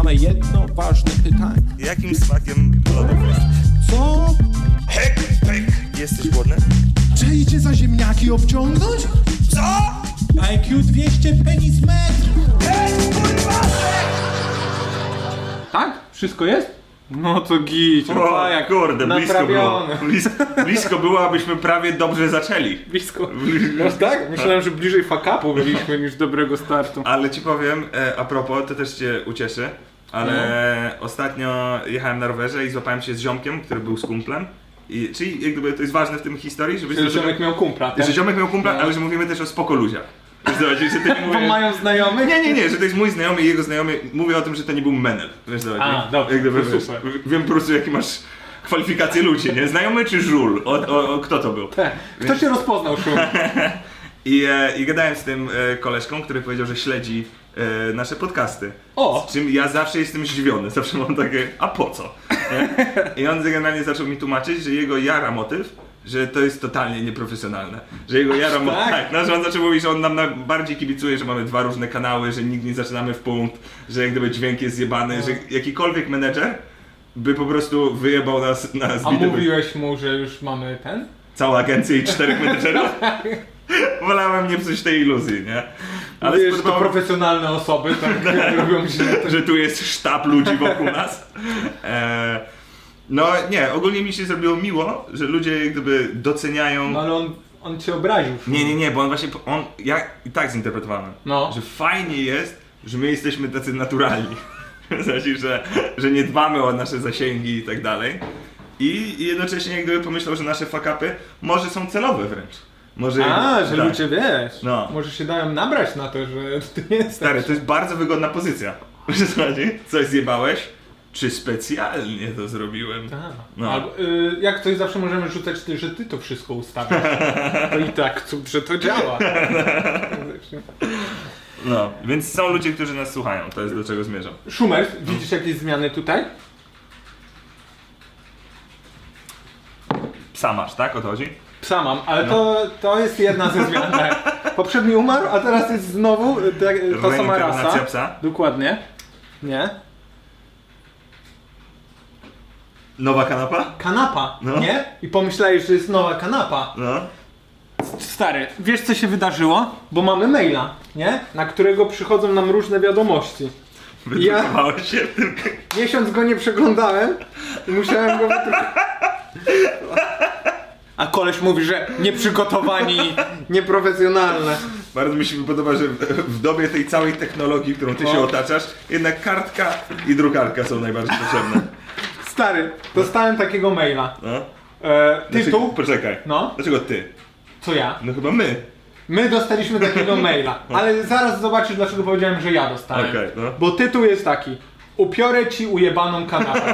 Mamy jedno ważne pytanie. Jakim smakiem lodów jest? Co? Hek, hek. Jesteś głodny? Czy idzie za ziemniaki obciągnąć? Co? IQ 200 penis metr! Tak? Wszystko jest? No to git. O, jak kurde, blisko było. naprawione. Blisko było, abyśmy prawie dobrze zaczęli. Blisko. No tak? Myślałem, że bliżej fuck-upu byliśmy niż dobrego startu. Ale ci powiem, a propos, to też cię ucieszy, ale ostatnio jechałem na rowerze i złapałem się z ziomkiem, który był z kumplem. Czyli jak gdyby to jest ważne w tym historii, żeby... Że ziomek miał kumpla, tak? Że ziomek miał kumpla, ale że mówimy też o spoko ludziach. Wiesz, że to nie mówię... Bo mają znajomych? Nie, że to jest mój znajomy i jego znajomy. Mówię o tym, że to nie był menel. Wiesz, A, dobrze, jak gdyby, to super. Wiem po prostu jakie masz kwalifikacje ludzi, nie? Znajomy czy żul? Kto to był? Tak. Kto się rozpoznał, Szum? I gadałem z tym koleżką, który powiedział, że śledzi nasze podcasty. O! Z czym ja zawsze jestem zdziwiony, zawsze mam takie, a po co? Nie? I on generalnie zaczął mi tłumaczyć, że jego jara motyw, że to jest totalnie nieprofesjonalne. Że jego jara motyw, tak, że on zaczął mówić, że on nam bardziej kibicuje, że mamy dwa różne kanały, że nigdy nie zaczynamy w punkt, że jak gdyby dźwięk jest zjebany, że jakikolwiek menedżer by po prostu wyjebał nas na zbity. A mówiłeś mu, że już mamy ten? Całą agencję i 4 menedżerów? Wolałem nie psuć tej iluzji, nie? Ale wiesz, to profesjonalne osoby, tak robią źle. Że tu jest sztab ludzi wokół nas. No nie, ogólnie mi się zrobiło miło, że ludzie jak gdyby doceniają... No ale on cię obraził. Nie, bo on właśnie... Ja i tak zinterpretowałem, że fajnie jest, że my jesteśmy tacy naturalni. Znaczy, że nie dbamy o nasze zasięgi i tak dalej. I jednocześnie jak gdyby pomyślał, że nasze fuck-upy może są celowe wręcz. Może że ludzie wiesz, no. może się dają nabrać na to, że to nie jest stary, to jest bardzo wygodna pozycja. Coś zjebałeś? Czy specjalnie to zrobiłem? No. Albo, jak coś zawsze możemy rzucać, że ty to wszystko ustawiasz. To i tak cud, że to działa. No, więc są ludzie, którzy nas słuchają, to jest do czego zmierzam. Szumer, widzisz jakieś zmiany tutaj? Psa masz, tak? O to chodzi? Psa mam, ale to jest jedna ze zmian. Poprzedni umarł, a teraz jest znowu ta sama rasa. Psa? Dokładnie. Nie? Nowa kanapa? Kanapa, nie? I pomyślałeś, że jest nowa kanapa. No. Stary, wiesz co się wydarzyło? Bo mamy maila, nie? Na którego przychodzą nam różne wiadomości. Wydrukowałeś się w tym... Miesiąc go nie przeglądałem i musiałem go A koleś mówi, że nieprzygotowani, nieprofesjonalne. Bardzo mi się podoba, że w dobie tej całej technologii, którą ty się otaczasz, jednak kartka i drukarka są najbardziej potrzebne. Stary, dostałem takiego maila. No. Tytuł? Poczekaj. No. Dlaczego ty? Co ja? No chyba my. My dostaliśmy takiego maila, ale zaraz zobaczysz, dlaczego powiedziałem, że ja dostałem. Okay, no. Bo tytuł jest taki: upiorę ci ujebaną kanapę.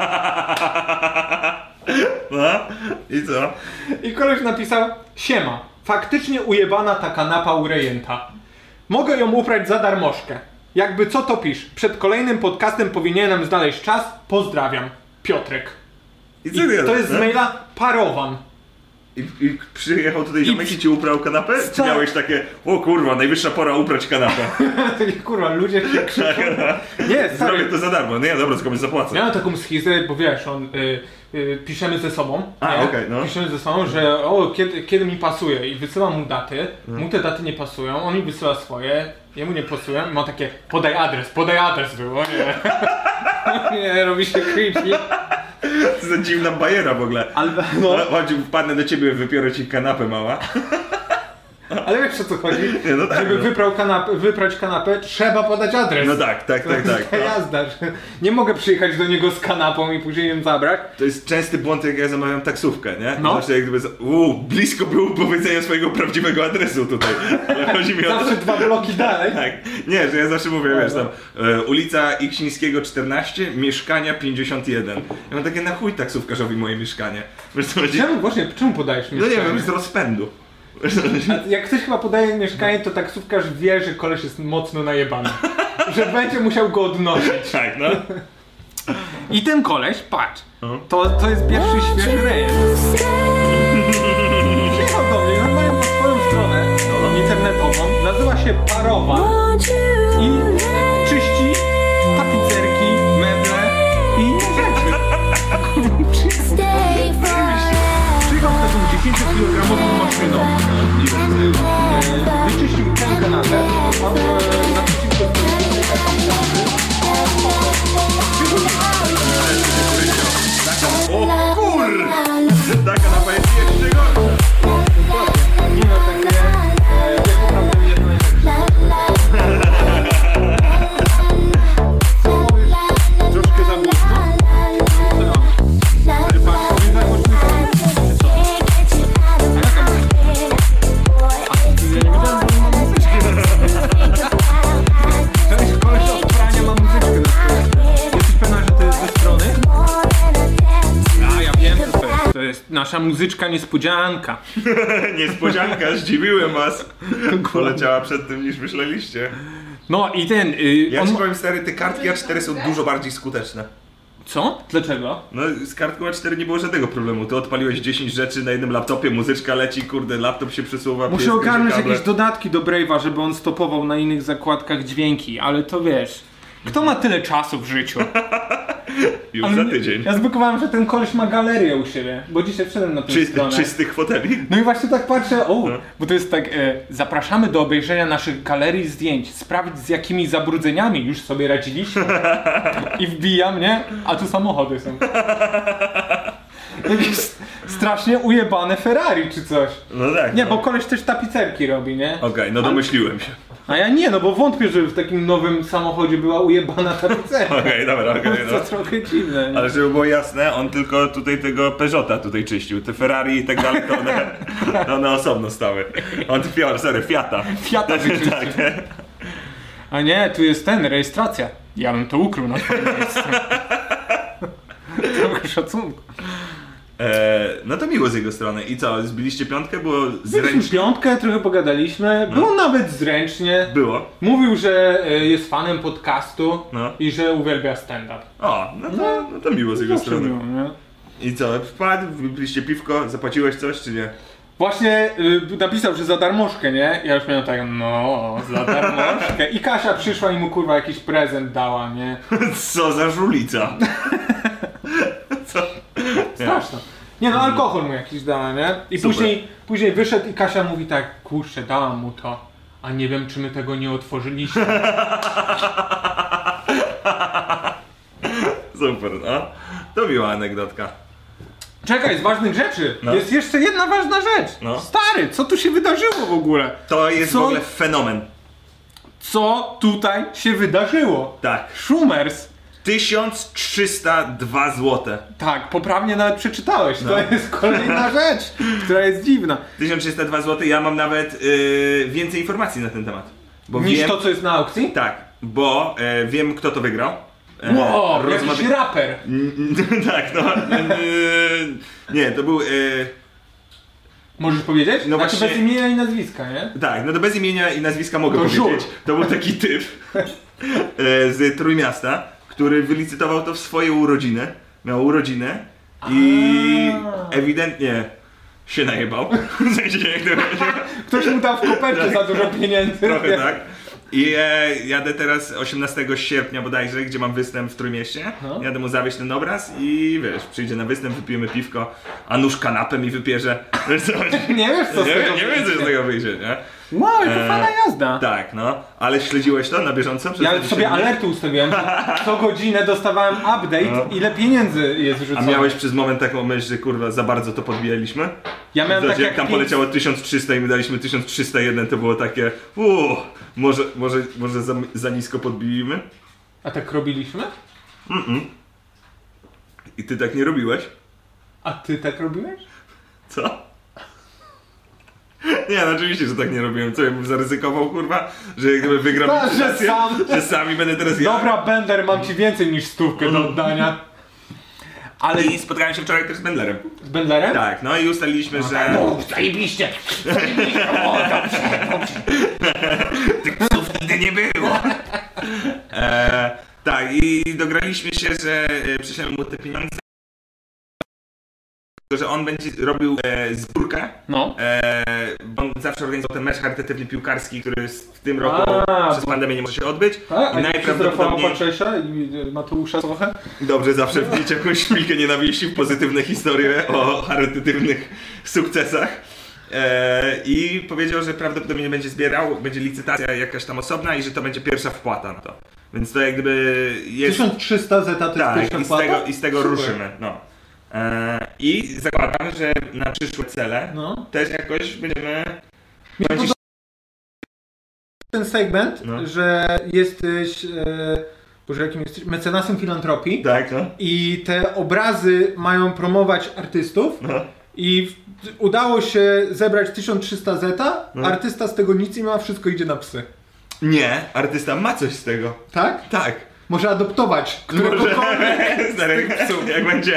No i co? I koleś napisał: siema, faktycznie ujebana ta kanapa u rejenta. Mogę ją uprać za darmożkę. Jakby co to pisz, przed kolejnym podcastem powinienem znaleźć czas, pozdrawiam, Piotrek. I to jest z maila Parowan. I przyjechał tutaj ziomek i ci uprał kanapę? Czy miałeś takie, o kurwa, najwyższa pora uprać kanapę? Takie kurwa, ludzie się krzyczą. Nie, stary. Zrobię to za darmo, no ja dobra, komuś zapłacę. Miałem taką schizę, bo wiesz, piszemy ze sobą, piszemy ze sobą, że kiedy mi pasuje i wysyłam mu daty, mu te daty nie pasują, on mi wysyła swoje, jemu nie pasują i ma takie, podaj adres było, nie. Nie, robi się creepy. To za dziwna bajera w ogóle. Chodź, wpadnę do ciebie, wypiorę ci kanapę mała. Ale wiesz o co chodzi? Nie, no tak, żeby wyprać kanapę, trzeba podać adres. No tak. To jazda. Nie mogę przyjechać do niego z kanapą i później ją zabrać. To jest częsty błąd, jak ja zamawiam taksówkę, nie? No. Zawsze jak gdyby, blisko było powiedzenia swojego prawdziwego adresu tutaj. Ale chodzi mi o to, zawsze 2 bloki dalej. Tak. Nie, że ja zawsze mówię, wiesz tam, ulica Iksińskiego 14, mieszkania 51. Ja mam takie, na chuj taksówkarzowi moje mieszkanie. Wiesz co chodzi? Czemu podajesz mieszkanie? No nie wiem, z rozpędu. A jak ktoś chyba podaje mieszkanie, to taksówkarz wie, że koleś jest mocno najebany. Że będzie musiał go odnosić. Tak, no. I ten koleś, patrz, to jest pierwszy świeży rejestr. Przyjechał do mnie, normalnie ma swoją stronę internetową, nazywa się Parowan i czyści tapicerki nasza muzyczka niespodzianka. Niespodzianka, zdziwiłem was. Poleciała przed tym niż myśleliście. No i ten... Ja ci powiem stary, te kartki A4 są dużo bardziej skuteczne. Co? Dlaczego? No z kartką A4 nie było żadnego problemu. Ty odpaliłeś 10 rzeczy na jednym laptopie, muzyczka leci, kurde, laptop się przesuwa. Muszę ogarnąć jakieś dodatki do Brave'a, żeby on stopował na innych zakładkach dźwięki, ale to wiesz... Kto ma tyle czasu w życiu? Już za tydzień. Ja zbykowałem, że ten koleś ma galerię u siebie, bo dzisiaj wszedłem na tę stronę. Czystych foteli? No i właśnie tak patrzę, bo to jest tak, zapraszamy do obejrzenia naszych galerii zdjęć, sprawdzić z jakimi zabrudzeniami już sobie radziliśmy. I wbijam, nie? A tu samochody są. Jakieś strasznie ujebane Ferrari czy coś. No tak. Nie, bo koleś też tapicerki robi, nie? Okej, no domyśliłem się. A ja nie, no bo wątpię, że w takim nowym samochodzie była ujebana tapicerka. Okej, dobra. To trochę dziwne, nie? Ale żeby było jasne, on tylko tutaj tego Peugeota tutaj czyścił. Te Ferrari i tak dalej, to one osobno stały. On Fiata. Fiata wyczyścił. Tak. A nie, tu jest rejestracja. Ja bym to ukrył na twoim miejscu. Trochę szacunku. No to miło z jego strony. I co, zbiliście piątkę? Było Zbiliśmy zręcznie? piątkę, trochę pogadaliśmy. Było nawet zręcznie. Było. Mówił, że jest fanem podcastu No. i że uwielbia stand-up. O, no to miło z jego strony. Miło, nie? I co, wpadł, wypiliście piwko, zapłaciłeś coś, czy nie? Właśnie napisał, że za darmożkę, nie? Ja już miałem tak, no, za darmożkę. I Kasia przyszła i mu kurwa jakiś prezent dała, nie? Co za żulica. Co? Straszne. Nie no, alkohol mu jakiś dała, nie? I później wyszedł i Kasia mówi tak, kurczę, dałam mu to, a nie wiem, czy my tego nie otworzyliśmy. Super, no. To miła anegdotka. Czekaj, z ważnych rzeczy. No. Jest jeszcze jedna ważna rzecz. No. Stary, co tu się wydarzyło w ogóle? To jest w ogóle fenomen. Co tutaj się wydarzyło? Tak. Schumers. 1302 zł. Tak, poprawnie nawet przeczytałeś. To jest kolejna rzecz, która jest dziwna. 1302 zł, ja mam nawet więcej informacji na ten temat. Bo Niż wiem, to, co jest na aukcji? Tak, bo wiem, kto to wygrał. Wow, jakiś raper. Tak, no. Nie, to był... Możesz powiedzieć? No znaczy właśnie... bez imienia i nazwiska, nie? Tak, no to bez imienia i nazwiska mogę To powiedzieć. żul. To był taki typ z Trójmiasta, który wylicytował to w swoje urodziny. Miał urodziny i ewidentnie się najebał. W sensie, jak to będzie. Ktoś mu dał w kopercie za dużo pieniędzy. Trochę tak. I jadę teraz 18 sierpnia bodajże, gdzie mam występ w Trójmieście. Jadę mu zawieźć ten obraz i wiesz, przyjdzie na występ, wypijemy piwko, a nóż kanapę mi wypierze. Nie wiesz co z tego nie wiem co z tego wyjdzie, nie? Wow, to fajna jazda. Tak, no. Ale śledziłeś to na bieżąco? Ja sobie alerty ustawiłem. Co godzinę dostawałem update, ile pieniędzy jest wrzucone. A miałeś przez moment taką myśl, że kurwa za bardzo to podbijaliśmy? Ja miałem tak jak tam poleciało 1300 i my daliśmy 1301, to było takie może za nisko podbijemy? A tak robiliśmy? I ty tak nie robiłeś? A ty tak robiłeś? Co? Nie, no oczywiście, że tak nie robiłem. Co, ja bym zaryzykował, kurwa? Że jak gdyby wygram licytację, że sami będę teraz ja. Dobra, Bender, mam ci więcej niż 100 do oddania. Ale I spotkałem się wczoraj też z Bendlerem. z Benderem? Tak, no i ustaliliśmy, że... No, zajebiście! O, dobrze. Tych psów nigdy nie było. Tak, i dograliśmy się, że przyślemy mu te pieniądze, że on będzie robił zbiórkę. No. Bo on zawsze organizował ten mecz charytatywny piłkarski, który w tym roku przez pandemię nie może się odbyć. Tak? I najprawdopodobniej... Patrzesza i Mateusza trochę? Dobrze, zawsze wbić jakąś szpilkę nienawiści w pozytywne historie o charytatywnych sukcesach. I powiedział, że prawdopodobnie będzie zbierał, będzie licytacja jakaś tam osobna i że to będzie pierwsza wpłata na to. Więc to jak gdyby jest... 1300 zeta to jest pierwsza wpłata? I z tego ruszymy. No. I zakładam, że na przyszłe cele też jakoś będziemy... Ten segment, że jesteś... Boże, jakim jesteś? Mecenasem filantropii. Tak, no. I te obrazy mają promować artystów. I udało się zebrać 1300 zeta, artysta z tego nic nie ma, wszystko idzie na psy. Nie, artysta ma coś z tego. Tak? Tak. Może adoptować któregokolwiek z tych psów.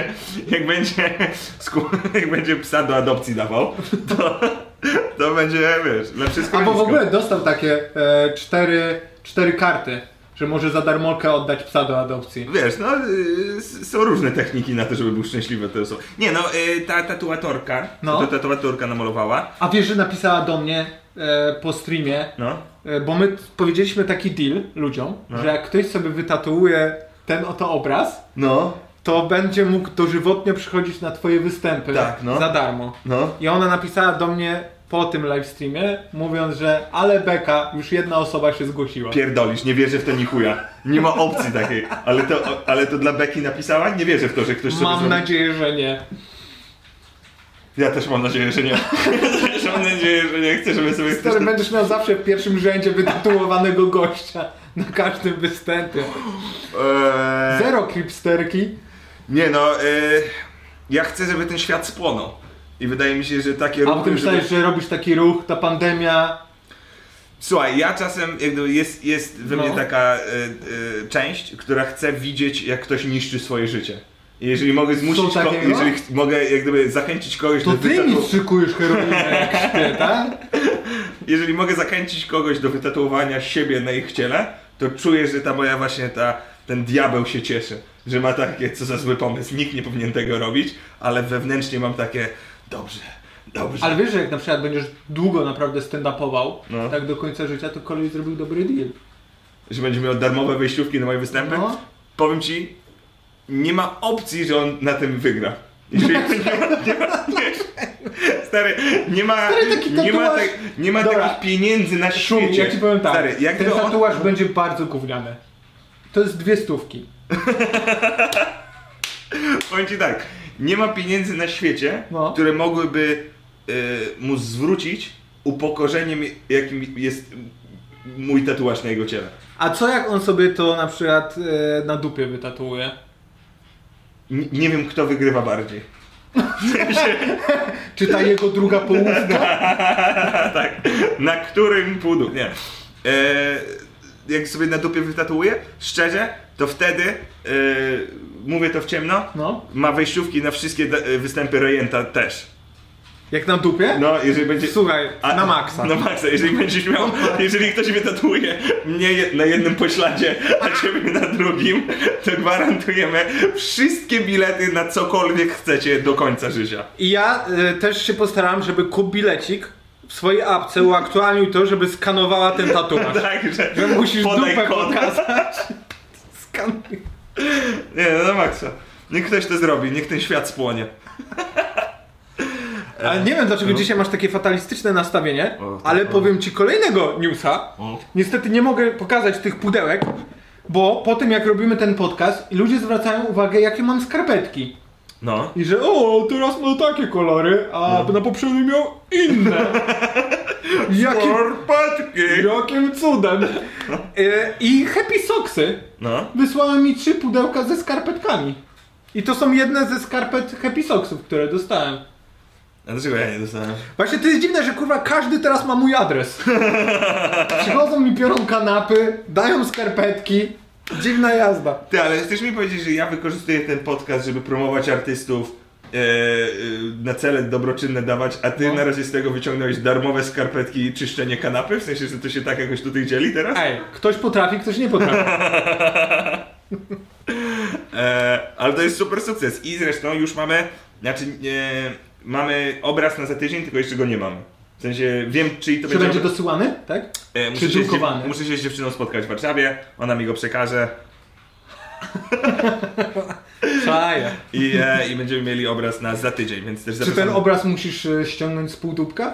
Jak będzie psa do adopcji dawał, to będzie, wiesz, lepszy schronisko. Albo w ogóle dostał takie 4 karty, że może za darmolkę oddać psa do adopcji. Wiesz, no są różne techniki na to, żeby był szczęśliwy te osoby. Nie no, ta tatuatorka namalowała. A wiesz, że napisała do mnie po streamie, bo my powiedzieliśmy taki deal ludziom, że jak ktoś sobie wytatuuje ten oto obraz, to będzie mógł dożywotnio przychodzić na twoje występy za darmo. I ona napisała do mnie po tym livestreamie, mówiąc, że ale beka, już jedna osoba się zgłosiła. Pierdolisz, nie wierzę w to ni chuja. Nie ma opcji takiej. Ale to dla Beki napisała? Nie wierzę w to, że ktoś sobie Mam nadzieję, że nie. Ja też mam nadzieję, że nie. Mam nadzieję, że nie chcę, żeby sobie... Stary, będziesz miał zawsze w pierwszym rzędzie wytatuowanego gościa na każdym występie. Zero klipsterki. Nie no, ja chcę, żeby ten świat spłonął. I wydaje mi się, że takie ruchy... A ty myślałeś, że robisz taki ruch, ta pandemia... Słuchaj, ja czasem, jest we mnie taka część, która chce widzieć, jak ktoś niszczy swoje życie. I jeżeli mogę zmusić jeżeli mogę jak gdyby zachęcić kogoś do wytatuowania... To ty mi szykujesz heroinę jak śpię, tak? Jeżeli mogę zachęcić kogoś do wytatuowania siebie na ich ciele, to czuję, że ta moja właśnie ten diabeł się cieszy. Że ma takie, co za zły pomysł, nikt nie powinien tego robić, ale wewnętrznie mam takie, dobrze. Ale wiesz, że jak na przykład będziesz długo naprawdę stand-upował, tak do końca życia, to kolej zrobił dobry deal. Że będzie miał darmowe wejściówki na moje występy? Powiem ci, nie ma opcji, że on na tym wygra. Nie ma takich pieniędzy na świecie. Ja ci powiem tak, stary, ten tatuaż będzie bardzo gówniany. To jest 200. Powiem ci tak, nie ma pieniędzy na świecie, które mogłyby mu zwrócić upokorzeniem, jakim jest mój tatuaż na jego ciele. A co jak on sobie to na przykład na dupie wytatuuje? Nie wiem, kto wygrywa bardziej. Czy ta jego druga połówka? Tak, na którym pół nie. Jak sobie na dupie wytatuuje, szczerze, to wtedy, mówię to w ciemno, ma wejściówki na wszystkie występy Rejenta też. Jak na dupie? No, jeżeli będzie... Słuchaj, na maksa. Na maksa, jeżeli będziesz miał, jeżeli ktoś wytatuuje mnie na jednym pośladzie, a ciebie na drugim, to gwarantujemy wszystkie bilety na cokolwiek chcecie do końca życia. I ja też się postaram, żeby kup bilecik w swojej apce uaktualnił to, żeby skanowała ten tatuaż. Tak, że musisz dupę pokazać. Skanuj. Nie, no na maksa. Niech ktoś to zrobi, niech ten świat spłonie. Ale nie wiem, dlaczego dzisiaj masz takie fatalistyczne nastawienie, ale powiem ci kolejnego newsa. Niestety nie mogę pokazać tych pudełek, bo po tym jak robimy ten podcast, ludzie zwracają uwagę, jakie mam skarpetki. I że teraz ma takie kolory, a na poprzednim miał inne. Jakim cudem. I Happy Socksy wysłały mi 3 pudełka ze skarpetkami. I to są jedne ze skarpet Happy Socksów, które dostałem. A dlaczego ja nie dostałem? Właśnie to jest dziwne, że kurwa każdy teraz ma mój adres. Przychodzą mi, biorą kanapy, dają skarpetki. Dziwna jazda. Ty, ale chcesz mi powiedzieć, że ja wykorzystuję ten podcast, żeby promować artystów, na cele dobroczynne dawać, a ty na razie z tego wyciągnąłeś darmowe skarpetki i czyszczenie kanapy? W sensie, że to się tak jakoś tutaj dzieli teraz? Ej, ktoś potrafi, ktoś nie potrafi. Ale to jest super sukces i zresztą już mamy, mamy obraz za tydzień, tylko jeszcze go nie mamy. W sensie wiem, czy to będzie dosyłany, tak? Czy drukowany? Muszę się z dziewczyną spotkać w Warszawie, ona mi go przekaże. I będziemy mieli obraz za tydzień, więc też zapraszam. Czy ten obraz musisz ściągnąć z półtubka?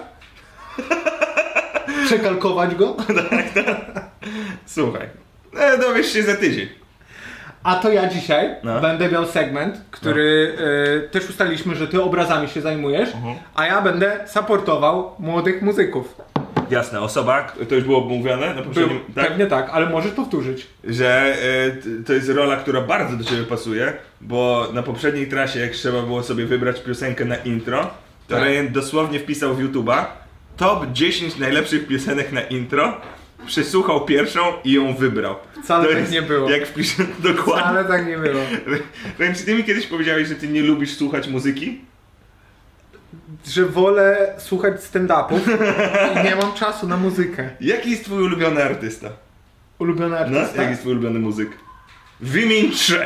Przekalkować go? Tak. Słuchaj, dowiesz się za tydzień. A to ja dzisiaj będę miał segment, który też ustaliliśmy, że ty obrazami się zajmujesz, a ja będę supportował młodych muzyków. Jasne, osoba, to już było mówione na poprzednim... Tak? Pewnie tak, ale możesz powtórzyć. Że to jest rola, która bardzo do ciebie pasuje, bo na poprzedniej trasie, jak trzeba było sobie wybrać piosenkę na intro, to Rejent dosłownie wpisał w YouTube'a top 10 najlepszych piosenek na intro przesłuchał pierwszą i ją wybrał. Wcale tak nie było. Jak wpiszę, dokładnie. Wcale tak nie było. Czy ty mi kiedyś powiedziałeś, że ty nie lubisz słuchać muzyki? Że wolę słuchać stand-upów i nie mam czasu na muzykę. Jaki jest twój ulubiony artysta? Ulubiony artysta? No, jaki jest twój ulubiony muzyk? Wymień 3.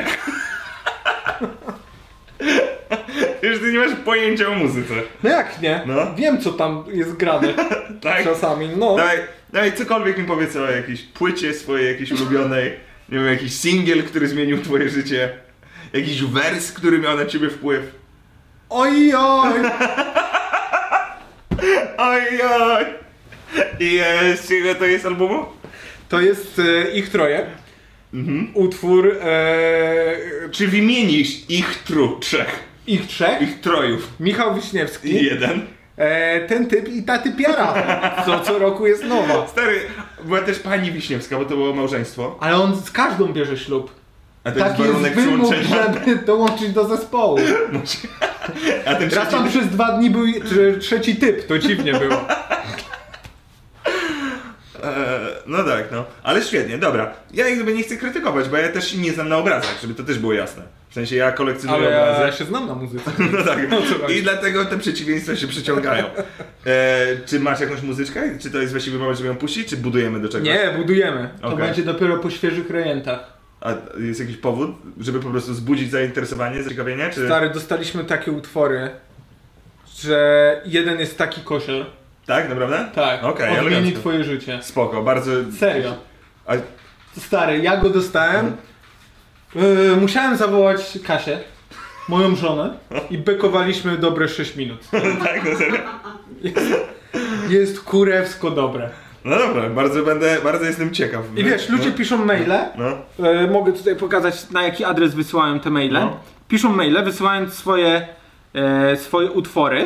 Już ty nie masz pojęcia o muzyce. No jak nie? No. Wiem, co tam jest grane Tak? czasami, no. Dawaj, cokolwiek mi powiedz o jakiejś płycie swojej, jakiejś ulubionej, nie wiem, jakiś singiel, który zmienił twoje życie, jakiś wers, który miał na ciebie wpływ. Oj, oj! Oj. I z czego to jest albumu? To jest ich troje. Utwór... Czy wymienisz ich 3? Ich trzech? Ich trojów. Michał Wiśniewski. I 1. Ten typ i ta typiara. Co roku jest nowa. Stary, była też pani Wiśniewska, bo to było małżeństwo. Ale on z każdą bierze ślub. A to Taki jest warunek jest wymóg, przyłączenia. żeby dołączyć do zespołu. A ten Raz tam przez 2 dni był trzeci typ, to dziwnie było. No tak, no. Ale świetnie, dobra. Ja jak gdyby nie chcę krytykować, bo ja też się nie znam na obrazach, żeby to też było jasne. W sensie ja kolekcjonuję obrazy. Ja się znam na muzyce. No tak. I dlatego te przeciwieństwa się przyciągają. Czy masz jakąś muzyczkę? Czy to jest właściwy moment, żeby ją puścić, czy budujemy do czegoś? Nie, budujemy. To Okej. będzie dopiero po świeżych rejentach. A jest jakiś powód, żeby po prostu wzbudzić zainteresowanie, zaciekawienie? Czy... Stary, dostaliśmy takie utwory, że jeden jest taki koszer. Tak, naprawdę? Tak, Okej, odmieni elegancko. twoje życie. Spoko, bardzo... Serio. A... Stary, ja go dostałem. Musiałem zawołać Kasię, moją żonę, i bekowaliśmy dobre 6 minut. tak, no serio? Jest kurewsko dobre. No dobra, bardzo jestem ciekaw. I wiesz, ludzie piszą maile. No. Mogę tutaj pokazać, na jaki adres wysyłają te maile. No. Piszą maile, wysyłając swoje utwory.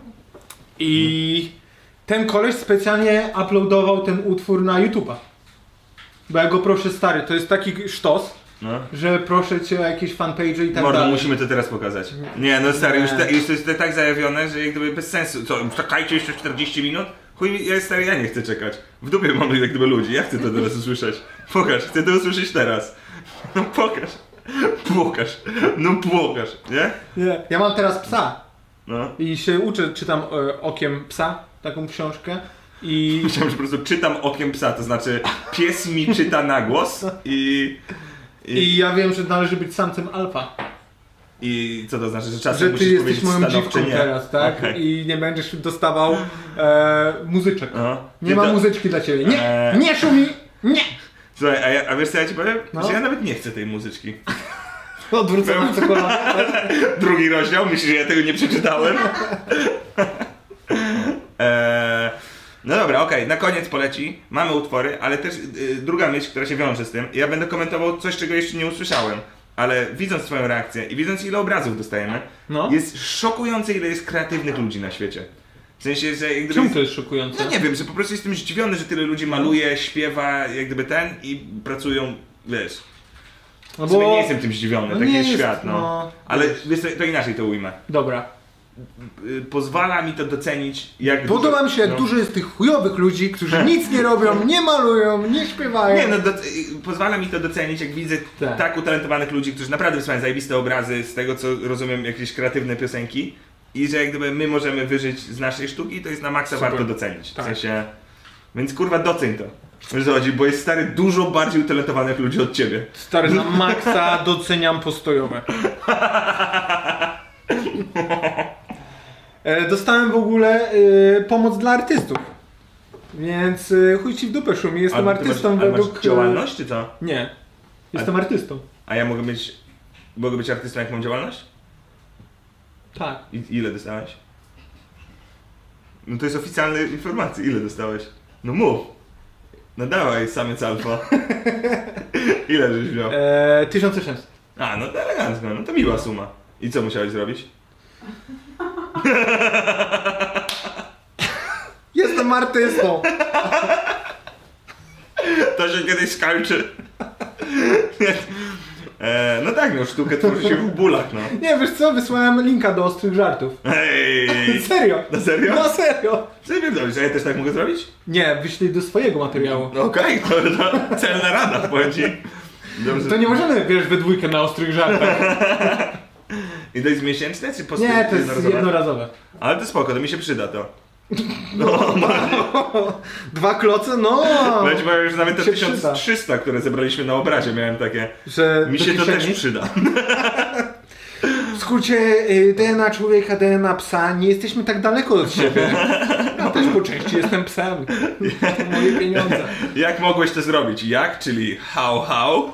I ten koleś specjalnie uploadował ten utwór na YouTube'a. Bo ja go proszę, stary, to jest taki sztos, No. że proszę cię o jakieś fanpage i tak Mordo, dalej. musimy to teraz pokazać. Nie, no stary, już to jest tak zajawione, że jak gdyby bez sensu. Co, czekajcie jeszcze 40 minut? Chuj, ja nie chcę czekać. W dupie mam jak gdyby ludzi, ja chcę to teraz usłyszeć. Pokaż, chcę to usłyszeć teraz. No pokaż. No pokaż, nie? Nie. Ja mam teraz psa. No. I się uczę, czytam okiem psa, taką książkę. I Myślałem, że po prostu czytam okiem psa, to znaczy pies mi czyta na głos I ja wiem, że należy być samcem alfa. I co to znaczy, że czasem Że ty musisz jesteś powiedzieć moją stanowcze dziwką nie. teraz, tak? Okay. I nie będziesz dostawał muzyczek. No. Nie ma muzyczki dla ciebie. Nie! Nie szumi! Nie! Słuchaj, a wiesz co ja ci powiem? No. Że ja nawet nie chcę tej muzyczki. Odwrócona czekolada. Drugi rozdział, myślisz, że ja tego nie przeczytałem? No dobra, okej, na koniec poleci. Mamy utwory, ale też druga myśl, która się wiąże z tym. Ja będę komentował coś, czego jeszcze nie usłyszałem. Ale widząc twoją reakcję i widząc ile obrazów dostajemy, No. jest szokujące, ile jest kreatywnych ludzi na świecie. W sensie, że jak gdyby... Czemu to jest szokujące? No nie wiem, że po prostu jestem zdziwiony, że tyle ludzi maluje, śpiewa, jak gdyby i pracują, wiesz... No W sumie nie jestem tym zdziwiony, no taki nie jest jest, świat, no. no. Ale wiesz co, to inaczej to ujmę. Dobra. Pozwala mi to docenić, jak Podoba mi się, jak dużo jest tych chujowych ludzi, którzy nic nie robią, nie malują, nie śpiewają. Nie, no pozwala mi to docenić, jak widzę tak utalentowanych ludzi, którzy naprawdę wysyłają zajebiste obrazy, z tego co rozumiem, jakieś kreatywne piosenki i że jak gdyby my możemy wyżyć z naszej sztuki, to jest na maksa warto docenić. W sensie, więc kurwa doceń to. Wiesz co chodzi, bo jest stary dużo bardziej utalentowanych ludzi od ciebie. Stary, na maksa doceniam postojowe. Dostałem w ogóle pomoc dla artystów. Więc chuj ci w dupę szumi, jestem artystą według... Masz działalność czy co? Nie. Jestem artystą. A ja mogę być artystą jak mam działalność? Tak. I ile dostałeś? No to jest oficjalne informacje, ile dostałeś? No mów. No dawaj, samiec alfa. Ile żeś wziął? 1800. A, no to elegancko, no to miła suma. I co musiałeś zrobić? Jestem artystą. To się kiedyś skończy. No tak, no sztukę tworzy się w bólach, no. Nie, wiesz co, wysłałem linka do ostrych żartów. Hej! Serio? Na serio? No serio! Dobrze, a ja też tak mogę zrobić? Nie, wyślij do swojego materiału. No okej, to celna rada, powiem ci. Dobrze. To nie możemy, wiesz, we dwójkę na ostrych żartach. I to jest miesięczne, czy Nie, to jest jednorazowe. Ale to spoko, to mi się przyda to. No, 2 kloce, no! Będzie już nawet te się 1300, które zebraliśmy na obrazie, miałem takie. Że Mi się to też przyda. W skrócie DNA człowieka, DNA psa, nie jesteśmy tak daleko od siebie. Ja też po części jestem psem. To moje pieniądze. Jak mogłeś to zrobić? Jak? Czyli how?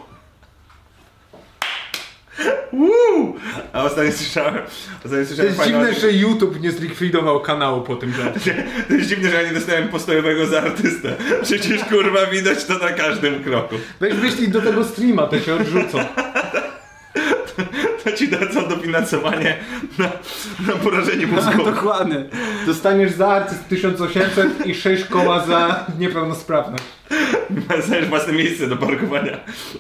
Woo! A ostatnio słyszałem To jest dziwne, że YouTube nie zlikwidował kanału po tym żarcie. To jest dziwne, że ja nie dostałem postojowego za artystę. Przecież kurwa widać to na każdym kroku. Weź wyślij do tego streama, to się odrzucą. To ci dadzą dofinansowanie na porażenie mózgu. Dokładnie. Dostaniesz za artyst 1800 i 6 koła za niepełnosprawność. Znajdziesz własne miejsce do parkowania.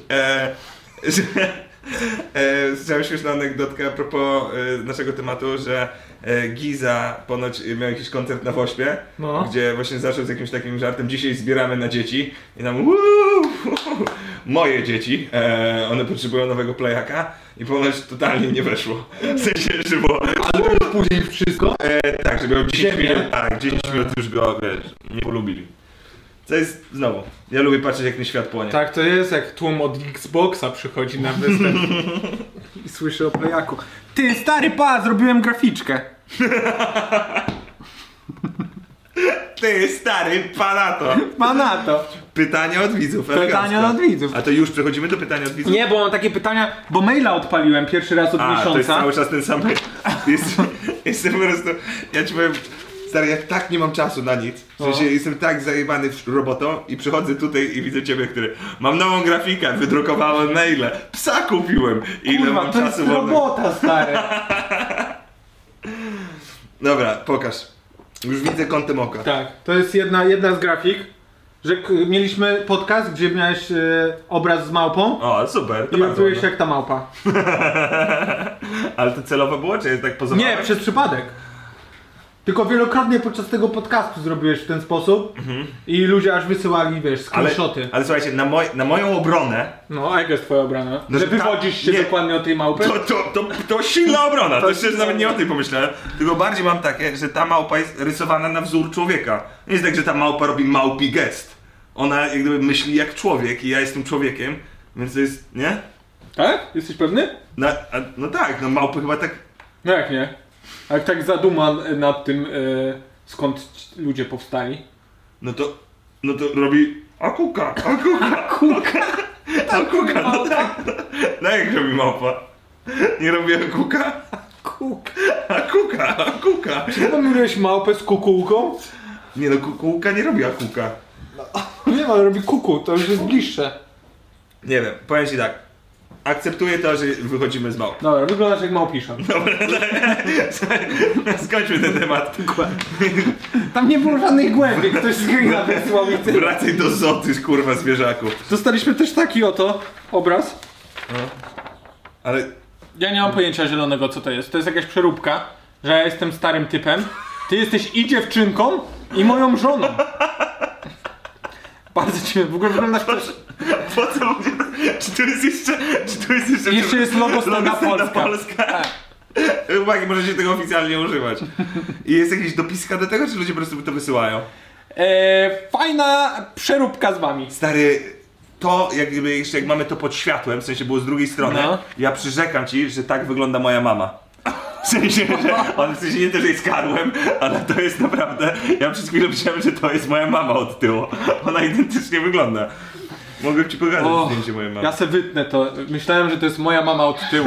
Słyszałem śmieszną anegdotkę a propos naszego tematu, że Giza ponoć miał jakiś koncert na Wośpie, gdzie właśnie zaczął z jakimś takim żartem: dzisiaj zbieramy na dzieci i tam moje dzieci, one potrzebują nowego playaka i ponoć totalnie nie weszło. W sensie, że było... Ale już później wszystko? Tak, że miał 10 minut, 10 minut już go, wiesz, nie polubili. To jest, znowu, ja lubię patrzeć jak ten świat płonie. Tak, to jest jak tłum od Xboxa przychodzi na występ i słyszy o playaku. Ty, stary zrobiłem graficzkę. Ty, stary, panato. Panato. Pytania od widzów. Pytania od widzów. A to już przechodzimy do pytań od widzów? Nie, bo mam takie pytania, bo maila odpaliłem pierwszy raz od miesiąca. To jest cały czas ten sam. Jestem po prostu, ja ci powiem, stary, ja tak nie mam czasu na nic. W sensie jestem tak zajebany robotą i przychodzę tutaj i widzę ciebie, który mam nową grafikę, wydrukowałem maile, psa kupiłem. Ile Kurwa, mam to czasu jest robota, stary. Dobra, pokaż. Już widzę kątem oka. Tak, to jest jedna z grafik, że mieliśmy podcast, gdzie miałeś obraz z małpą. O, super. I robiłeś jak ta małpa. Ale to celowo było, czy jest tak pozorowe? Nie, przez przypadek. Tylko wielokrotnie podczas tego podcastu zrobiłeś w ten sposób i ludzie aż wysyłali, wiesz, screenshoty. Ale słuchajcie, na moją obronę... No, a jaka jest twoja obrona? No, że wywodzisz się dokładnie od tej małpy? To silna obrona, to szczerze nawet nie o tej pomyślałem. Tylko bardziej mam takie, że ta małpa jest rysowana na wzór człowieka. Nie jest tak, że ta małpa robi małpi gest. Ona jak gdyby myśli jak człowiek i ja jestem człowiekiem, więc to jest, nie? Tak? Jesteś pewny? No tak, no małpy chyba tak... No jak nie? A jak tak zaduma nad tym, skąd ludzie powstali? No to robi akuka, no tak. No jak robi małpa? Nie robi akuka? Akuka. Czy pomyliłeś małpę z kukułką? Nie no, kukułka nie robi akuka. Nie ma, robi kuku, to już jest bliższe. Nie wiem, powiem ci tak. Akceptuję to, że wychodzimy z małp. Dobra, wyglądasz jak małpisza. Dobra, skończmy ten temat. Tam nie było żadnych głębi, ktoś screena wysłał i tyle. Wracaj do zoty, kurwa, zwierzaku. Dostaliśmy też taki oto obraz. No. Ale... Ja nie mam pojęcia zielonego, co to jest. To jest jakaś przeróbka, że ja jestem starym typem. Ty jesteś i dziewczynką, i moją żoną. Bardzo cię w ogóle wyglądasz też... Po co? Czy tu jest jeszcze... Jeszcze jest logo Standa Polska. Tak. Uwagi, możecie tego oficjalnie używać. I jest jakaś dopiska do tego, czy ludzie po prostu to wysyłają? Fajna przeróbka z wami. Stary, to jakby jeszcze jak mamy to pod światłem, w sensie było z drugiej strony, ja przyrzekam ci, że tak wygląda moja mama. W sensie, że nie to, że jest karłem, ale to jest naprawdę, ja przez chwilę myślałem, że to jest moja mama od tyłu. Ona identycznie wygląda. Mogę ci pokazać zdjęcie mojej mamy. Ja se wytnę to. Myślałem, że to jest moja mama od tyłu.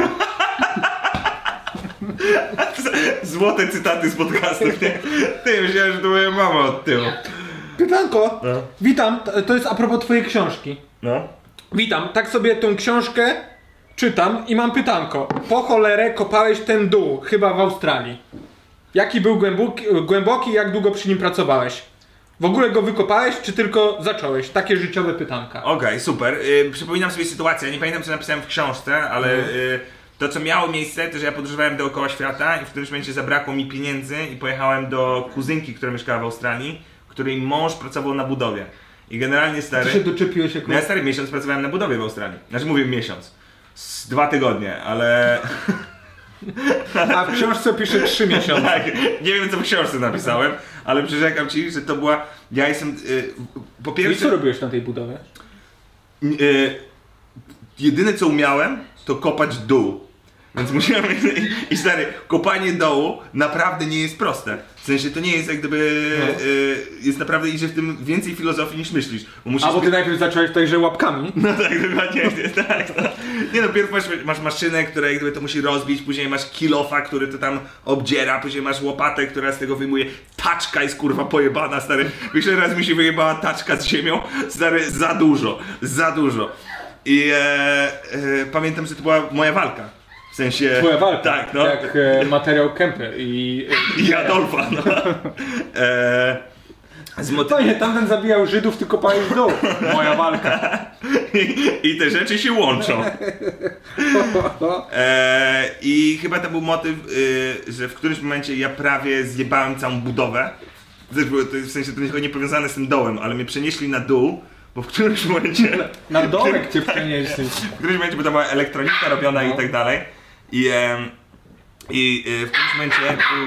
Złote cytaty z podcastów, nie? Ty, myślałem, że to moja mama od tyłu. Pytanko, witam, to jest a propos twojej książki. No. Witam, tak sobie tą książkę czytam i mam pytanko. Po cholerę kopałeś ten dół, chyba w Australii. Jaki był głęboki i jak długo przy nim pracowałeś? W ogóle go wykopałeś, czy tylko zacząłeś? Takie życiowe pytanka. Okej, super. Przypominam sobie sytuację, nie pamiętam co napisałem w książce, ale to co miało miejsce, to że ja podróżowałem dookoła świata i w którymś momencie zabrakło mi pieniędzy i pojechałem do kuzynki, która mieszkała w Australii, której mąż pracował na budowie. I generalnie stary... Ty się doczepiłeś jako... No ja stary miesiąc pracowałem na budowie w Australii. Znaczy mówię miesiąc. 2 tygodnie, ale... A w książce pisze 3 miesiące. Tak, nie wiem co w książce napisałem, ale przyrzekam ci, że to była... Ja jestem... po pierwsze... I co robiłeś na tej budowie? Jedyne co umiałem, to kopać dół. Więc musiałem... I stary, kopanie dołu naprawdę nie jest proste. W sensie to nie jest jak gdyby... jest naprawdę, idzie w tym więcej filozofii niż myślisz. Bo ty najpierw zacząłeś także łapkami. No tak, dokładnie. Tak, no. Nie no, pierw masz maszynę, która jak gdyby to musi rozbić, później masz kilofa, który to tam obdziera, później masz łopatę, która z tego wyjmuje. Taczka jest kurwa pojebana, stary. Myślę, raz mi się wyjebała taczka z ziemią. Stary, za dużo. I pamiętam, że to była moja walka. W sensie... Twoja walka, tak, no. Jak materiał Kępy i Adolfa, no. Nie, tamten zabijał Żydów, tylko palił w dół. Moja walka. I te rzeczy się łączą. I chyba to był motyw, że w którymś momencie ja prawie zjebałem całą budowę. W sensie to tylko nie powiązane z tym dołem, ale mnie przenieśli na dół. Bo w którymś momencie... Na dołek cię przenieśli. W którymś momencie, bo tam była elektronika robiona i tak dalej. I w którymś momencie...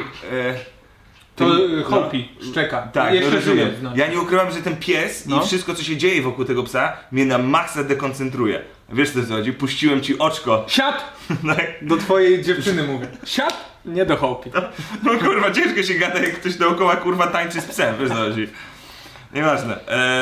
To Hopi, szczeka. Tak, jeszcze żyje. Ja nie ukrywam, że ten pies i wszystko co się dzieje wokół tego psa mnie na maksa dekoncentruje. Wiesz co chodzi? Puściłem ci oczko. Siad! Do twojej dziewczyny mówię. Siad! Nie do Hopi. No kurwa, ciężko się gada jak ktoś dookoła kurwa tańczy z psem. Wiesz co chodzi? Nieważne.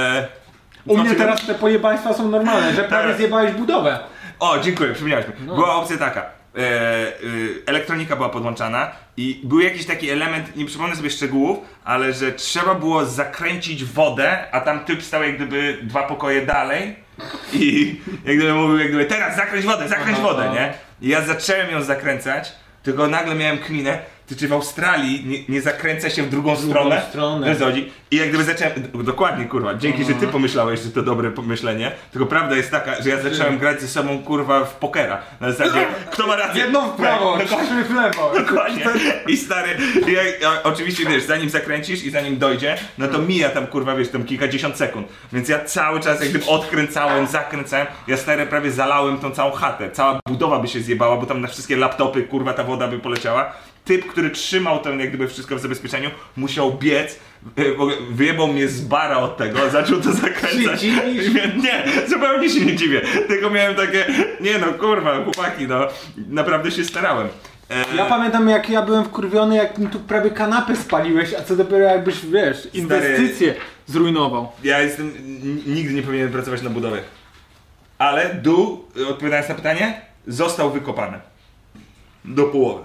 U mnie teraz te pojebaństwa są normalne, że prawie zjebałeś budowę. O, dziękuję, przypomniałeś mi. Była opcja taka. Elektronika była podłączana i był jakiś taki element, nie przypomnę sobie szczegółów, ale że trzeba było zakręcić wodę, a tam typ stał jak gdyby 2 pokoje dalej i jak gdyby mówił jak gdyby teraz zakręć wodę, nie? I ja zacząłem ją zakręcać, tylko nagle miałem kminę, czy w Australii nie zakręca się w drugą stronę. I jak gdyby zacząłem, dokładnie kurwa, dzięki, że ty pomyślałeś, że to dobre pomyślenie, tylko prawda jest taka, że ja zacząłem grać ze sobą kurwa w pokera. Na zasadzie, kto ma rację? Jedno w prawo, 3 w lewo. Dokładnie. I stary, oczywiście wiesz, zanim zakręcisz i zanim dojdzie, no to mija tam kurwa, wiesz, tam kilkadziesiąt sekund. Więc ja cały czas jak gdyby odkręcałem, zakręcałem, ja stary prawie zalałem tą całą chatę. Cała budowa by się zjebała, bo tam na wszystkie laptopy kurwa ta woda by poleciała. Typ, który trzymał ten jak gdyby wszystko w zabezpieczeniu, musiał biec, wyjebał mnie z bara od tego, zaczął to zakręcać. Nie, zupełnie się nie dziwię. Tylko miałem takie, nie no kurwa, chłopaki, no naprawdę się starałem. Ja pamiętam jak ja byłem wkurwiony, jak mi tu prawie kanapę spaliłeś, a co dopiero jakbyś, wiesz, inwestycje zrujnował. Ja nigdy nie powinienem pracować na budowie. Ale dół, odpowiadając na pytanie, został wykopany. Do połowy.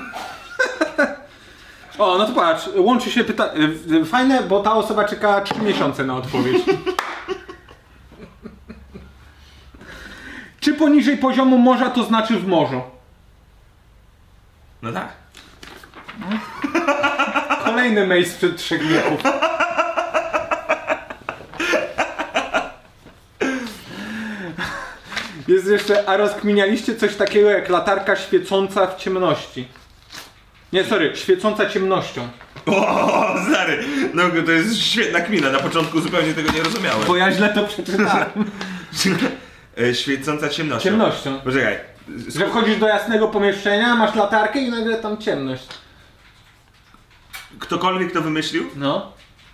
O, no to patrz, łączy się fajne, bo ta osoba czeka 3 miesiące na odpowiedź. Czy poniżej poziomu morza to znaczy w morzu? No tak. Kolejny mail sprzed 3 wieków. Jest jeszcze, a rozkminialiście coś takiego jak latarka świecąca w ciemności? Nie, sorry, świecąca ciemnością. O, stary, no to jest świetna kmina, na początku zupełnie tego nie rozumiałem. Bo ja źle to przeczytałem. Świecąca ciemnością. Ciemnością. Poczekaj. Że wchodzisz do jasnego pomieszczenia, masz latarkę i nagle tam ciemność. Ktokolwiek to wymyślił? No.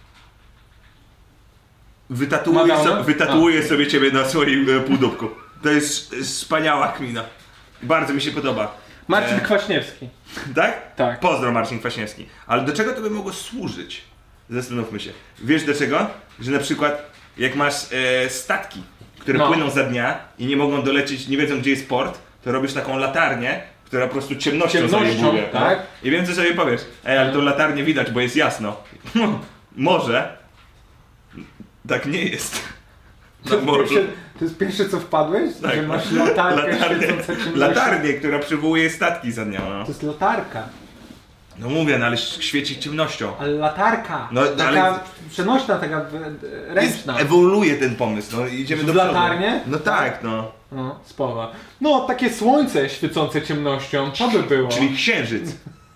Wytatuuję sobie ciebie na swoim półdubku. To jest wspaniała kmina. Bardzo mi się podoba. Marcin Kwaśniewski. Tak? Tak. Pozdro Marcin Kwaśniewski. Ale do czego to by mogło służyć? Zastanówmy się. Wiesz do czego? Że na przykład jak masz statki, które płyną za dnia i nie mogą dolecieć, nie wiedzą gdzie jest port, to robisz taką latarnię, która po prostu ciemnością zajmuje. Tak? No? I wiem co sobie powiesz. Ale tą latarnię widać, bo jest jasno. Może. Tak nie jest. To jest pierwsze co wpadłeś? Tak. Że masz latarkę świecącą ciemnością. Latarnię, która przywołuje statki za dnia. No. To jest latarka. No mówię, no ale świeci ciemnością. Ale latarka, No, taka ale... przenośna, taka ręczna. Ewoluuje ten pomysł, no idziemy do przodu. latarnie? No tak, no. No, spowa. No, takie słońce świecące ciemnością, to by było. Czyli księżyc.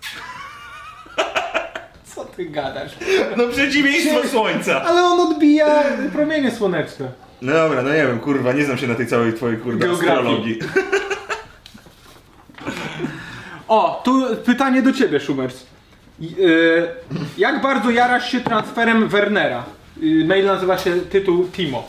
Co ty gadasz? No przeciwieństwo słońca. Ale on odbija promienie słoneczne. No dobra, no nie wiem, kurwa, nie znam się na tej całej twojej, kurde, Geografii. astrologii. O, tu pytanie do ciebie, Schumerz. Jak bardzo jarasz się transferem Wernera? Mail nazywa się tytuł Timo.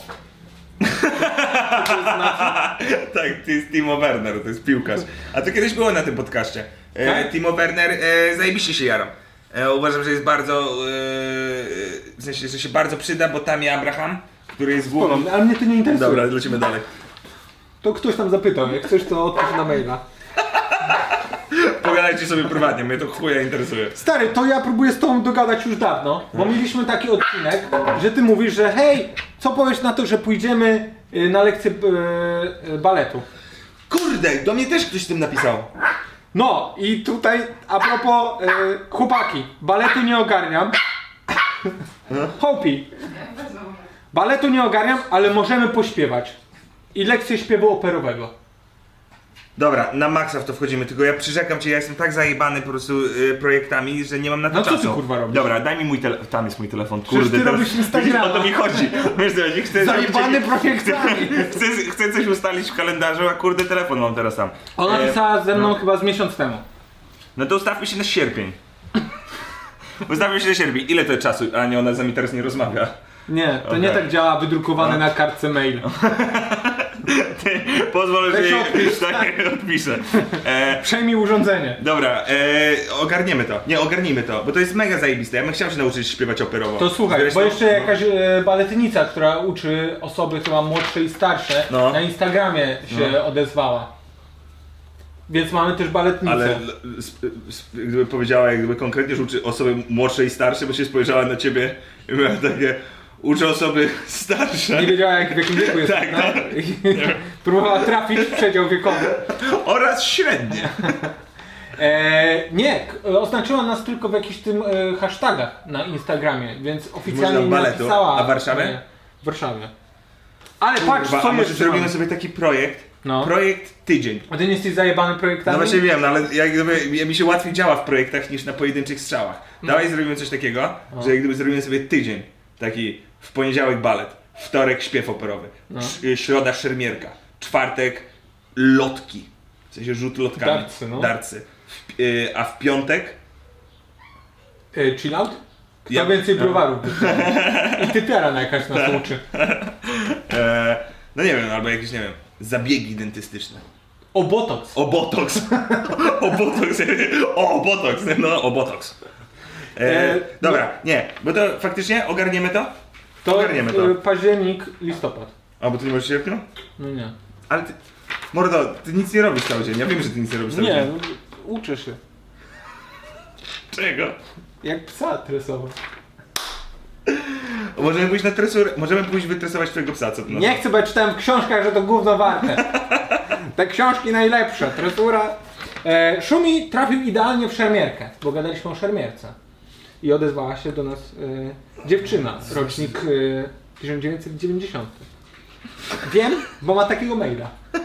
Tak, to jest Timo Werner, to jest piłkarz. A to kiedyś było na tym podcaście. Tak? Timo Werner zajebiście się jarał. Uważam, że jest bardzo, w sensie, że się bardzo przyda, bo tam jest Abraham, który jest głównym... Ale mnie to nie interesuje. Dobra, lecimy dalej. To ktoś tam zapytał, jak chcesz to odpisz na maila. Pogadajcie sobie prywatnie, mnie to chuja interesuje. Stary, to ja próbuję z tobą dogadać już dawno, bo mieliśmy taki odcinek, że ty mówisz, że hej, co powiesz na to, że pójdziemy na lekcję baletu? Kurde, do mnie też ktoś z tym napisał. No i tutaj a propos chłopaki, baletu nie ogarniam. Hopi. Baletu nie ogarniam, ale możemy pośpiewać. I lekcję śpiewu operowego. Dobra, na maksa w to wchodzimy, tylko ja przyrzekam cię, ja jestem tak zajebany po prostu projektami, że nie mam na to No czasu. co ty kurwa robisz? Dobra, daj mi mój telefon, tam jest mój telefon, Przecież kurde. ty robisz Instagrama. O to mi chodzi. Wiesz co, ja chcę Zajebany projektami. chcę coś ustalić w kalendarzu, a kurde telefon mam teraz tam. Ona pisała ze mną chyba z miesiąc temu. No to ustawmy się na sierpień. Ustawmy się na sierpień. Ile to czasu? A nie, ona z nami teraz nie rozmawia. Nie, to nie tak działa wydrukowane na kartce mail. Pozwolę, że Weź jej odpisz, odpiszę. Przejmij urządzenie. Dobra, ogarniemy to. Nie, ogarnijmy to, bo to jest mega zajebiste. Ja bym chciał się nauczyć śpiewać operowo. To słuchaj, Zresztą, bo jeszcze jakaś baletnica, która uczy osoby chyba młodsze i starsze, No. na Instagramie się odezwała. Więc mamy też baletnicę. Ale gdyby powiedziała, jak gdyby konkretnie, że uczy osoby młodsze i starsze, bo się spojrzała na ciebie i miała takie... Uczę osoby starsze. Nie wiedziała w jakim wieku jest. Tak, no? tak. I próbowała trafić w przedział wiekowy. Oraz średnie. Nie, oznaczyła nas tylko w jakichś tym hashtagach na Instagramie, więc oficjalnie nie baletu. napisała. A w Warszawie? Nie, w Warszawie. Ale patrz, Kurwa, co a może jeszcze zrobimy mamy. sobie taki projekt? No. Projekt tydzień. A ty nie jesteś zajebany projektami? No właśnie wiem, no ale jak gdyby, mi się łatwiej działa w projektach niż na pojedynczych strzałach. Dawaj zrobimy coś takiego, że jak gdyby zrobimy sobie tydzień. Taki w poniedziałek balet, wtorek śpiew operowy, środa szermierka, czwartek lotki. W sensie rzut lotkami. Dartsy, no. Dartsy. A w piątek... Chill out? Kto Ja- więcej browarów I typiara na jakaś nas uczy. no nie wiem, albo jakieś, nie wiem, zabiegi dentystyczne. O botox. O botox. O botox. O botox. No, o botox. Dobra, nie, bo to faktycznie ogarniemy to? To ogarniemy to. październik, listopad. A, bo ty nie możesz w sierpniu? No nie. Ale ty... Mordo, ty nic nie robisz cały dzień. Ja wiem, że ty nic nie robisz cały Nie, dzień. uczę się. Czego? Jak psa tresować. Możemy pójść na tresurę, możemy pójść wytresować twojego psa, co ty na Nie to? chcę, bo ja czytałem w książkach, że to gówno warte. Te książki najlepsze. Tresura. Szumi trafił idealnie w szermierkę, bo gadaliśmy o szermierce. I odezwała się do nas dziewczyna, rocznik 1990. Wiem, bo ma takiego maila.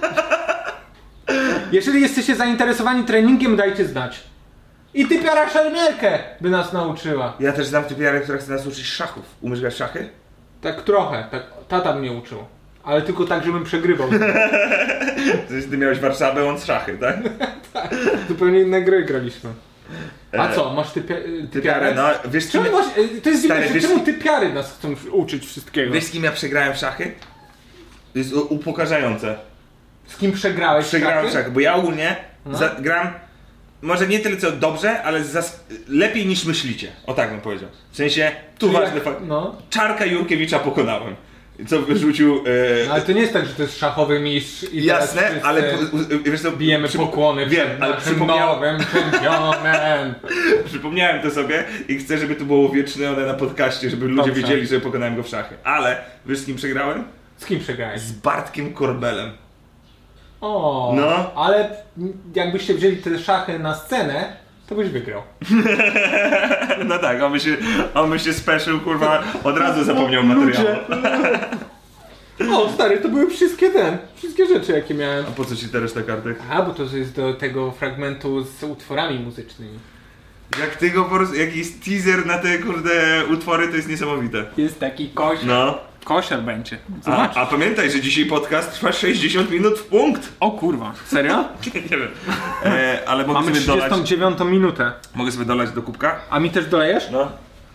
Jeżeli jesteście zainteresowani treningiem, dajcie znać. I typiara szermierkę by nas nauczyła. Ja też znam typiarę, która chce nas uczyć szachów. Umiesz grać w szachy? Tak trochę, tak tata mnie uczył. Ale tylko tak, żebym przegrywał. Ty miałeś Warszawę, on szachy, tak? Tak, zupełnie inne gry graliśmy. A co, masz Typiarę, no, wiesz kim... Czemu masz, to jest Stary, dziwne, wiesz- czemu typiary nas chcą uczyć wszystkiego? Wiesz z kim ja przegrałem w szachy? To jest upokarzające. Z kim przegrałeś Przegrałem w szachy? szachy, bo ja ogólnie No. gram może nie tyle co dobrze, ale lepiej niż myślicie. O tak bym powiedział. W sensie, tu Czyli ważny jak- fakt. No. Czarka Jurkiewicza pokonałem. Co wyrzucił... No, ale to nie jest tak, że to jest szachowy mistrz i jasne, teraz wszyscy ale wiesz co, bijemy pokłony wiem, przed ale naszym nowym czempionem. przypomniałem to sobie i chcę, żeby to było wieczne na podcaście, żeby ludzie Dobrze. wiedzieli, że pokonałem go w szachy. Ale wiesz z kim przegrałem? Z kim przegrałeś? Z Bartkiem Korbelem. O, No. ale jakbyście wzięli te szachy na scenę, to byś wygrał. No tak, on by się speszył, kurwa, od razu zapomniał materiału. O, stary, to były wszystkie rzeczy, jakie miałem. A po co ci te reszta kartek? A, bo to jest do tego fragmentu z utworami muzycznymi. Jak ty go po prostu, jak jest teaser na te, kurde, utwory, to jest niesamowite. Jest taki kosior. No. Kosior będzie. A pamiętaj, że dzisiaj podcast trwa 60 minut w punkt. O kurwa, serio? Nie wiem. Ale mogę Mamy sobie dolać. 39 minutę. Mogę sobie dolać do kubka? A mi też dolejesz? No.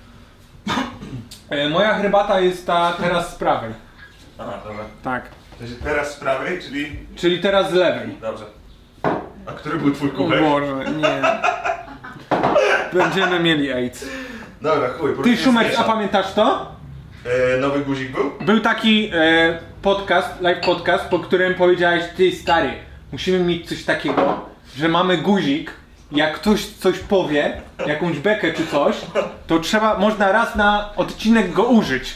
Moja herbata jest ta teraz z prawej. Aha, dobra. Tak. To jest teraz z prawej, Czyli teraz z lewej. Dobrze. A który był twój O kubek? Boże, nie. Będziemy mieli AIDS. Dobra, chuj. Ty, Szumer, a pamiętasz to? Nowy guzik był? Był taki live podcast, po którym powiedziałeś: ty stary, musimy mieć coś takiego, że mamy guzik, jak ktoś coś powie, jakąś bekę czy coś, to można raz na odcinek go użyć.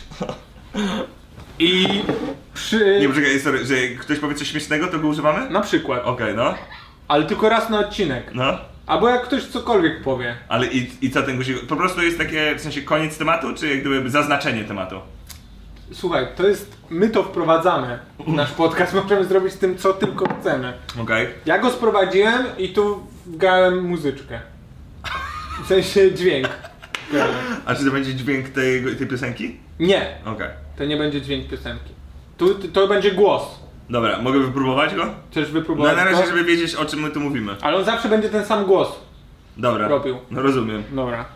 I Nie, poczekaj, sorry, że jak ktoś powie coś śmiesznego, to go używamy? na przykład. Okej, no. Ale tylko raz na odcinek. No. Albo jak ktoś cokolwiek powie. Ale i co ten guzik? Po prostu jest takie, w sensie koniec tematu, czy jak gdyby zaznaczenie tematu? Słuchaj, my to wprowadzamy w nasz podcast, możemy zrobić z tym co tylko chcemy. Okej. Ja go sprowadziłem i tu wgrałem muzyczkę. W sensie dźwięk. A czy to będzie dźwięk tej piosenki? Nie, Okej. to nie będzie dźwięk piosenki. To będzie głos. Dobra, mogę wypróbować go? Chcesz No wypróbować na razie, go? żeby wiedzieć, o czym my tu mówimy. Ale on zawsze będzie ten sam głos Dobra. robił. No rozumiem. Dobra.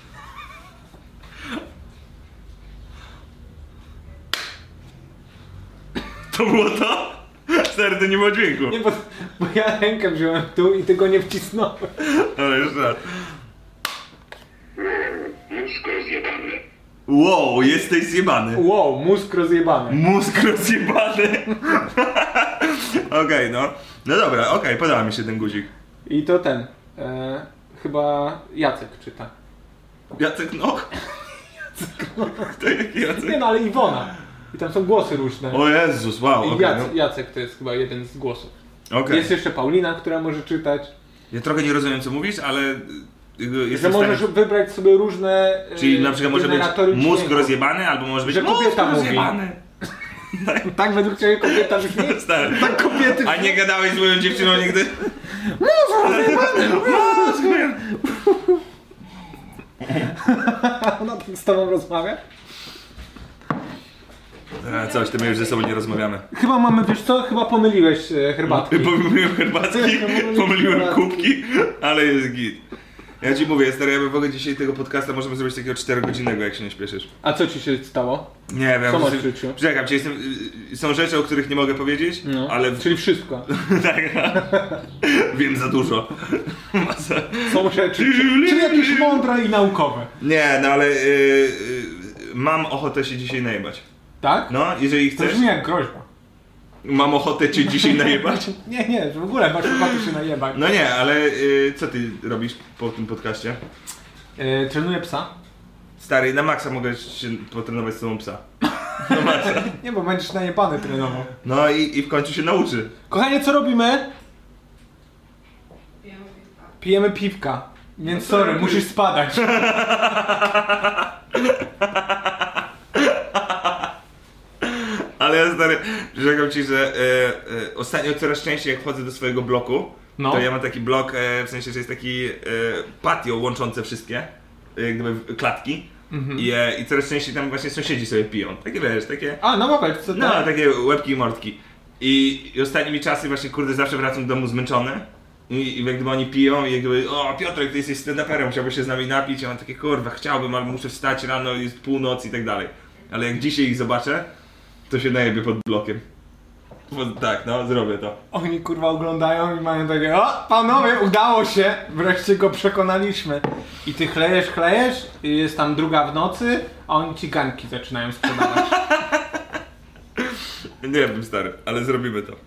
To było to? Stary, to nie było dźwięku. Nie, bo ja rękę wziąłem tu i ty go nie wcisnąłem. Dobra, jeszcze raz. Mózg rozjebany. Wow, jesteś zjebany. Wow, mózg rozjebany. Mózg rozjebany. Okej, no. No dobra, okej, podoba mi się ten guzik. I to chyba Jacek czyta. Jacek Noch? Kto jaki Jacek? Nie no, ale Iwona. I tam są głosy różne. O Jezus, wow, I okej. Jacek to jest chyba jeden z głosów. Okej. Jest jeszcze Paulina, która może czytać. Ja trochę nie rozumiem, co mówisz, ale... Że Jestem możesz wybrać sobie różne Czyli na przykład może być generatory mózg dźwięku. rozjebany, albo może być Że kobieta mózg mówi. rozjebany. Tak według ciebie kobieta brzmi? Stary. Tak kobiety A nie gadałeś z moją dziewczyną nigdy? Ona tak z tobą rozmawia? Coś, to my już ze sobą nie rozmawiamy. Chyba mamy, wiesz co? Chyba pomyliłeś herbatki. Pomyliłem herbatki, pomyliłem kubki, ale jest git. Ja ci mówię, stary, ja bym w ogóle dzisiaj tego podcasta możemy zrobić takiego 4-godzinnego, jak się nie śpieszysz. A co ci się stało? Nie wiem. Co masz w życiu? Czekam, są rzeczy, o których nie mogę powiedzieć, No, ale... czyli wszystko. Tak, wiem za dużo. Są rzeczy, czyli jakieś mądre i naukowe. Nie, no ale mam ochotę się dzisiaj najebać. Tak? No, jeżeli To chcesz, brzmi jak groźba. mam ochotę cię dzisiaj najebać. Nie, że w ogóle masz ochotę się najebać. No nie, ale co ty robisz po tym podcaście? Trenuję psa. Stary, na maksa mogę się potrenować z tobą psa. Na maksa. Nie, bo będziesz najebany trenował. No i w końcu się nauczy. Kochanie, co robimy? Pijemy piwka. Więc sorry, musisz spadać. Ale ja stary, przyrzekam ci, że ostatnio coraz częściej jak wchodzę do swojego bloku, No. to ja mam taki blok, w sensie, że jest taki patio łączące wszystkie, jak gdyby klatki. I coraz częściej tam właśnie sąsiedzi sobie piją. Takie wiesz, takie... A, na łapeczce, No, tak? takie łebki i mordki. I ostatnimi czasy właśnie, kurde, zawsze wracam do domu zmęczony. I jak gdyby oni piją i jak gdyby, o Piotrek, ty jesteś stand-uperem, chciałbyś się z nami napić. I on takie, kurwa, chciałbym, ale muszę wstać rano, jest północ i tak dalej. Ale jak dzisiaj ich zobaczę, to się najebie pod blokiem. Bo, tak, no, zrobię to. Oni kurwa oglądają i mają takie: o, panowie, udało się! Wreszcie go przekonaliśmy. I ty chlejesz i jest tam 2 w nocy, a oni ci ganki zaczynają sprzedawać. Nie wiem, stary, ale zrobimy to.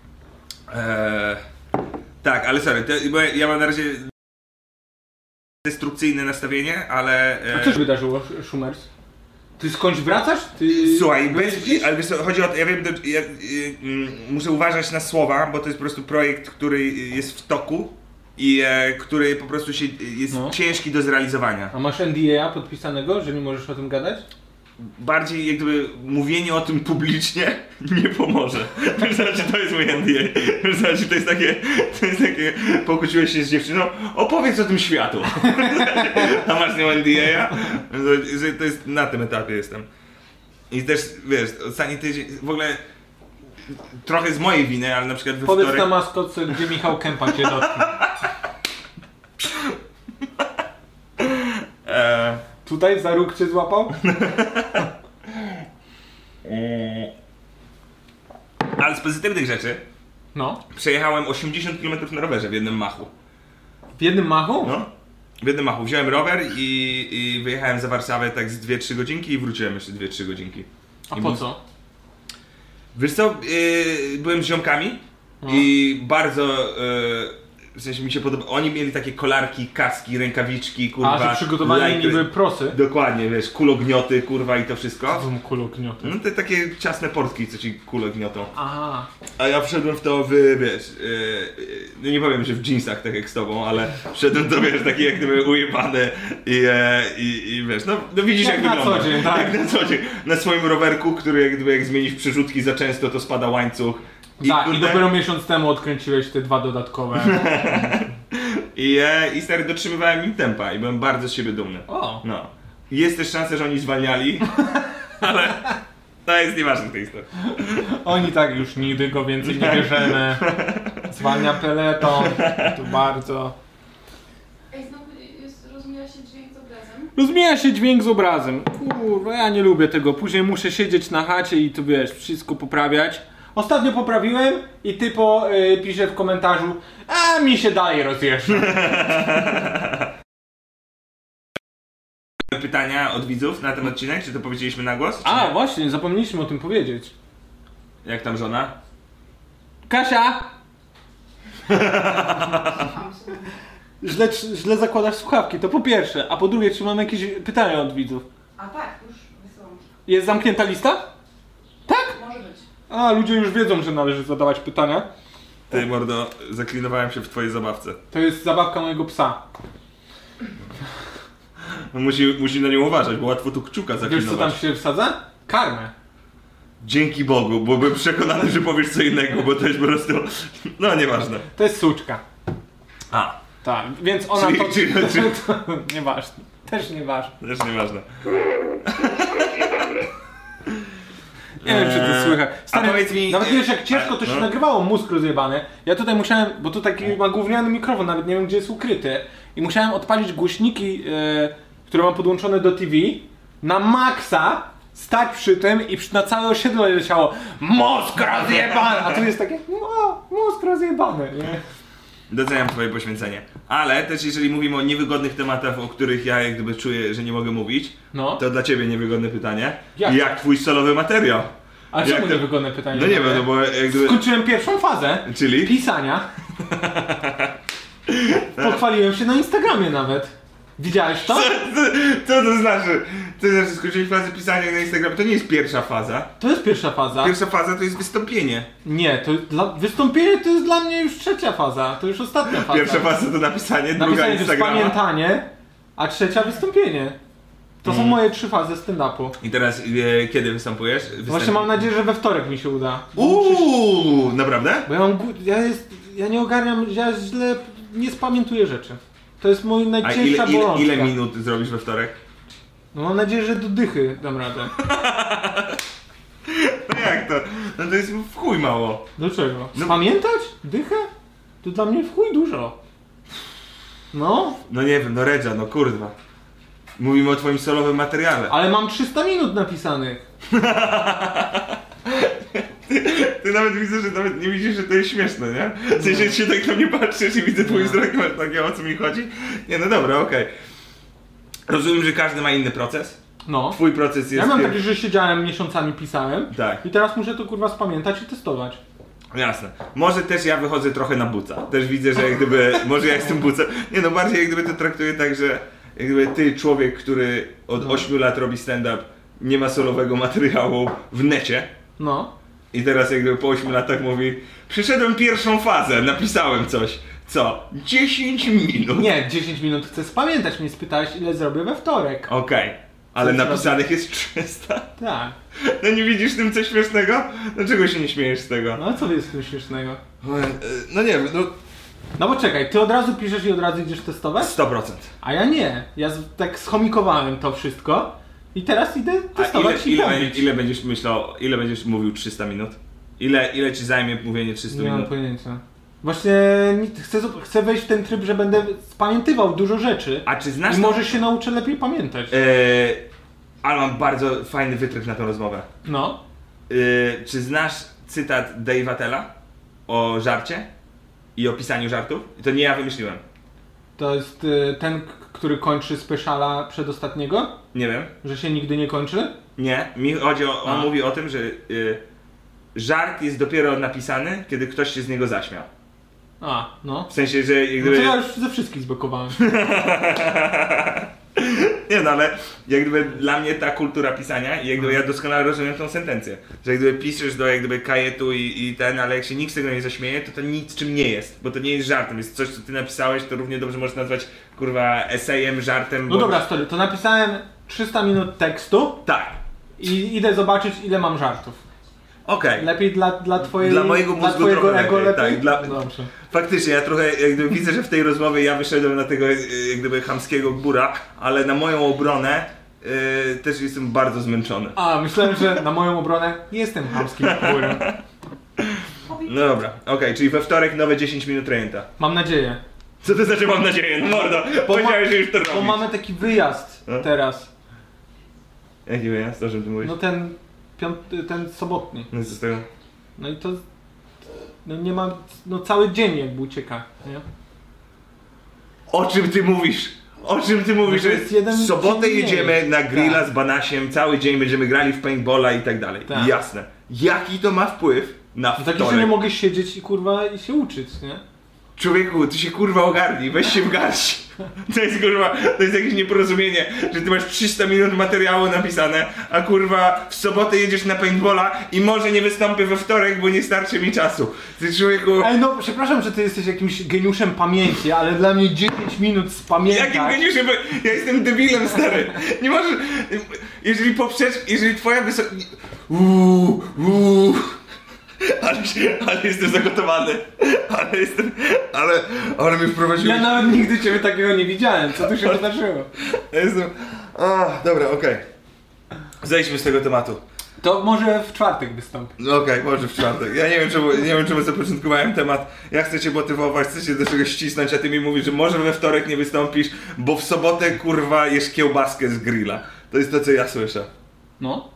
Tak, ale sorry, bo ja mam na razie destrukcyjne nastawienie, ale... A co się wydarzyło, Szumers? Ty skądś wracasz? Ty... Słuchaj, byłeś gdzieś? ale wiesz co, chodzi o to, ja wiem, muszę uważać na słowa, bo to jest po prostu projekt, który jest w toku i który po prostu jest ciężki do zrealizowania. A masz NDA podpisanego, że nie możesz o tym gadać? Bardziej jak gdyby mówienie o tym publicznie nie pomoże. Znaczy, to jest mój NDA. Znaczy, to jest takie, pokłóciłeś się z dziewczyną, opowiedz o tym światu. A masz nią NDA? Że to jest, na tym etapie jestem. I też, wiesz, ostatni tydzień, w ogóle trochę z mojej winy, ale na przykład we Powiedz wtorek... na maskotce, gdzie Michał Kępa cię dotknie. Tutaj za róg cię złapał? Ale z pozytywnych rzeczy No. przejechałem 80 km na rowerze w jednym machu. W jednym machu? No. W jednym machu. Wziąłem rower i wyjechałem za Warszawę tak z 2-3 godzinki i wróciłem jeszcze 2-3 godzinki. A po co? Wiesz co, byłem z ziomkami i bardzo, w sensie mi się podoba, oni mieli takie kolarki, kaski, rękawiczki, kurwa. A, że przygotowani niby prosy? Dokładnie, wiesz, kulognioty, kurwa i to wszystko. Co są kulognoty? No te takie ciasne portki, co ci kulogniotą. Aha. A ja wszedłem w to wiesz, nie powiem, że w dżinsach tak jak z tobą, ale wszedłem to, wiesz, taki jak gdyby ujebany i wiesz, no widzisz jak na wygląda. Co dzień, tak? Jak na co dzień. Na swoim rowerku, który jak gdyby jak zmienisz przerzutki za często, to spada łańcuch. I dopiero miesiąc temu odkręciłeś te 2 dodatkowe. I stary, dotrzymywałem im tempa i byłem bardzo z siebie dumny. O. No. Jest też szansa, że oni zwalniali, ale to jest nieważne w tej historii. Oni tak już nigdy go więcej nie bierzemy. Zwalnia peleton. To bardzo. Ej, znowu rozmija się dźwięk z obrazem? Rozmija się dźwięk z obrazem. Kurwa, ja nie lubię tego. Później muszę siedzieć na chacie i tu wiesz, wszystko poprawiać. Ostatnio poprawiłem i typo pisze w komentarzu, a mi się dalej rozjeżdża. Pytania od widzów na ten odcinek? Czy to powiedzieliśmy na głos? A, właśnie, zapomnieliśmy o tym powiedzieć. Jak tam żona? Kasia! Słucham. Źle zakładasz słuchawki, to po pierwsze. A po drugie, czy mamy jakieś pytania od widzów? A tak, już wysyłam. Jest zamknięta lista? Tak? Może być. A, ludzie już wiedzą, że należy zadawać pytania. Ty, mordo, zaklinowałem się w twojej zabawce. To jest zabawka mojego psa. No musi na nią uważać, bo łatwo tu kciuka Wiesz, zaklinować. co tam się wsadza? Karmę. Dzięki Bogu, bo byłem przekonany, że powiesz co innego, bo to jest po prostu... No, nieważne. To jest suczka. A, Tak, więc ona Czyli- to nieważne. Też nieważne. też nieważne. Nie wiem, czy to słychać. Stary, a powiedz mi, nawet wiesz, jak ciężko to się no. nagrywało, mózg rozjebany. Ja tutaj musiałem, bo tu taki ma gówniany mikrofon, nawet nie wiem, gdzie jest ukryty. I musiałem odpalić głośniki, które mam podłączone do TV, na maksa, stać przy tym i na całe osiedle leciało mózg rozjebany! A tu jest takie, no, mózg rozjebany, nie? Doceniam twoje poświęcenie. Ale też jeżeli mówimy o niewygodnych tematach, o których ja jak gdyby czuję, że nie mogę mówić, No. to dla ciebie niewygodne pytanie. Jak? Jak twój solowy materiał? A Jak czemu to- niewygodne pytanie? No nie wiem, no bo jak gdyby... Skończyłem pierwszą fazę. Czyli? Pisania. Pochwaliłem się na Instagramie nawet. Widziałeś to? Co to znaczy? To znaczy skończyłeś fazę pisania na Instagramie. To nie jest pierwsza faza. To jest pierwsza faza. Pierwsza faza to jest wystąpienie. Nie, to wystąpienie to jest dla mnie już trzecia faza. To już ostatnia faza. Pierwsza faza to napisanie, druga Napisanie to Instagrama. pamiętanie, a trzecia wystąpienie. To są moje 3 fazy stand-upu. I teraz kiedy występujesz? Właśnie mam nadzieję, że we wtorek mi się uda. Naprawdę? Bo ja nie ogarniam, ja źle nie spamiętuję rzeczy. To jest moja A najcięższa bolączka. ile minut zrobisz we wtorek? No mam nadzieję, że do dychy dam radę. No jak to? No to jest w chuj mało. Dlaczego? No- Spamiętać? Dychę? To dla mnie w chuj dużo. No, No nie wiem, no Redza, no kurwa. Mówimy o twoim solowym materiale. ale mam 300 minut napisanych. Ty nawet widzę, że nawet nie widzisz, że to jest śmieszne, nie? W sensie się tak na mnie patrzysz i widzę twój wzrok, masz takie, o co mi chodzi? Nie, no dobra, okej. Rozumiem, że każdy ma inny proces. No. Twój proces jest... Ja mam taki, że siedziałem miesiącami, pisałem. Tak. I teraz muszę to kurwa spamiętać i testować. Jasne. Może też ja wychodzę trochę na buca. Też widzę, że jak gdyby... Może ja jestem bucem. Nie no, bardziej jak gdyby to traktuję tak, że... Jak gdyby ty, człowiek, który od 8 lat robi stand-up, nie ma solowego materiału w necie. No. I teraz jak gdyby po 8 latach mówi: przyszedłem pierwszą fazę, napisałem coś. Co? 10 minut? Nie, 10 minut chcę spamiętać. Mnie spytałeś, ile zrobię we wtorek. Okej. Ale Co napisanych jest 300. Tak. No nie widzisz w tym coś śmiesznego? Dlaczego się nie śmiejesz z tego? No a co jest w tym śmiesznego? No nie wiem, no... No bo czekaj, ty od razu piszesz i od razu idziesz testować? 100%. A ja nie. Ja tak schomikowałem to wszystko i teraz idę testować ile będziesz myślał, ile będziesz mówił 300 minut? Ile ci zajmie mówienie 300 Nie mam minut? pojęcia. Właśnie chcę wejść w ten tryb, że będę spamiętywał dużo rzeczy. A czy znasz i może się nauczę lepiej pamiętać. Ale mam bardzo fajny wytrych na tę rozmowę. No. Czy znasz cytat Dave'a Attella o żarcie i o pisaniu żartów? To nie ja wymyśliłem. To jest ten, który kończy speciala przedostatniego? Nie wiem. Że się nigdy nie kończy? Nie, mi chodzi o, on mówi o tym, że żart jest dopiero napisany, kiedy ktoś się z niego zaśmiał. A, no. W sensie, że jak gdyby... No to ja już ze wszystkich zblokowałem. Nie no, ale jak gdyby dla mnie ta kultura pisania i jak gdyby ja doskonale rozumiem tą sentencję. Że jak gdyby piszesz do jak gdyby kajetu i ten, ale jak się nikt z tego nie zaśmieje, to nic czym nie jest. Bo to nie jest żartem, jest coś co ty napisałeś, to równie dobrze możesz nazwać kurwa esejem, żartem. No dobra, story, to napisałem 300 minut tekstu. Tak. I idę zobaczyć ile mam żartów. Okej. Lepiej dla twojej... Dla mojego mózgu twojego trochę ego lepiej? Tak, Dobrze. Faktycznie, ja trochę jak gdyby widzę, że w tej rozmowie ja wyszedłem na tego jak gdyby chamskiego góra, ale na moją obronę też jestem bardzo zmęczony. A, myślałem, że na moją obronę jestem chamskim górem. No dobra, okej, czyli we wtorek nowe 10 minut rejenta. Mam nadzieję. Co to znaczy mam nadzieję? No mordo, powiedziałeś, że już to robisz. Bo mamy taki wyjazd teraz. Jaki wyjazd? O czym ty mówisz? No ten sobotni. No co z tego? No i to... No nie ma... No cały dzień jakby ucieka, nie? O czym ty mówisz? O czym ty mówisz? No to jest jeden W sobotę dzień jedziemy mniej. na grilla Tak. z Banasiem, cały dzień będziemy grali w paintballa i tak dalej. Tak. Jasne. Jaki to ma wpływ na No wtorek? tak, że nie mogę siedzieć i kurwa i się uczyć, nie? Człowieku, ty się kurwa ogarnij, weź się w garść. To jest kurwa, to jest jakieś nieporozumienie, że ty masz 300 minut materiału napisane, a kurwa w sobotę jedziesz na paintballa i może nie wystąpię we wtorek, bo nie starczy mi czasu. Ty człowieku... Ej, no przepraszam, że ty jesteś jakimś geniuszem pamięci, ale dla mnie 10 minut spamiętać... Jakim geniuszem? Ja jestem debilem, stary. Nie możesz... Jeżeli twoja Ale jestem zagotowany. Ale mnie wprowadziłeś. Ja nawet nigdy ciebie takiego nie widziałem, co tu się wydarzyło? Ja jestem... dobra, okej. Zejdźmy z tego tematu. To może w czwartek wystąpi. No okej, może w czwartek. Ja nie wiem czemu zapoczątkowałem temat. Ja chcę cię motywować, chcę cię do czegoś ścisnąć, a ty mi mówisz, że może we wtorek nie wystąpisz, bo w sobotę kurwa jesz kiełbaskę z grilla. To jest to, co ja słyszę. No.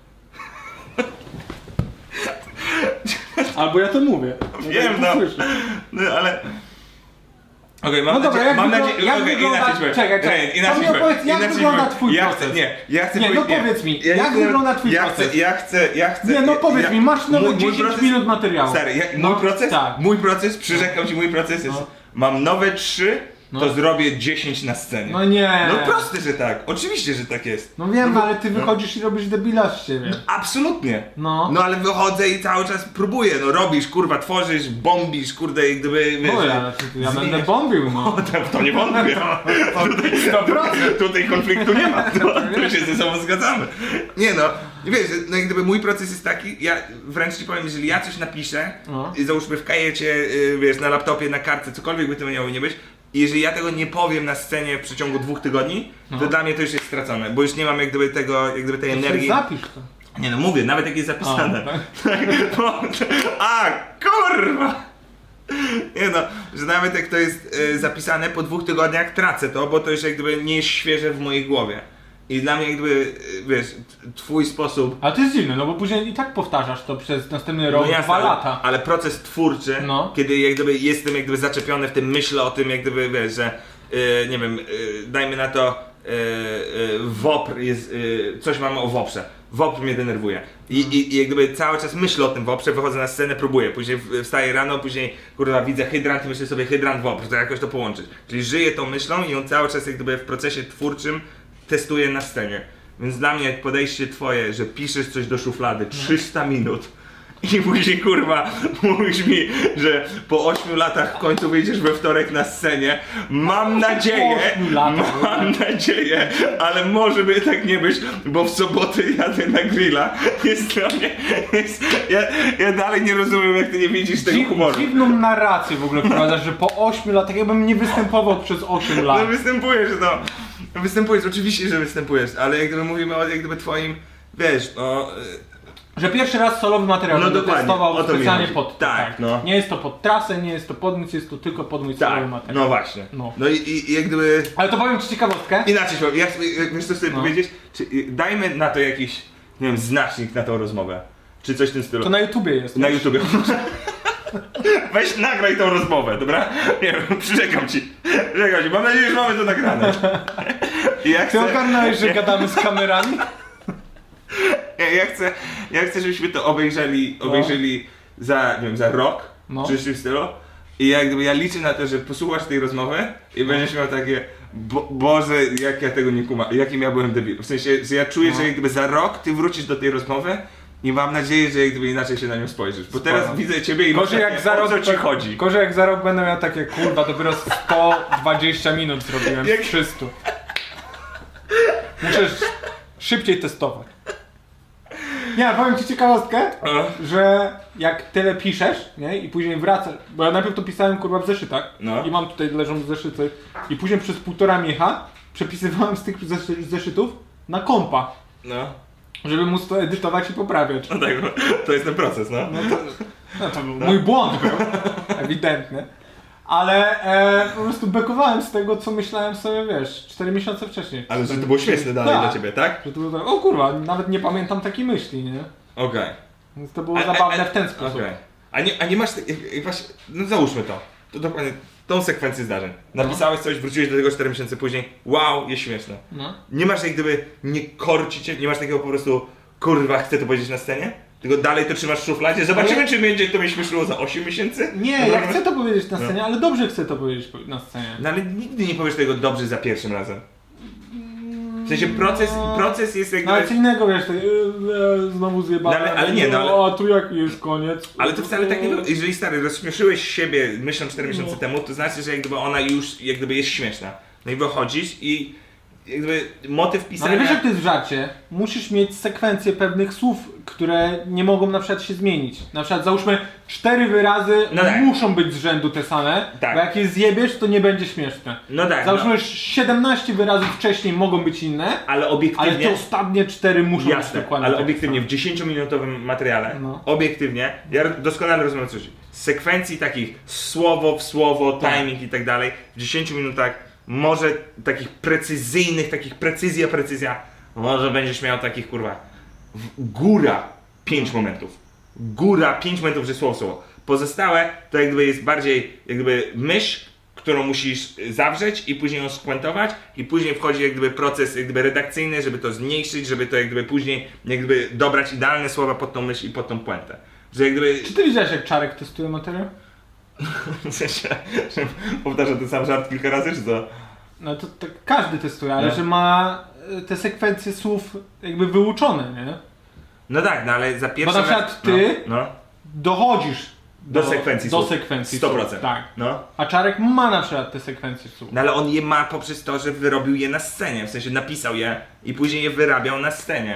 Albo ja to mówię. Wiem, no. Ale... Okej, mam No dobra, nadzieję, jak wygląda... Czekaj, jak wygląda twój proces? Ja chcę nie, no powiedzieć, powiedz mi, jak wygląda twój proces? Ja chcę... Nie, no powiedz mi, masz nowe 10 minut materiału. Stary, No, mój proces, przyrzekam ci, mój proces jest... Mam nowe 3, to zrobię 10 na scenie. No nie. No proste, że tak. Oczywiście, że tak jest. No wiem, ale ty wychodzisz i robisz debila z siebie. Absolutnie. No. No ale wychodzę i cały czas próbuję, no robisz, kurwa, tworzysz, bombisz, kurde, jak gdyby... No ja będę bombił, no. To nie wątpię. Tutaj konfliktu nie ma, to się ze sobą zgadzamy. Nie no, wiesz, no jak gdyby mój proces jest taki, ja wręcz ci powiem, jeżeli ja coś napiszę, załóżmy w kajecie, wiesz, na laptopie, na kartce, cokolwiek by to miało nie być, i jeżeli ja tego nie powiem na scenie w przeciągu 2 tygodni, to dla mnie to już jest stracone, bo już nie mam jak gdyby tego, jak gdyby tej energii. Zapisz to. Nie no, mówię, nawet jak jest zapisane. Kurwa! Nie no, że nawet jak to jest zapisane, po 2 tygodniach tracę to, bo to już jak gdyby nie jest świeże w mojej głowie. I dla mnie jak gdyby, wiesz, twój sposób... Ale to jest dziwne, no bo później i tak powtarzasz to przez następny rok, 2 lata. Ale proces twórczy, kiedy jak gdyby jestem jak gdyby zaczepiony w tym, myślę o tym, jak gdyby, wiesz, że nie wiem, dajmy na to WOPR jest, coś mam o WOPRze. WOPR mnie denerwuje. I jak gdyby cały czas myślę o tym WOPRze, wychodzę na scenę, próbuję. Później wstaję rano, później kurwa widzę hydrant i myślę sobie hydrant WOPR, to jakoś to połączyć. Czyli żyję tą myślą i on cały czas jak gdyby w procesie twórczym testuję na scenie. Więc dla mnie podejście twoje, że piszesz coś do szuflady 300 minut I później kurwa mówisz mi, że po 8 latach w końcu wyjdziesz we wtorek na scenie. Mam nadzieję, ale może by tak nie być, bo w sobotę jadę na grilla. Jest dla mnie, ja dalej nie rozumiem, jak ty nie widzisz tego humoru. Dziwną narrację w ogóle wprowadzasz, że po 8 latach jakbym nie występował przez 8 lat. No występujesz, oczywiście, że występujesz, ale jak gdyby mówimy o jak gdyby twoim, wiesz, że pierwszy raz solowy materiał będę testował specjalnie pod tak. No. Nie jest to pod trasę, nie jest to pod nic, jest to tylko pod mój solowy materiał. No właśnie. No i jak gdyby... Ale to powiem ci ciekawostkę. Inaczej powiem, wiesz co chcę powiedzieć? Dajmy na to jakiś, nie wiem, znacznik na tą rozmowę. Czy coś w tym stylu. To na YouTubie jest. Na YouTubie. Weź nagraj tą rozmowę, dobra? Nie wiem, przyrzekam ci. Mam nadzieję, że mamy to nagrane. Ty ogarnąłeś, że gadamy z kamerami? Ja chcę, żebyśmy to obejrzeli za, nie wiem, za rok, czy coś w stylu. I ja liczę na to, że posłuchasz tej rozmowy i będziesz miał takie, Boże, jak ja tego nie kumam, jakim ja byłem debilem. W sensie, że ja czuję, że jak gdyby za rok ty wrócisz do tej rozmowy i mam nadzieję, że jak gdyby inaczej się na nią spojrzysz. Bo teraz widzę ciebie i gorzej jak za rok, o co ci chodzi. Gorzej jak za rok będę miał takie, kurwa, dopiero 120 minut zrobiłem z 300. Muszę szybciej testować. Nie, powiem ci ciekawostkę, że jak tyle piszesz, nie, i później wracasz, bo ja najpierw to pisałem kurwa w zeszytach i mam tutaj leżą zeszyty i później przez 1,5 micha przepisywałem z tych zeszytów na kompa, żeby móc to edytować i poprawiać. No tak, to jest ten proces, To był mój błąd był, ewidentny. Ale po prostu bekowałem z tego, co myślałem sobie, wiesz, 4 miesiące wcześniej. Ale że to było śmieszne dalej dla ciebie, tak? Że to było tak, o kurwa, nawet nie pamiętam takiej myśli, nie? Okej. Więc to było zabawne w ten sposób. A nie masz, właśnie, no załóżmy to dokładnie, tą sekwencję zdarzeń. Napisałeś coś, wróciłeś do tego 4 miesiące później, wow, jest śmieszne. Nie masz jak gdyby, nie korci cię, nie masz takiego po prostu, kurwa, chcę to powiedzieć na scenie? Tylko dalej to trzymasz w szufladzie, zobaczymy, czy będzie to mnie śmieszyło za 8 miesięcy? Nie, ja chcę to powiedzieć na scenie, ale dobrze chcę to powiedzieć na scenie. No ale nigdy nie powiesz tego dobrze za pierwszym razem. W sensie proces jest jakby... No ale co innego, wiesz, znowu zjebałem, ale nie, a tu jaki jest koniec? Ale to wcale tak nie było. Jeżeli stary, rozśmieszyłeś siebie myślą 4 miesiące temu, to znaczy, że jak gdyby ona już jak gdyby jest śmieszna. No i wychodzisz i jak gdyby motyw pisania... Ale wiesz jak to jest w żarcie? Musisz mieć sekwencję pewnych słów, które nie mogą na przykład się zmienić. Na przykład załóżmy 4 wyrazy muszą być z rzędu te same, bo jak je zjebiesz, to nie będzie śmieszne. Załóżmy 17 wyrazów wcześniej mogą być inne, ale obiektywnie... Ale te ostatnie 4 muszą być dokładnie ale obiektywnie w 10-minutowym materiale, obiektywnie, ja doskonale rozumiem coś. Z sekwencji takich słowo w słowo, timing i tak dalej, w 10 minutach może takich precyzyjnych, precyzja, może będziesz miał takich kurwa, góra 5 momentów. Góra 5 momentów, że słowo w słowo. Pozostałe to jak gdyby jest bardziej jak gdyby myśl, którą musisz zawrzeć i później ją spuentować i później wchodzi jak gdyby proces jak gdyby redakcyjny, żeby to zmniejszyć, żeby to jak gdyby później jak gdyby dobrać idealne słowa pod tą myśl i pod tą puentę. Że jak gdyby... Czy ty widziałeś jak Czarek testuje materiał? W sensie, że powtarza ten sam żart kilka razy, czy co? No to każdy testuje, ale że ma te sekwencje słów jakby wyuczone, nie? No tak, no ale za pierwszy raz... Bo na przykład ty dochodzisz do sekwencji słów. 100%. Słów, tak. A Czarek ma na przykład te sekwencje słów. No ale on je ma poprzez to, że wyrobił je na scenie, w sensie napisał je i później je wyrabiał na scenie.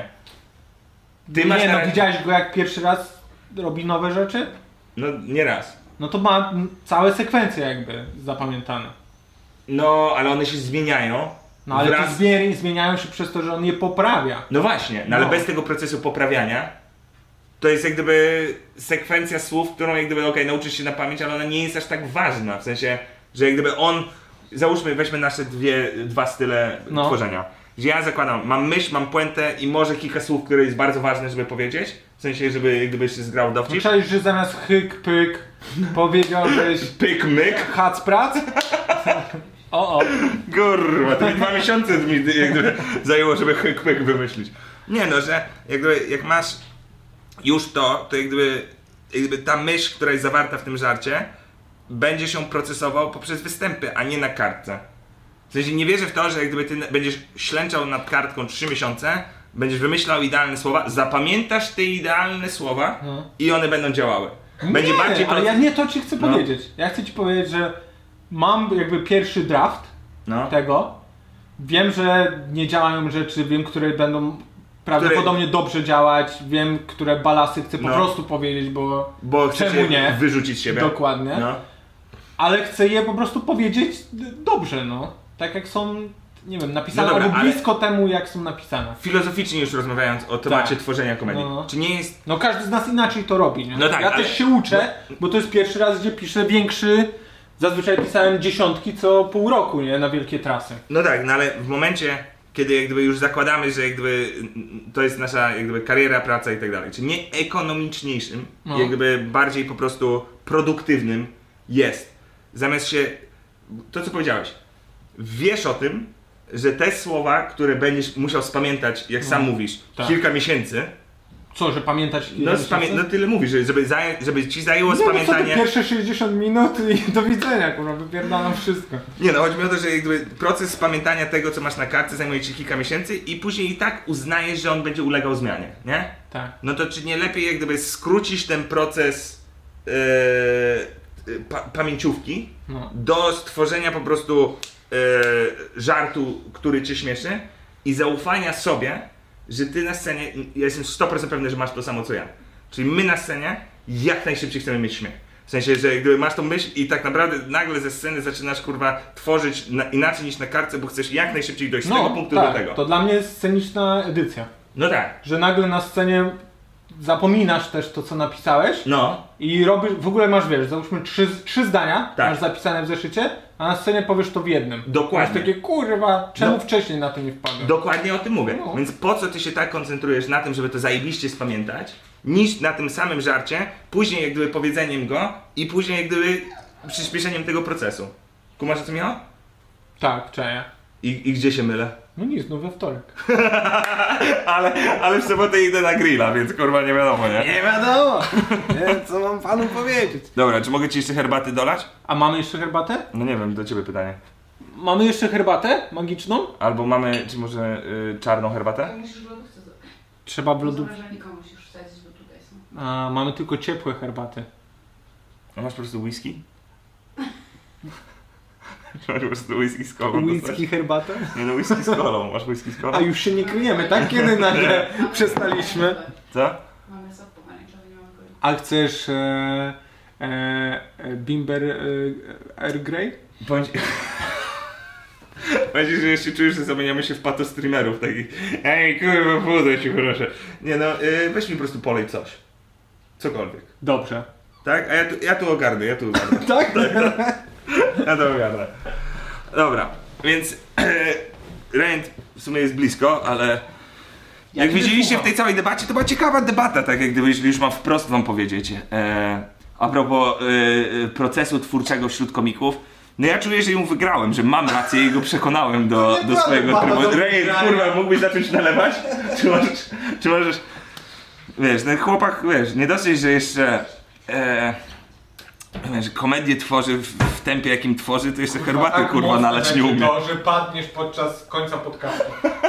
Ty masz widziałeś go jak pierwszy raz robi nowe rzeczy? No nie raz. No to ma całe sekwencje jakby zapamiętane. No, ale one się zmieniają. No ale te zmieniają się przez to, że on je poprawia. No właśnie, ale bez tego procesu poprawiania to jest jak gdyby sekwencja słów, którą jak gdyby nauczysz się na pamięć, ale ona nie jest aż tak ważna. W sensie, że jak gdyby on, załóżmy, weźmy nasze dwa style tworzenia. Gdzie ja zakładam, mam myśl, mam puentę i może kilka słów, które jest bardzo ważne, żeby powiedzieć. W sensie, żeby jak gdyby się zgrał dowcip. Myślałeś, że zamiast hyk, pyk powiedziałbyś... Pyk, myk? Hac, prac? Kurwa, to mi 2 miesiące jak gdyby zajęło, żeby hyk, pyk wymyślić. Nie no, że jak gdyby, jak masz już to jak gdyby ta myśl, która jest zawarta w tym żarcie, będzie się procesował poprzez występy, a nie na kartce. W sensie nie wierzę w to, że jak gdyby ty będziesz ślęczał nad kartką 3 miesiące, będziesz wymyślał idealne słowa, zapamiętasz te idealne słowa i one będą działały. Będzie nie, bardziej ale ja nie to ci chcę powiedzieć. Ja chcę ci powiedzieć, że mam jakby pierwszy draft tego. Wiem, że nie działają rzeczy, wiem, które będą prawdopodobnie dobrze działać, wiem, które balasy chcę po prostu powiedzieć, bo czemu nie? Wyrzucić z siebie. Dokładnie. Ale chcę je po prostu powiedzieć dobrze, tak jak są, nie wiem, napisane albo blisko temu, jak są napisane. Filozoficznie już rozmawiając o temacie tworzenia komedii. Czy nie jest... każdy z nas inaczej to robi, nie? Ja też się uczę, bo to jest pierwszy raz, gdzie piszę większy. Zazwyczaj pisałem 10 co pół roku, nie? Na wielkie trasy. Ale w momencie, kiedy jak gdyby już zakładamy, że jak gdyby to jest nasza jak gdyby kariera, praca i tak dalej, czy nie ekonomiczniejszym, jak gdyby bardziej po prostu produktywnym jest. Zamiast się, to co powiedziałeś, wiesz o tym, że te słowa, które będziesz musiał spamiętać, jak sam mówisz, kilka miesięcy. Co, że pamiętać tyle mówisz, żeby ci zajęło spamiętanie... To pierwsze 60 minut i do widzenia, wypierdalam wszystko. Chodzi mi o to, że jakby proces spamiętania tego, co masz na kartce, zajmuje ci kilka miesięcy i później i tak uznajesz, że on będzie ulegał zmianie, nie? Tak. No to czy nie lepiej jak gdyby skrócić ten proces pamięciówki do stworzenia po prostu żartu, który cię śmieszy i zaufania sobie, że ty na scenie, ja jestem 100% pewny, że masz to samo co ja. Czyli my na scenie jak najszybciej chcemy mieć śmiech. W sensie, że gdyby masz tą myśl i tak naprawdę nagle ze sceny zaczynasz tworzyć inaczej niż na kartce, bo chcesz jak najszybciej dojść z tego punktu do tego. To dla mnie jest sceniczna edycja. No tak. Że nagle na scenie zapominasz też to, co napisałeś i robisz, w ogóle masz, załóżmy 3 zdania masz zapisane w zeszycie, a na scenie powiesz to w jednym. Dokładnie. Masz takie, czemu wcześniej na to nie wpadłem? Dokładnie o tym mówię. Więc po co ty się tak koncentrujesz na tym, żeby to zajebiście spamiętać, niż na tym samym żarcie, później jak gdyby powiedzeniem go i później jak gdyby przyspieszeniem tego procesu. Kumasz, o co mi chodzi? Tak, czaję. I gdzie się mylę? No nic, we wtorek. ale w sobotę idę na grilla, więc nie wiadomo, nie? Nie wiadomo! Co mam panu powiedzieć? Dobra, czy mogę ci jeszcze herbaty dolać? A mamy jeszcze herbatę? No nie wiem, do ciebie pytanie. Mamy jeszcze herbatę magiczną? Albo mamy, czy może czarną herbatę? Musisz w lodówce zrobić. Trzeba w lodówce. Zamrażalnika musisz wsadzić, bo tutaj są. A, mamy tylko ciepłe herbaty. A masz po prostu whisky? Masz po prostu whisky z kolą. Whisky, herbatę? Nie, whisky z kolą. Masz whisky z kolą? A już się nie kryjemy, tak? Kiedy nagle przestaliśmy? Co? Mamy sok pomarańczowy, nie mamy go. A chcesz bimber Earl Grey? Powiedzieć, że jeszcze czujesz, że zamieniamy się w patostreamerów takich. Ej, kurwa, budę ci proszę. Nie no, weź mi po prostu polej coś. Cokolwiek. Dobrze. Tak? A ja tu ogarnę, Tak? Ja to ogarnę. Dobra, więc rent w sumie jest blisko, ale jak widzieliście w tej całej debacie, to była ciekawa debata, tak jak gdyby, jeśli już mam wprost wam powiedzieć. A propos procesu twórczego wśród komików, no ja czuję, że ją wygrałem, że mam rację i go przekonałem do swojego trybu. Rejent, kurwa, mógłbyś zacząć nalewać? Czy możesz... Wiesz, no chłopak, nie dosyć, że jeszcze... Wiesz, komedię tworzy w tempie, jakim tworzy, to jeszcze herbaty, kurwa, nalać nie umie. To, że padniesz podczas końca podcastu.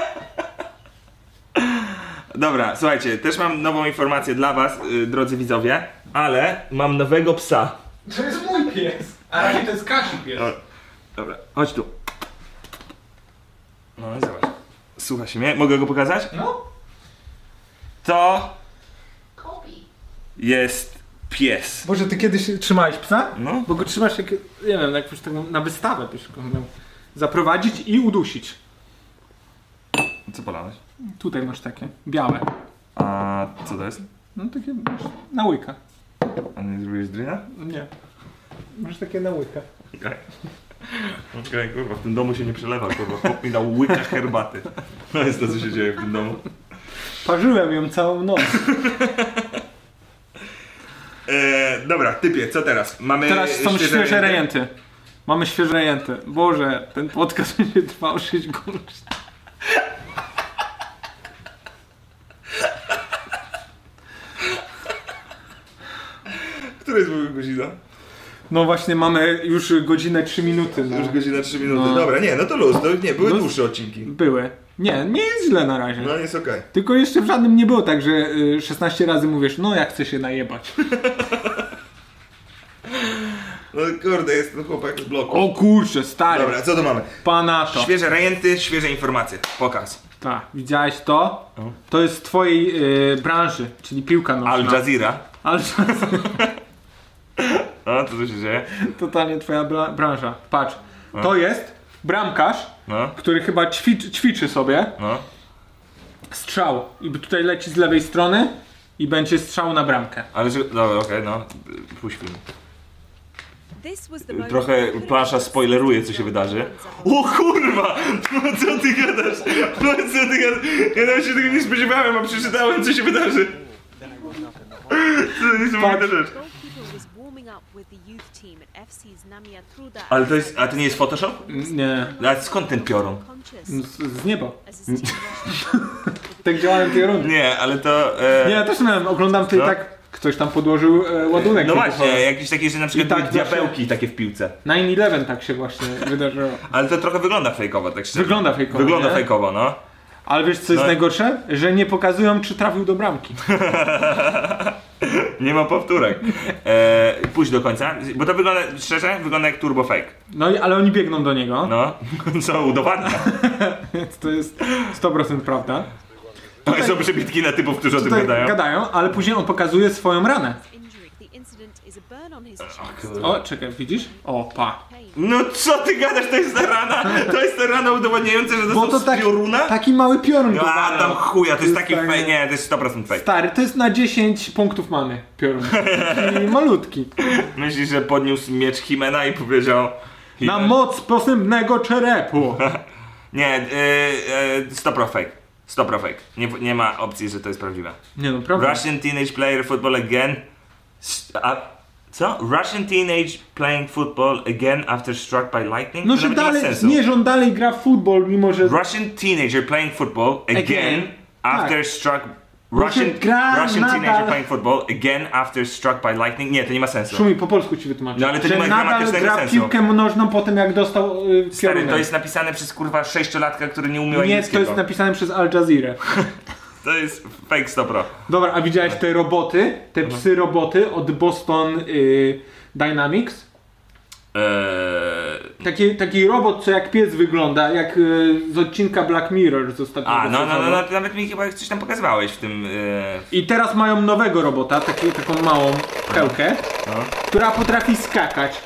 Dobra, słuchajcie, też mam nową informację dla was, drodzy widzowie, ale mam nowego psa. To jest mój pies. A raczej to jest Kasi pies. Dobra, chodź tu. No i zobacz. Słucha się mnie, mogę go pokazać? No. To Kopi. jest pies. Boże, ty kiedyś trzymałeś psa? No. Bo go trzymasz jak, nie wiem, jakąś taką na wystawę byś go miał zaprowadzić i udusić. Co polałeś? Tutaj masz takie, białe. A co to jest? No takie, masz, na łyka. A nie zrobiłeś drina? Nie. Masz takie na łyka. Okej, kurwa, w tym domu się nie przelewa, kurwa. Chłop mi dał łyka herbaty. No jest to, co się dzieje w tym domu. Parzyłem ją całą noc. Dobra, typie, co teraz? Mamy teraz są świeże rejenty. Mamy świeże rejenty. Boże, ten podcast będzie trwał 6 godzin. Która jest godzina? No właśnie, mamy już godzinę 3 minuty. No. Już godzina 3 minuty. No. Dobra, nie, no to luz, to nie, były luz. Dłuższe odcinki. Były. Nie jest źle na razie. No jest okej. Tylko jeszcze w żadnym nie było tak, że 16 razy mówisz, no ja chcę się najebać. No kurde, jest ten chłopak z bloku. O kurczę, stary. Dobra, co tu mamy? Pana to. Świeże rejenty, świeże informacje. Pokaz. Tak, widziałeś to? To jest z twojej branży, czyli piłka nożna. Al Jazeera. Al Jazeera. No, co tu się dzieje? Totalnie twoja branża. Patrz, to jest bramkarz, który chyba ćwiczy sobie strzał. I tutaj leci z lewej strony i będzie strzał na bramkę. Ale że... Dobra, okej, no. Puść film. Trochę plansza spoileruje, co się wydarzy. O kurwa! No co ty gadasz? No co ty gadasz? Ja nawet się tego nie spodziewałem, a przeczytałem, co się wydarzy. To niesamowita rzecz. Ale to jest... A to nie jest Photoshop? Nie. Ale skąd ten piorun? Z nieba. Tak działałem tej rundy. Nie, ale to... Nie, ja też miałem, oglądam tutaj tak... Ktoś tam podłożył ładunek. No właśnie, jakieś takie, że na przykład tak były diabełki takie w piłce. 9/11 tak się właśnie wydarzyło. Ale to trochę wygląda fejkowo, tak szczerze. Wygląda fejkowo, no. Ale wiesz co jest najgorsze? Że nie pokazują, czy trafił do bramki. Nie ma powtórek. Pójdź do końca, bo to wygląda, szczerze, wygląda jak turbo fake. No ale oni biegną do niego. No, co udowadnia. Więc to jest 100% prawda. To są przebitki na typów, którzy o tym gadają. Ale później on pokazuje swoją ranę. O, czekaj, widzisz? O, pa. No co ty gadasz, to jest ta rana? To jest ta rana udowodniająca, że to są z pioruna? Taki mały piorun. A tam chuja, to jest taki fake, nie, to jest 100% fake. Stary, to jest na 10 punktów mamy piorun. I malutki. Myślisz, że podniósł miecz Himena i powiedział... Na moc posępnego czerepu. Nie, 100% fake. 100% fake. Nie ma opcji, że to jest prawdziwe. Nie no, prawda. Russian teenage player football again. Co? Russian teenage playing football again after struck by lightning? No, że dalej, nie, że on dalej gra w futbol, mimo że... Russian teenager playing football again after struck... Russian teenager playing football again after struck by lightning? Nie, to nie ma sensu. Szumi, po polsku ci wytłumaczę. No ale to nie ma gramatycznego sensu. Gra piłkę nożną po tym, jak dostał Stary, to jest napisane przez kurwa 6-latka, który nie umiał angielskiego. Nie, to jest napisane przez Al Jazeera. To jest fake 100%. Dobra, a widziałeś te roboty? Te psy roboty od Boston Dynamics? Taki robot, co jak pies wygląda, jak z odcinka Black Mirror z ostatniego no, ty nawet mi chyba coś tam pokazywałeś w tym... I teraz mają nowego robota, taką małą pchełkę, która potrafi skakać.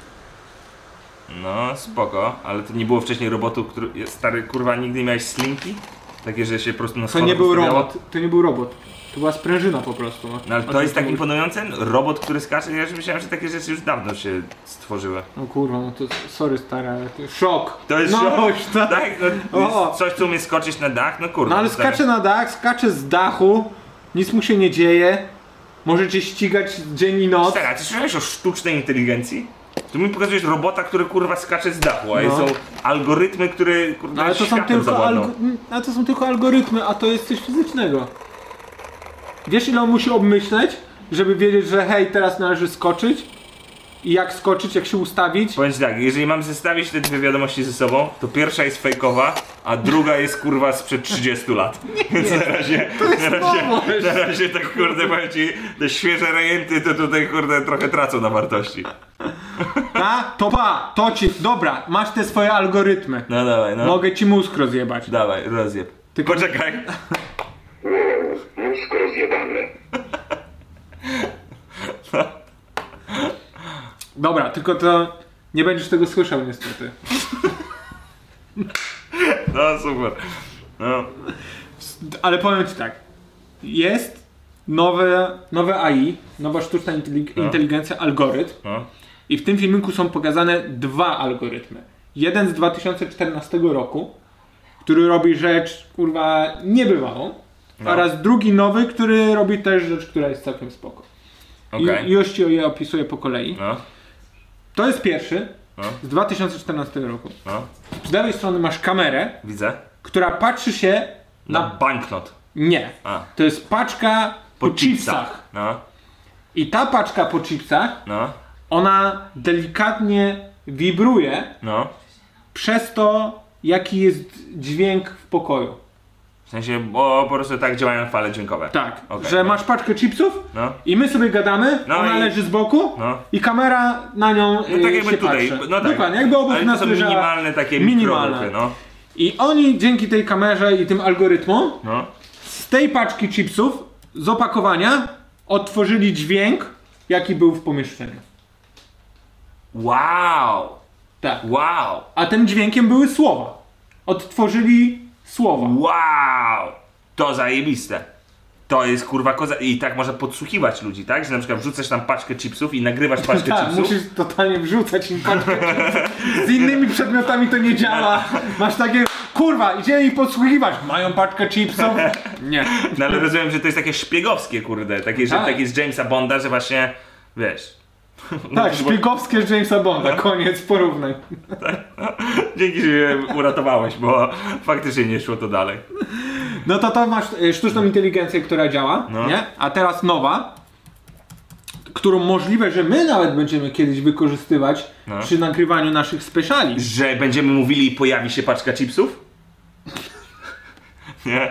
No, spoko, ale to nie było wcześniej robotu, który... Stary, kurwa, nigdy nie miałeś slinki? Takie, że się po prostu na To nie był robot, to nie był robot. To była sprężyna po prostu. No ale to jest tak imponujące? Robot, który skacze? Ja już myślałem, że takie rzeczy już dawno się stworzyły. No kurwa, no to sorry stary, ale to jest szok. To jest szok? Tak? No, coś, co umie skoczyć na dach? No kurwa. No ale skacze na dach, skacze z dachu, nic mu się nie dzieje. Możecie ścigać dzień i noc. Stary, a ty słyszałeś o sztucznej inteligencji? Tu mi pokazujesz robota, który kurwa skacze z dachu, a są algorytmy, które kurwa ale to są tylko algorytmy, a to jest coś fizycznego. Wiesz, ile on musi obmyśleć, żeby wiedzieć, że hej, teraz należy skoczyć? I jak skoczyć, jak się ustawić? Powiem ci tak, jeżeli mam zestawić te dwie wiadomości ze sobą, to pierwsza jest fejkowa, a druga jest kurwa sprzed 30 lat. Więc na razie tak kurde powiem ci, te świeże rejenty to tutaj kurde trochę tracą na wartości. Dobra, masz te swoje algorytmy. No dawaj, no. Mogę ci mózg rozjebać. Dawaj, rozjeb. Poczekaj. Mózg rozjebany. Dobra, tylko to nie będziesz tego słyszał niestety. No super. No. Ale powiem ci tak. Jest nowe AI, nowa sztuczna inteligencja, algorytm. I w tym filmiku są pokazane dwa algorytmy. Jeden z 2014 roku, który robi rzecz kurwa niebywałą. Oraz drugi nowy, który robi też rzecz, która jest całkiem spoko. I już ci je opisuję po kolei. To jest pierwszy z 2014 roku. Z lewej strony masz kamerę. Widzę. Która patrzy się na banknot. Nie. To jest paczka po chipsach. I ta paczka po chipsach, ona delikatnie wibruje. Przez to jaki jest dźwięk w pokoju. W sensie, bo po prostu tak działają fale dźwiękowe. Tak, okay, że masz paczkę chipsów i my sobie gadamy, ona leży z boku i kamera na nią tak jakby się tutaj, patrzy. tak. Dokładnie, jakby obok nas to są minimalne takie mikrofony, I oni dzięki tej kamerze i tym algorytmom z tej paczki chipsów, z opakowania, odtworzyli dźwięk, jaki był w pomieszczeniu. Wow! Tak. Wow! A tym dźwiękiem były słowa. Odtworzyli słowa. Wow! To zajebiste. To jest kurwa koza... I tak można podsłuchiwać ludzi, tak? Że na przykład wrzucasz tam paczkę chipsów i nagrywasz paczkę tak, chipsów. musisz totalnie wrzucać im paczkę chipsów. Z innymi przedmiotami to nie działa. Masz takie, kurwa, idziemy ich podsłuchiwać. Mają paczkę chipsów? Nie. No ale rozumiem, że to jest takie szpiegowskie, kurde. Takie, że, takie z Jamesa Bonda, że właśnie, wiesz... Tak, szpiegowskie z Jamesa Bonda. Koniec porównań. Tak, no. Dzięki, że mnie uratowałeś, bo faktycznie nie szło to dalej. No to masz sztuczną inteligencję, która działa, nie? A teraz nowa, którą możliwe, że my nawet będziemy kiedyś wykorzystywać przy nagrywaniu naszych speciali. Że będziemy mówili i pojawi się paczka chipsów? Nie?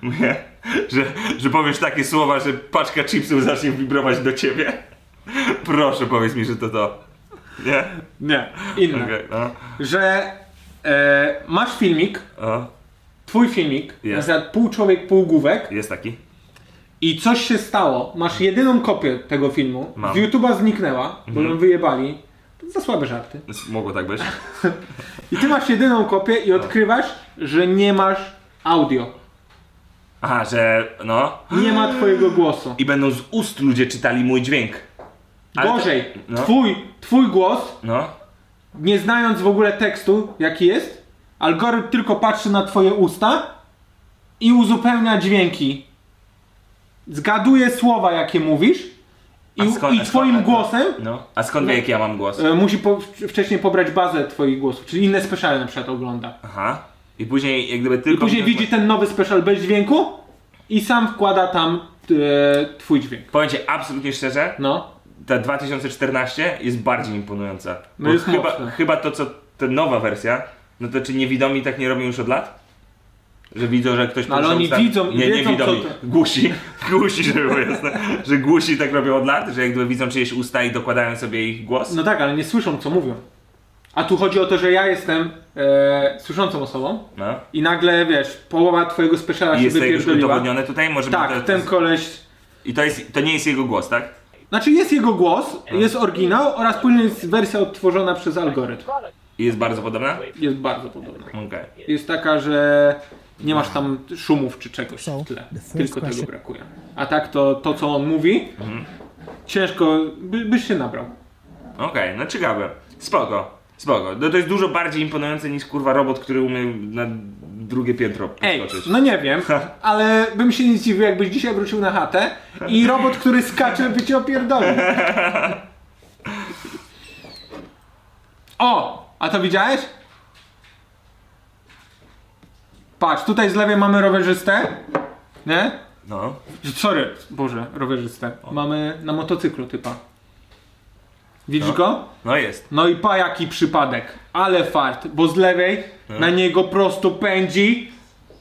Że powiesz takie słowa, że paczka chipsów zacznie wibrować do ciebie? Proszę, powiedz mi, że to. Nie? Nie, inne. Okay, że masz filmik, twój filmik, na przykład pół człowiek, pół główek. Jest taki. I coś się stało, masz jedyną kopię tego filmu, z YouTube'a zniknęła, bo ją wyjebali. Za słabe żarty. Mogło tak być. I ty masz jedyną kopię i odkrywasz, że nie masz audio. Aha, że nie ma twojego głosu. I będą z ust ludzie czytali mój dźwięk. Gorzej, twój głos, nie znając w ogóle tekstu, jaki jest, algorytm tylko patrzy na twoje usta i uzupełnia dźwięki. Zgaduje słowa, jakie mówisz i twoim głosem... A skąd wie, jaki ja mam głos? Musi wcześniej pobrać bazę twoich głosów, czyli inne speciale na przykład ogląda. Aha. I później jak gdyby tylko... I później widzi ten nowy special bez dźwięku i sam wkłada tam twój dźwięk. Powiem ci absolutnie szczerze, ta 2014 jest bardziej imponująca. No jest chyba to, co ta nowa wersja, no to czy niewidomi tak nie robią już od lat? Że widzą, że ktoś... ale oni widzą i nie, wiedzą, niewidomi. Głusi, żeby było jasne. Że głusi tak robią od lat, że jak gdyby widzą czyjeś usta i dokładają sobie ich głos. No tak, ale nie słyszą, co mówią. A tu chodzi o to, że ja jestem słyszącą osobą i nagle, wiesz, połowa twojego speciala się wypierdoliła. Jest to już udowodnione tutaj? Może tak, ten koleś... I to nie jest jego głos, tak? Znaczy jest jego głos, jest oryginał oraz później jest wersja odtworzona przez algorytm. I jest bardzo podobna? Jest bardzo podobna. Okay. Jest taka, że nie masz tam szumów czy czegoś w tle, tylko tego brakuje. A tak to co on mówi, ciężko byś się nabrał. Okej, no ciekawe. Spoko. No to jest dużo bardziej imponujące niż kurwa robot, który umie na drugie piętro podskoczyć. No nie wiem, ale bym się nie zdziwił, jakbyś dzisiaj wrócił na chatę i robot, który skacze, by cię opierdolił. O! A to widziałeś? Patrz, tutaj z lewej mamy rowerzystę, nie? No. Sorry, Boże, rowerzystę. Mamy na motocyklu typa. Widzisz go? No jest. No i pa jaki przypadek. Ale fart, bo z lewej na niego prosto pędzi.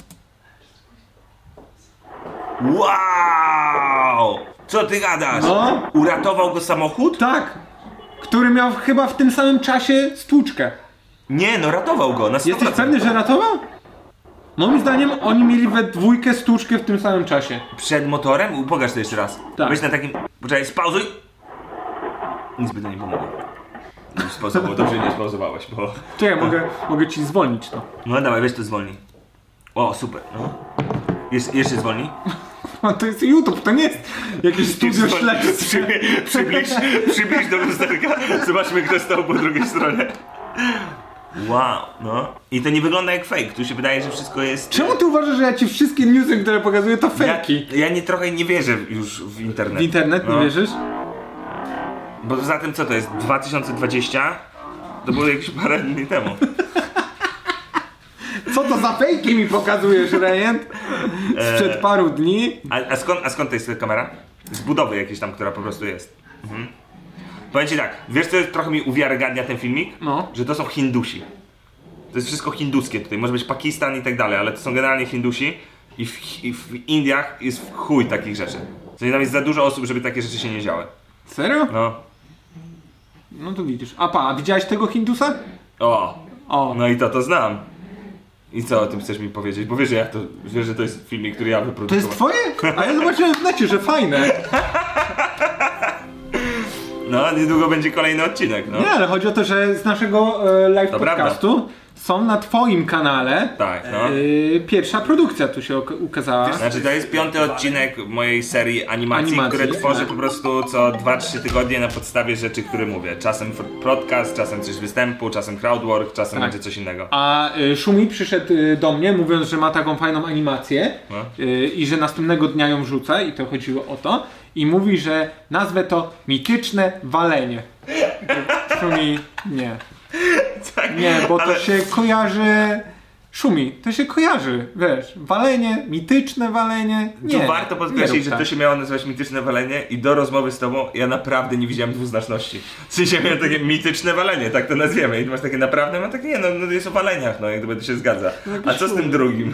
Wow! Co ty gadasz? No. Uratował go samochód? Tak. Który miał chyba w tym samym czasie stłuczkę. Nie, no ratował go na 100%. Jesteś pewny, że ratował? Moim zdaniem oni mieli we dwójkę stłuczkę w tym samym czasie. Przed motorem? Pokaż to jeszcze raz. Tak. Weź na takim... Poczekaj, spauzuj. Nic by to nie pomogło. Spauzował, dobrze nie spauzowałeś, bo... Czekaj, mogę ci zwolnić to. No dawaj, weź to zwolnij. O, super, no. Jeszcze zwolnij. To jest YouTube, to nie jest jakieś studio śledcze. Przybliż do lusterka, zobaczmy kto stał po drugiej stronie. Wow, no. I to nie wygląda jak fake, tu się wydaje, że wszystko jest... Czemu ty uważasz, że ja ci wszystkie newsy, które pokazuję, to fejki? Ja trochę nie wierzę już w internet. W internet nie wierzysz? Bo za tym co to jest? 2020? To było jakieś parę dni temu. Co to za fejki mi pokazujesz, Rejent? Sprzed paru dni. A skąd to jest kamera? Z budowy jakiejś tam, która po prostu jest. Powiem ci tak, wiesz co trochę mi uwiarygadnia ten filmik? No. Że to są Hindusi. To jest wszystko hinduskie tutaj, może być Pakistan i tak dalej, ale to są generalnie Hindusi i w Indiach jest w chuj takich rzeczy. Tam jest za dużo osób, żeby takie rzeczy się nie działy. Serio? No. No to widzisz. A widziałeś tego Hindusa? O. No i to znam. I co o tym chcesz mi powiedzieć? Bo wiesz, że to jest filmik, który ja wyprodukowałem. To jest twoje? A ja zobaczyłem w necie, że fajne. No, niedługo będzie kolejny odcinek, no. Nie, ale chodzi o to, że z naszego live podcastu są na twoim kanale. Tak, no. Pierwsza produkcja tu się ukazała. Znaczy to jest 5. odcinek mojej serii animacji, które tworzę po prostu co 2-3 tygodnie na podstawie rzeczy, które mówię. Czasem podcast, czasem coś występu, czasem crowdwork, czasem będzie coś innego. A Szumi przyszedł do mnie mówiąc, że ma taką fajną animację i że następnego dnia ją wrzuca i to chodziło o to. I mówi, że nazwę to mityczne walenie. Szumi, nie. Tak, nie, bo to się kojarzy... Szumi, to się kojarzy, wiesz, walenie, mityczne walenie, nie. Tu warto podkreślić, że to się miało nazywać mityczne walenie i do rozmowy z tobą ja naprawdę nie widziałem dwuznaczności. W sensie miałem takie mityczne walenie, tak to nazwiemy i ty masz takie naprawdę, mam takie, nie no jest o waleniach, no jak gdyby to się zgadza. A co z tym drugim?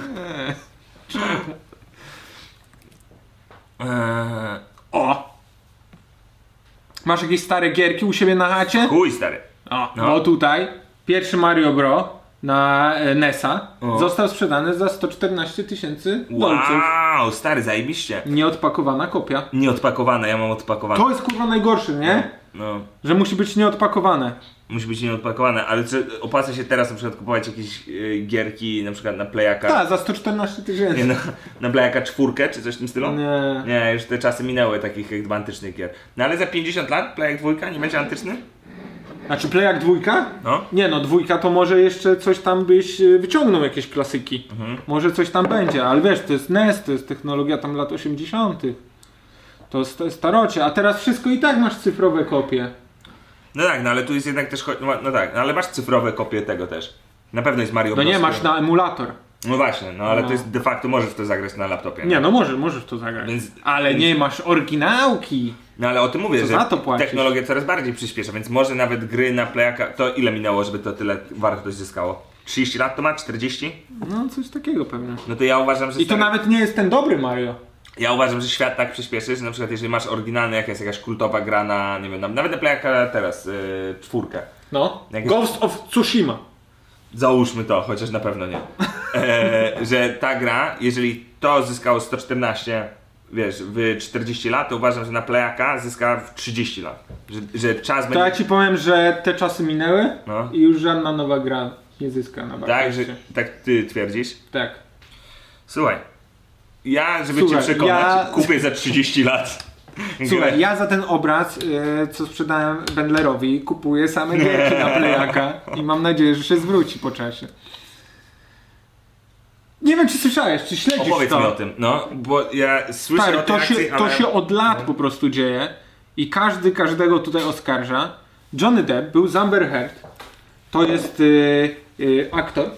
O! Masz jakieś stare gierki u siebie na chacie? Chuj stary. No tutaj, pierwszy Mario Bros. Na NES-a został sprzedany za 114 000 dolców. Wow, stary, zajebiście. Nieodpakowana kopia. Nieodpakowane, ja mam odpakowane. To jest kurwa najgorsze, nie? No. Że musi być nieodpakowane. Musi być nieodpakowane, ale czy opłaca się teraz na przykład kupować jakieś gierki na przykład na Playaka? Tak, za 114 000. Nie, na Playaka 4 czy coś w tym stylu? Nie. Nie, już te czasy minęły takich jakby antycznych gier. No ale za 50 lat Playak 2 nie będzie antyczny? Znaczy Playak 2? No. Nie no, 2 to może jeszcze coś tam byś wyciągnął, jakieś klasyki. Może coś tam będzie, ale wiesz, to jest NES, to jest technologia tam lat 80. To jest starocie, a teraz wszystko i tak masz cyfrowe kopie. No tak, no ale tu jest jednak też... No tak, no ale masz cyfrowe kopie tego też. Na pewno jest Mario No Bros. nie, masz na emulator. No właśnie, no ale to jest de facto możesz w to zagrać na laptopie. Nie, no możesz w to zagrać. Ale nie masz oryginałki. No ale o tym mówię, co że za to płacisz? Technologia coraz bardziej przyspiesza, więc może nawet gry na Playaka... To ile minęło, żeby to tyle wartość zyskało? 30 lat to ma? 40? No coś takiego pewnie. No to ja uważam, że... I to nawet nie jest ten dobry Mario. Ja uważam, że świat tak przyspieszy, że na przykład jeżeli masz oryginalny, jak jest jakaś kultowa gra na, nie wiem, nawet na Playaka teraz, 4. No, Jak Ghost of Tsushima. Załóżmy to, chociaż na pewno nie. Że ta gra, jeżeli to zyskało 114, wiesz, w 40 lat, to uważam, że na Playaka zyska w 30 lat. Że czas To będzie... ja ci powiem, że te czasy minęły No. i już żadna nowa gra nie zyska na wartości. Tak, że tak ty twierdzisz? Tak. Słuchaj, ja, żeby cię przekonać, kupię za 30 lat. Słuchaj, ja za ten obraz, co sprzedałem Bendlerowi, kupuję same gierki na Playaka i mam nadzieję, że się zwróci po czasie. Nie wiem, czy słyszałeś, czy śledzisz Opowiedz to. mi o tym, no, bo ja słyszę Stary, o tej akcji, to się od lat po prostu dzieje i każdy każdego tutaj oskarża. Johnny Depp był z Amber Heard. To jest aktor.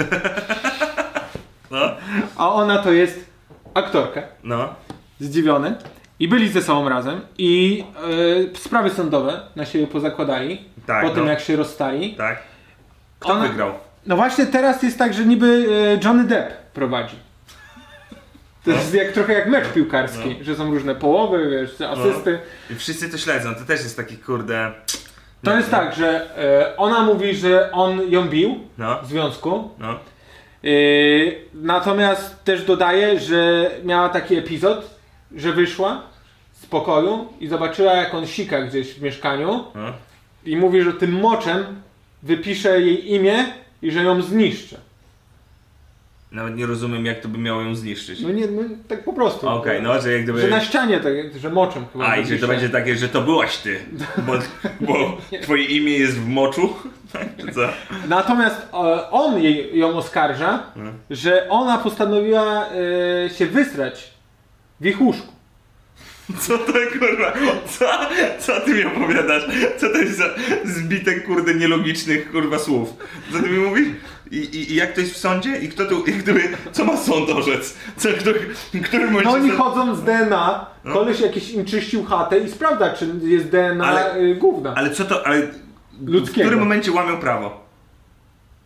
No. A ona to jest aktorka. No. Zdziwiony. I byli ze sobą razem i sprawy sądowe na siebie pozakładali. Tak, po tym no. jak się rozstali. Tak. Kto wygrał? No właśnie teraz jest tak, że niby Johnny Depp prowadzi. To jest trochę jak mecz piłkarski, że są różne połowy, wiesz, asysty. I wszyscy to śledzą, to też jest taki kurde... To jest tak, że ona mówi, że on ją bił No. w związku. No. Natomiast też dodaje, że miała taki epizod, że wyszła z pokoju i zobaczyła, jak on sika gdzieś w mieszkaniu No. i mówi, że tym moczem wypisze jej imię i że ją zniszczy. Nawet nie rozumiem, jak to by miało ją zniszczyć. No nie, no, tak po prostu. Okej, no, że jak gdyby... Że na ścianie, tak, że moczem chyba. A, i że to będzie takie, że to byłaś ty, bo twoje imię jest w moczu? Czy co? Natomiast on ją oskarża, że ona postanowiła się wysrać w ich łóżku. Co to kurwa? Co ty mi opowiadasz? Co to jest za zbitek kurde nielogicznych kurwa słów? Co ty mi mówisz? I jak to jest w sądzie? I kto tu, co ma sąd orzec? Który No momencie... oni chodzą z DNA, koleś jakiś im czyścił chatę i sprawdza, czy jest DNA gówna. Ale co to, ale w Ludzkiego. którym momencie łamią prawo?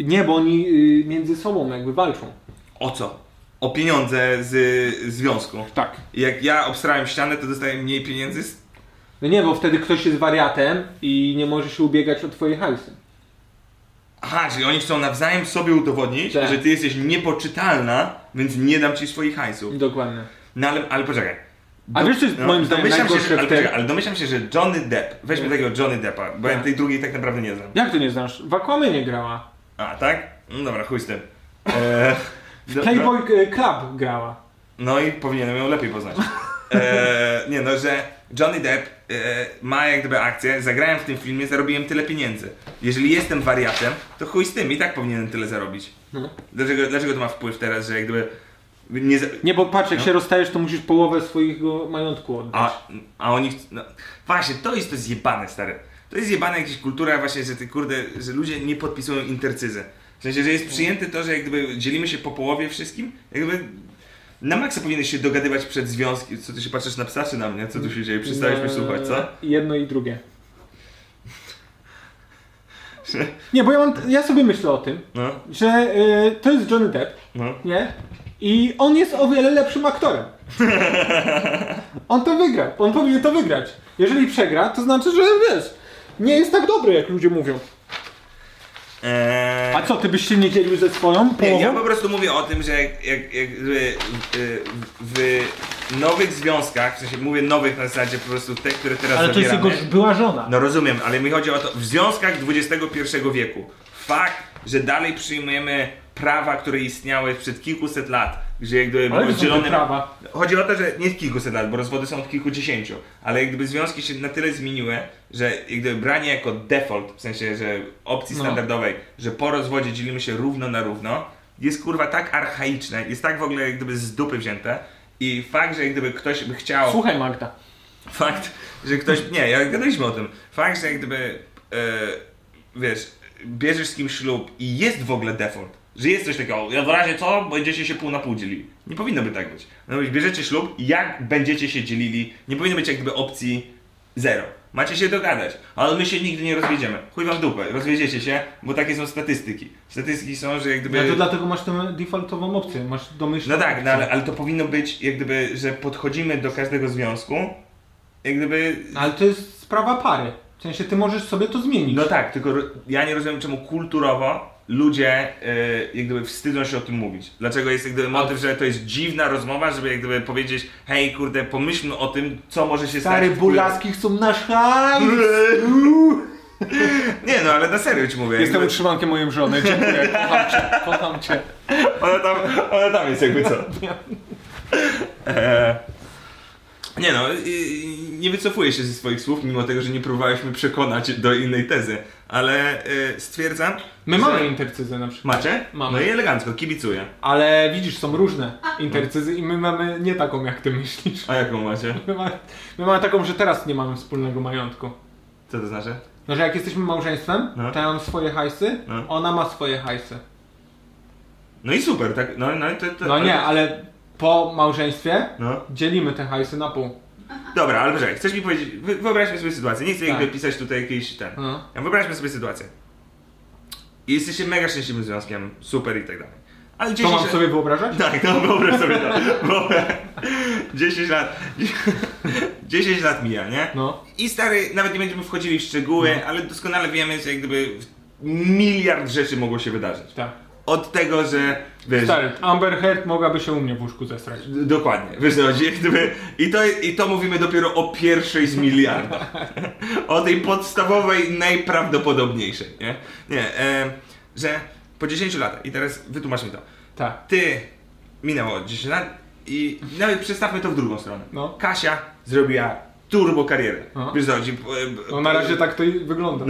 Nie, bo oni między sobą jakby walczą. O co? O pieniądze z związku. Tak. Jak ja obstrałem ścianę, to dostaję mniej pieniędzy? No nie, bo wtedy ktoś jest wariatem i nie może się ubiegać o twoje hajsy. Aha, czyli oni chcą nawzajem sobie udowodnić, Tak. że ty jesteś niepoczytalna, więc nie dam ci swoich hajsów. Dokładnie. No ale poczekaj. A wiesz, co jest moim zdaniem najgorsze w tym? Ale domyślam się, że Johnny Depp, weźmy takiego Johnny Deppa, bo ja tej drugiej tak naprawdę nie znam. Jak to nie znasz? W Aquamanie grała. A, tak? No dobra, chuj z tym. Playboy Club grała. No i powinienem ją lepiej poznać. Nie no, że Johnny Depp ma jak gdyby akcję, zagrałem w tym filmie, zarobiłem tyle pieniędzy. Jeżeli jestem wariatem, to chuj z tym, i tak powinienem tyle zarobić. No. Dlaczego to ma wpływ teraz, że jak gdyby... Nie, bo patrz, jak się rozstajesz, to musisz połowę swojego majątku oddać. A oni... No, właśnie, to jest zjebane, stary. To jest zjebane jakaś kultura właśnie, że ty kurde, że ludzie nie podpisują intercyzy. W sensie, że jest przyjęte to, że jak gdyby dzielimy się po połowie wszystkim, jak gdyby... Na maksa powinieneś się dogadywać przed związki. Co, ty się patrzysz na psa czy na mnie? Co tu się dzieje? Przestałeś mnie słuchać, co? Jedno i drugie. Nie, bo ja sobie myślę o tym, że to jest Johnny Depp, nie? I on jest o wiele lepszym aktorem. On to wygra, on powinien to wygrać. Jeżeli przegra, to znaczy, że wiesz, nie jest tak dobry, jak ludzie mówią. A co, ty byś się nie dzielił ze swoją połową? Nie, ja po prostu mówię o tym, że w nowych związkach, w sensie mówię nowych na zasadzie po prostu te, które teraz ale zawieramy. to jest jego była żona. No rozumiem, ale mi chodzi o to, w związkach XXI wieku, fakt, że dalej przyjmujemy prawa, które istniały przed kilkuset lat, gdzie jak gdyby było dzielone... prawa. Chodzi o to, że nie kilkuset lat, bo rozwody są od kilkudziesięciu, ale jak gdyby związki się na tyle zmieniły, że jak gdyby branie jako default, w sensie, że opcji standardowej, że po rozwodzie dzielimy się równo na równo, jest kurwa tak archaiczne, jest tak w ogóle jak gdyby z dupy wzięte i fakt, że jak gdyby ktoś by chciał... Słuchaj, Magda. Fakt, że ktoś... Nie, ja gadaliśmy o tym. Fakt, że jak gdyby, wiesz, bierzesz z kimś ślub i jest w ogóle default, że jest coś takiego, ja w razie co, będziecie się pół na pół dzielili. Nie powinno by tak być. No, bierzecie ślub i jak będziecie się dzielili, nie powinno być jak gdyby opcji zero. Macie się dogadać, ale my się nigdy nie rozwiedziemy. Chuj wam w dupę, rozwiedziecie się, bo takie są statystyki. Statystyki są, że jak gdyby... Ja to dlatego masz tę defaultową opcję, masz domyślną No tak, opcję. no, ale to powinno być jak gdyby, że podchodzimy do każdego związku, jak gdyby... Ale to jest sprawa pary. W sensie ty możesz sobie to zmienić. No tak, tylko ja nie rozumiem, czemu kulturowo ludzie jak gdyby wstydzą się o tym mówić. Dlaczego jest jak gdyby motyw, że to jest dziwna rozmowa, żeby jak gdyby powiedzieć, hej kurde, pomyślmy o tym, co może się stać. Stary, Bulaski chcą nasz hajs! Nie no, ale na serio ci mówię. Jestem utrzymankiem mojej żony, dziękuję, kocham cię. Ona tam jest jakby co. Nie no, nie wycofuję się ze swoich słów, mimo tego, że nie próbowałeś mnie przekonać do innej tezy, ale stwierdzam... My mamy intercyzę na przykład. Macie? Mamy. No i elegancko, kibicuję. Ale widzisz, są różne intercyzy i my mamy nie taką, jak ty myślisz. A jaką macie? My mamy taką, że teraz nie mamy wspólnego majątku. Co to znaczy? No, że jak jesteśmy małżeństwem, to ja mam swoje hajsy, ona ma swoje hajsy. No i super, tak? No nie, ale po małżeństwie dzielimy te hajsy na pół. Dobra, ale poczekaj, chcesz mi powiedzieć, wyobraźmy sobie sytuację, nie chcę jakby pisać tutaj jakiejś wyobraźmy sobie sytuację. I jesteście mega szczęśliwym związkiem, super i tak dalej. Ale 10 To mam sobie wyobrażać? Tak, no wyobraź sobie to. 10 lat mija, nie? No. I stary, nawet nie będziemy wchodzili w szczegóły, ale doskonale wiemy, że jak gdyby miliard rzeczy mogło się wydarzyć. Tak. Od tego, że wiesz, Stary, Amber Heard mogłaby się u mnie w łóżku zestrać. dokładnie, wiesz co chodzi, jak gdyby, i to mówimy dopiero o pierwszej z miliarda. O tej podstawowej, najprawdopodobniejszej, nie? Nie, że po 10 latach, i teraz wytłumacz mi to. Tak. Ty, minęło 10 lat i nawet przestawmy to w drugą stronę. No. Kasia zrobiła turbo karierę. Wiesz co chodzi? No na razie tak to wygląda.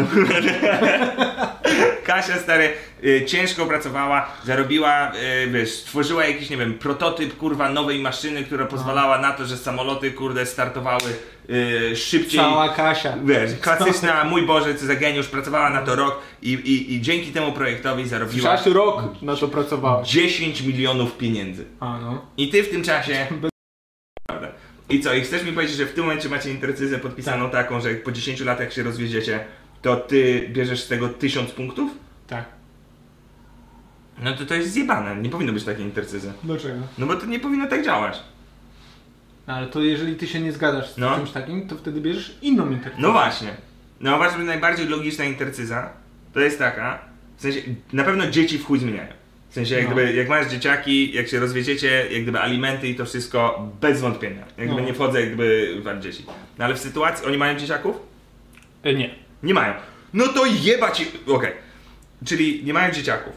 Kasia, stary, ciężko pracowała, zarobiła, wiesz, stworzyła jakiś, nie wiem, prototyp, kurwa, nowej maszyny, która pozwalała na to, że samoloty, kurde, startowały szybciej. Cała Kasia. Wiesz, klasyczna, mój Boże, co za geniusz, pracowała na to rok i dzięki temu projektowi zarobiła... Słyszałaś, rok na to pracowałeś. 10 milionów pieniędzy. A no. I ty w tym czasie... I co, i chcesz mi powiedzieć, że w tym momencie macie intercyzę podpisaną taką, że jak po 10 latach się rozwiedziecie, to ty bierzesz z tego 1000 punktów? Tak. No to jest zjebane, nie powinno być takiej intercyzy. Dlaczego? No bo to nie powinno tak działać. Ale to jeżeli ty się nie zgadzasz z czymś takim, to wtedy bierzesz inną intercyzę. No właśnie. No uważam, że najbardziej logiczna intercyza to jest taka, w sensie na pewno dzieci w chuj zmieniają. W sensie jak gdyby, jak masz dzieciaki, jak się rozwiedziecie, jak gdyby alimenty i to wszystko, bez wątpienia. Jak gdyby nie wchodzę jak gdyby w dzieci. No ale w sytuacji, oni mają dzieciaków? Nie. Nie mają. No to jebać. Okej. Czyli nie mają dzieciaków.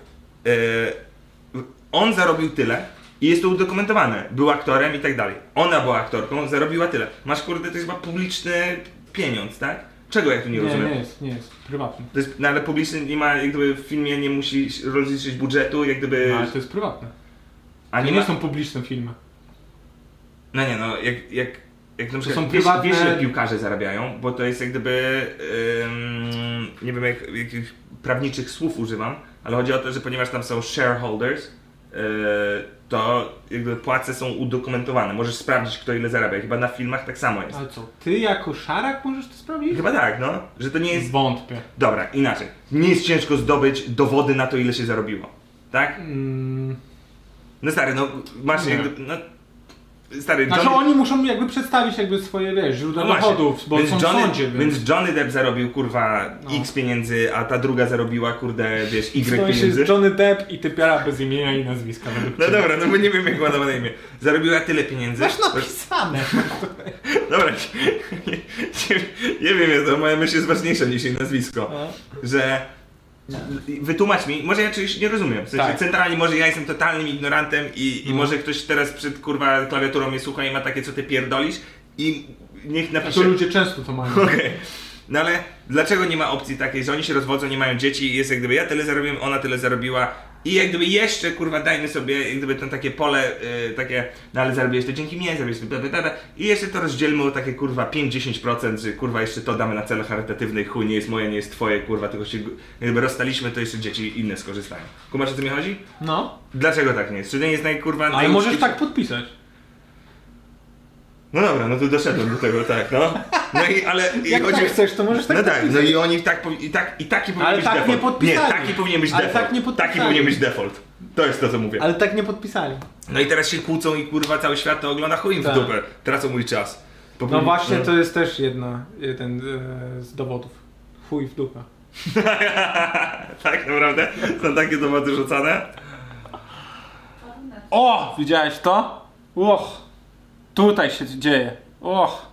On zarobił tyle i jest to udokumentowane. Był aktorem i tak dalej. Ona była aktorką, zarobiła tyle. Masz kurde, to jest chyba publiczny pieniądz, tak? Czego ja tu nie rozumiem? Nie jest. Prywatny. To jest, no ale publiczny nie ma, jak gdyby w filmie nie musi rozliczyć budżetu, jak gdyby... No ale to jest prywatne. A to nie są publiczne filmy. No nie, no jak na przykład są prywatne... wiesz, ile piłkarze zarabiają, bo to jest jak gdyby, nie wiem jakich prawniczych słów używam, ale chodzi o to, że ponieważ tam są shareholders, to jakby płace są udokumentowane. Możesz sprawdzić, kto ile zarabia. Chyba na filmach tak samo jest. Ale co, ty jako szarak możesz to sprawdzić? Chyba tak, no. Że to nie jest... Wątpię. Dobra, inaczej. Nie jest ciężko zdobyć dowody na to, ile się zarobiło. Tak? No stary, no masz jakby... No, stary, znaczy oni muszą jakby przedstawić jakby swoje, wiesz, źródła dochodów, bo są w sądzie. Więc Johnny Depp zarobił, kurwa, X pieniędzy, a ta druga zarobiła, kurde, wiesz, Y pieniędzy. Jest Johnny Depp i typiara bez imienia i nazwiska. No dobra, no bo nie wiem jak ona ma na imię. Zarobiła tyle pieniędzy. Masz napisane. Dobra, nie wiem, to moja myśl jest ważniejsza niż jej nazwisko. Że... Wytłumacz mi, może ja czegoś nie rozumiem, w sensie centralnie może ja jestem totalnym ignorantem i może ktoś teraz przed kurwa klawiaturą mnie słucha i ma takie co ty pierdolisz i niech napisze... A to ludzie często to mają. Okej. No ale dlaczego nie ma opcji takiej, że oni się rozwodzą, nie mają dzieci i jest jak gdyby ja tyle zarobiłem, ona tyle zarobiła i jak gdyby jeszcze kurwa dajmy sobie jak gdyby to takie pole takie, no ale zarobiłeś to dzięki mnie, zarobiłeś to i jeszcze to rozdzielmy o takie kurwa 5-10%, że kurwa jeszcze to damy na cele charytatywne i chuj nie jest moje, nie jest twoje kurwa, tylko się jakby rozstaliśmy, to jeszcze dzieci inne skorzystają. Kumasz, o co mi chodzi? No. Dlaczego tak nie jest? Czy to nie jest kurwa... Ale możesz tak podpisać. No dobra, no to doszedłem do tego, tak, no. No i ale... Jak chodzi... tak chcesz, to możesz tak podpisać. podpisać. No i oni taki powinien być tak default. nie podpisali. Nie, taki powinien być Ale default. tak nie podpisali. Taki powinien być default. To jest to, co mówię. Ale tak nie podpisali. No i teraz się kłócą i kurwa cały świat to ogląda, chuj im w dupę. Tracą mój czas. No właśnie, to jest też jeden z dowodów. Chuj w dupę. Tak, naprawdę? Są takie dowody rzucane? O! Widziałeś to? Och! Tutaj się dzieje. Och!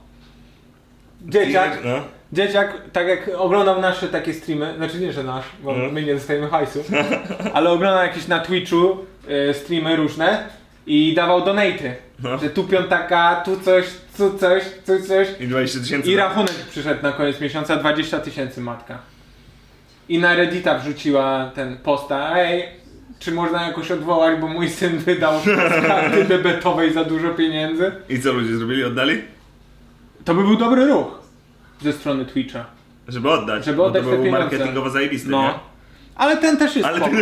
Dzieciak, tak jak oglądał nasze takie streamy, znaczy nie, że nasz, bo my nie dostajemy hajsu, ale oglądał jakieś na Twitchu streamy różne i dawał donate'y. Że tu piątaka, tu coś. I 20 000. I rachunek przyszedł na koniec miesiąca, 20 000 matka. I na Reddita wrzuciła ten posta, ej, czy można jakoś odwołać, bo mój syn wydał z karty debetowej za dużo pieniędzy. I co ludzie zrobili? Oddali? To by był dobry ruch ze strony Twitcha. Żeby oddać. Żeby oddać to te był pieniądze. marketingowo zajebisty, No. nie? Ale ten też jest spoko.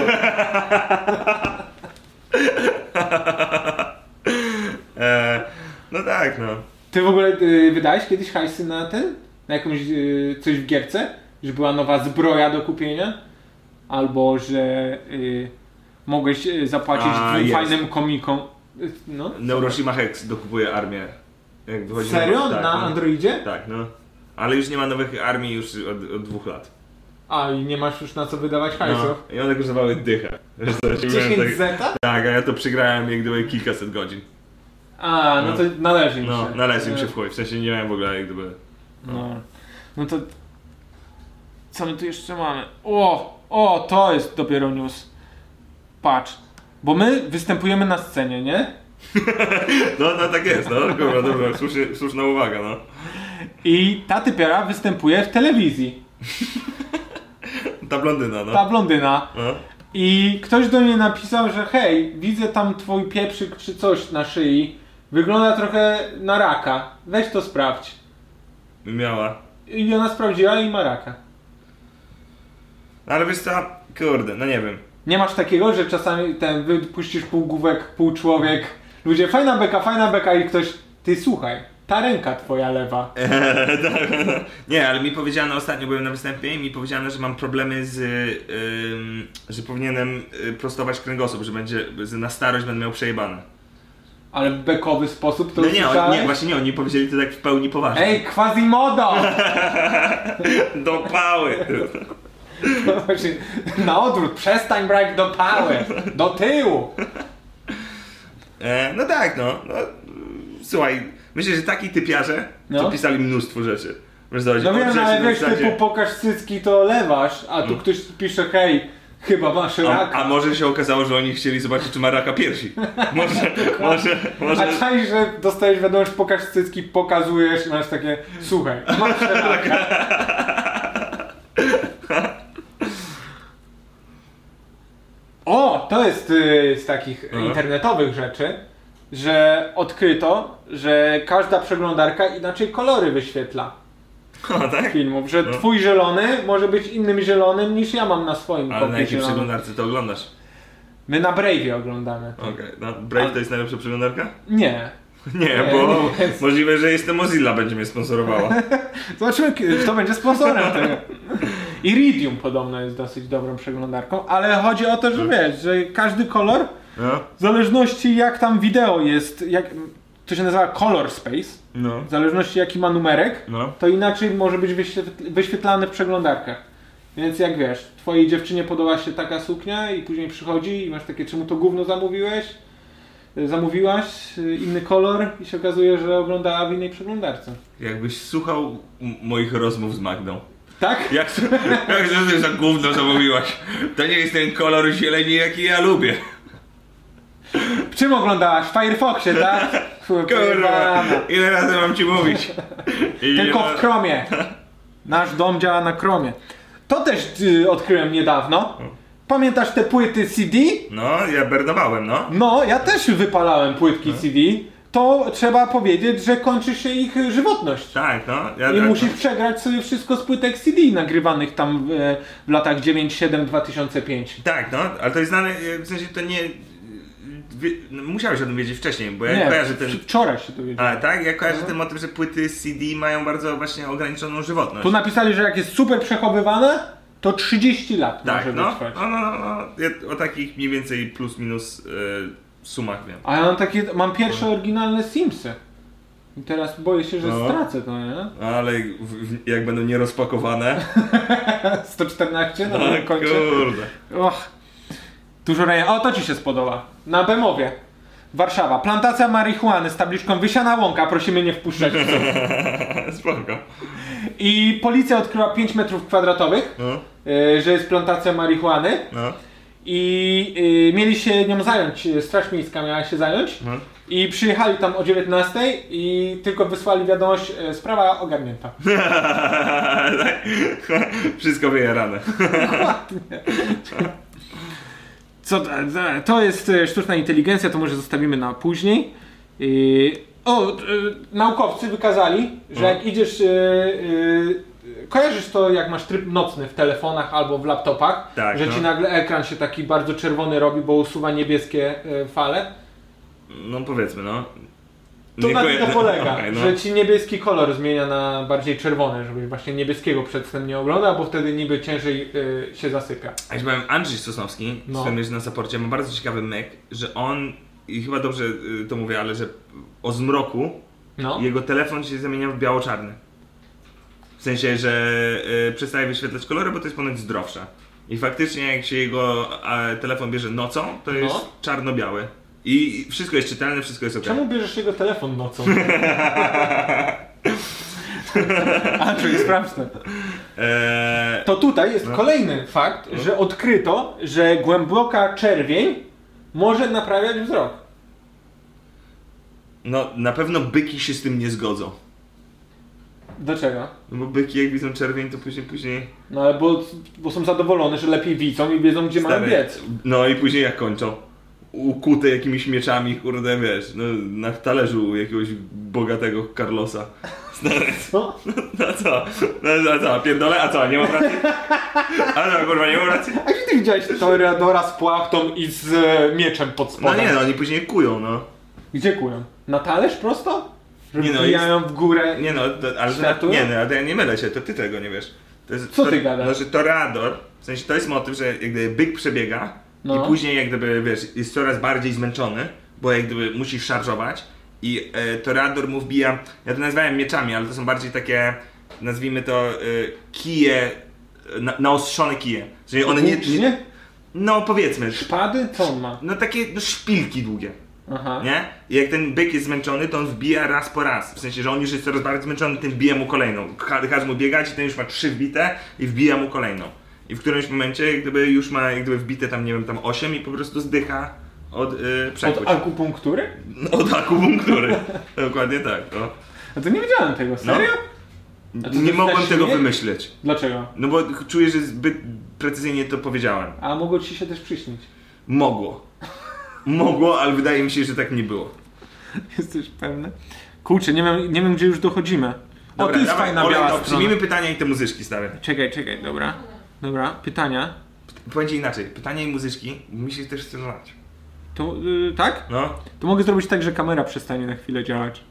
No tak, no. Ty w ogóle wydałeś kiedyś hajsy na ten? Na jakąś coś w gierce? Że była nowa zbroja do kupienia? Albo że mogłeś zapłacić fajnym komikom. No. Neuroshima Hex dokupuje armię. Jak wychodzi serio? Tak, na Androidzie? Tak, no. Ale już nie ma nowych armii już od 2 lat. A i nie masz już na co wydawać hajsów? No. I one kosztowały dychę. 10 zeta? Tak, a ja to przegrałem jak gdyby kilkaset godzin. A, no to należy mi się. No, należy mi się w chuj. W sensie nie miałem w ogóle jak gdyby... No to... Co my tu jeszcze mamy? O, to jest dopiero news. Patrz. Bo my występujemy na scenie, nie? No tak jest, no. Kurwa, dobra, słuszna uwaga, no. I ta typiara występuje w telewizji. Ta blondyna, no. Ta blondyna. No. I ktoś do mnie napisał, że hej, widzę tam twój pieprzyk czy coś na szyi. Wygląda trochę na raka. Weź to sprawdź. Miała. I ona sprawdziła i ma raka. Ale wiesz co, kurde, no nie wiem. Nie masz takiego, że czasami wypuścisz pół główek, pół człowiek. Ludzie, fajna beka i ktoś, ty słuchaj, Ta ręka twoja lewa. Nie, ale mi powiedziano, ostatnio byłem na występie i mi powiedziano, że mam problemy że powinienem prostować kręgosłup, że na starość będę miał przejebane. Ale w bekowy sposób to nie, właśnie nie, oni powiedzieli to tak w pełni poważnie. Ej, Quasimodo! Do pały! No właśnie, na odwrót, przestań brać do pały, do tyłu! No tak, no. Słuchaj, myślę, że taki typiarze to pisali mnóstwo rzeczy. No wiem, ale wiesz, typu pokaż cycki to lewasz, a tu ktoś pisze, hej, chyba masz raka. A może się okazało, że oni chcieli zobaczyć, czy ma raka piersi. Może. A czaj, że dostajesz wiadomość, pokaż cycki, pokazujesz i masz takie, słuchaj, masz raka. O, to jest z takich internetowych rzeczy, że odkryto, że każda przeglądarka inaczej kolory wyświetla. O, tak? Filmów, że twój zielony może być innym zielonym niż ja mam na swoim. Ale na jakiej przeglądarce to oglądasz? My na Brave'ie oglądamy. Okej, no Brave to jest najlepsza przeglądarka? Nie. Nie, bo możliwe, że jest to Mozilla będzie mnie sponsorowała. Zobaczymy, kto będzie sponsorem tego. Iridium podobno jest dosyć dobrą przeglądarką, ale chodzi o to, że wiesz, że każdy kolor, w zależności jak tam wideo jest, to się nazywa color space, w zależności jaki ma numerek, to inaczej może być wyświetlany w przeglądarkach. Więc jak wiesz, twojej dziewczynie podoba się taka suknia i później przychodzi i masz takie, czemu to gówno zamówiłaś, inny kolor i się okazuje, że oglądała w innej przeglądarce. Jakbyś słuchał moich rozmów z Magdą. Tak? Jak to za gówno zamówiłaś? To nie jest ten kolor zieleni, jaki ja lubię. W czym oglądałaś? W Firefoxie, tak? Kurwa, ile razy mam ci mówić? Tylko w Chromie. Nasz dom działa na Chromie. To też odkryłem niedawno. Pamiętasz te płyty CD? No, ja bernowałem, no. No, ja też wypalałem płytki CD. To trzeba powiedzieć, że kończy się ich żywotność. Tak, no. I musisz przegrać sobie wszystko z płytek CD nagrywanych tam w latach 97, 2005. Tak, no, ale to jest znane, w sensie to nie... Musiałeś o tym wiedzieć wcześniej, bo ja kojarzę ten... wczoraj się to wiedziałem. A, tak? Ja kojarzę ten motyw, że płyty CD mają bardzo właśnie ograniczoną żywotność. Tu napisali, że jak jest super przechowywane, to 30 lat tak, może wytrwać. No. Ja o takich mniej więcej plus minus sumach wiem. A ja mam pierwsze oryginalne Simsy. I teraz boję się, że stracę to, nie? Ale jak będą nierozpakowane... 114 na moim koncie. Kurde. Dużo O, to ci się spodoba. Na Bemowie. Warszawa. Plantacja marihuany z tabliczką Wysiana Łąka. Prosimy nie wpuszczać. Spoko. I policja odkryła 5 metrów kwadratowych, że jest plantacja marihuany. I mieli się nią zająć, Straż Miejska miała się zająć. I przyjechali tam o 19 i tylko wysłali wiadomość, sprawa ogarnięta. Wszystko wyjarane. To jest sztuczna inteligencja, to może zostawimy na później. Naukowcy wykazali, że jak idziesz, kojarzysz to jak masz tryb nocny w telefonach albo w laptopach, tak, że ci nagle ekran się taki bardzo czerwony robi, bo usuwa niebieskie fale. No powiedzmy, no. To na tym to polega, że ci niebieski kolor zmienia na bardziej czerwony, żebyś właśnie niebieskiego przedtem nie oglądał, bo wtedy niby ciężej się zasypia. A już powiem, Andrzej Sosnowski, który na Saporcie, ma bardzo ciekawy myk, że on, i chyba dobrze to mówię, ale że o zmroku jego telefon się zamienia w biało-czarny. W sensie, że przestaje wyświetlać kolory, bo to jest ponoć zdrowsze. I faktycznie jak się jego telefon bierze nocą, to jest czarno-biały. I wszystko jest czytelne, wszystko jest ok. Czemu bierzesz jego telefon nocą? Andrzej, sprawdź to. To tutaj jest kolejny fakt, że odkryto, że głęboka czerwień może naprawiać wzrok. No, na pewno byki się z tym nie zgodzą. Dlaczego? No bo byki jak widzą czerwień, to później... No ale bo są zadowolone, że lepiej widzą i wiedzą, gdzie mają biec. No i później jak kończą? Ukute jakimiś mieczami, kurde, wiesz, no, na talerzu jakiegoś bogatego Carlosa. Co? No co? No co, pierdolę? A co, nie mam racji? A no, kurwa, nie mam racji? A gdzie ty widziałeś toreadora z płachtą i z mieczem pod spodem? No nie, no oni później kują, no. Gdzie kują? Na talerz prosto? Że Nie no, wbijają w górę Nie no, ale ja nie mylę się, to ty tego nie wiesz. To jest, Co ty gadasz? No, że toreador, w sensie to jest motyw, że jak gdyby byk przebiega i później jak gdyby, wiesz, jest coraz bardziej zmęczony, bo jak gdyby musisz szarżować i toreador mu wbija, ja to nazywałem mieczami, ale to są bardziej takie, nazwijmy to kije, naostrzone kije. Czyli one nie... No powiedzmy. Szpady? Co on ma? No takie szpilki długie. Aha. Nie? I jak ten byk jest zmęczony, to on wbija raz po raz. W sensie, że on już jest coraz bardziej zmęczony, ten wbija mu kolejną. Każe mu biegać i ten już ma 3 wbite i wbija mu kolejną. I w którymś momencie jak gdyby już ma jak gdyby wbite tam, nie wiem, tam 8 i po prostu zdycha od przekłuć. Od akupunktury? No, od akupunktury. Dokładnie tak. No. A to nie wiedziałem tego, serio? Nie mogłem tego wymyśleć. Dlaczego? No bo czuję, że zbyt precyzyjnie to powiedziałem. A mogło ci się też przyśnić? Mogło, ale wydaje mi się, że tak nie było. Jesteś pewny? Kurczę, nie wiem gdzie już dochodzimy. Dobra, to jest fajna biała strona. Przyjmijmy pytania i te muzyczki, stary. Czekaj, dobra. Pytania. Powiem ci inaczej, pytania i muzyczki mi się też chce znać. To, tak? No. To mogę zrobić tak, że kamera przestanie na chwilę działać.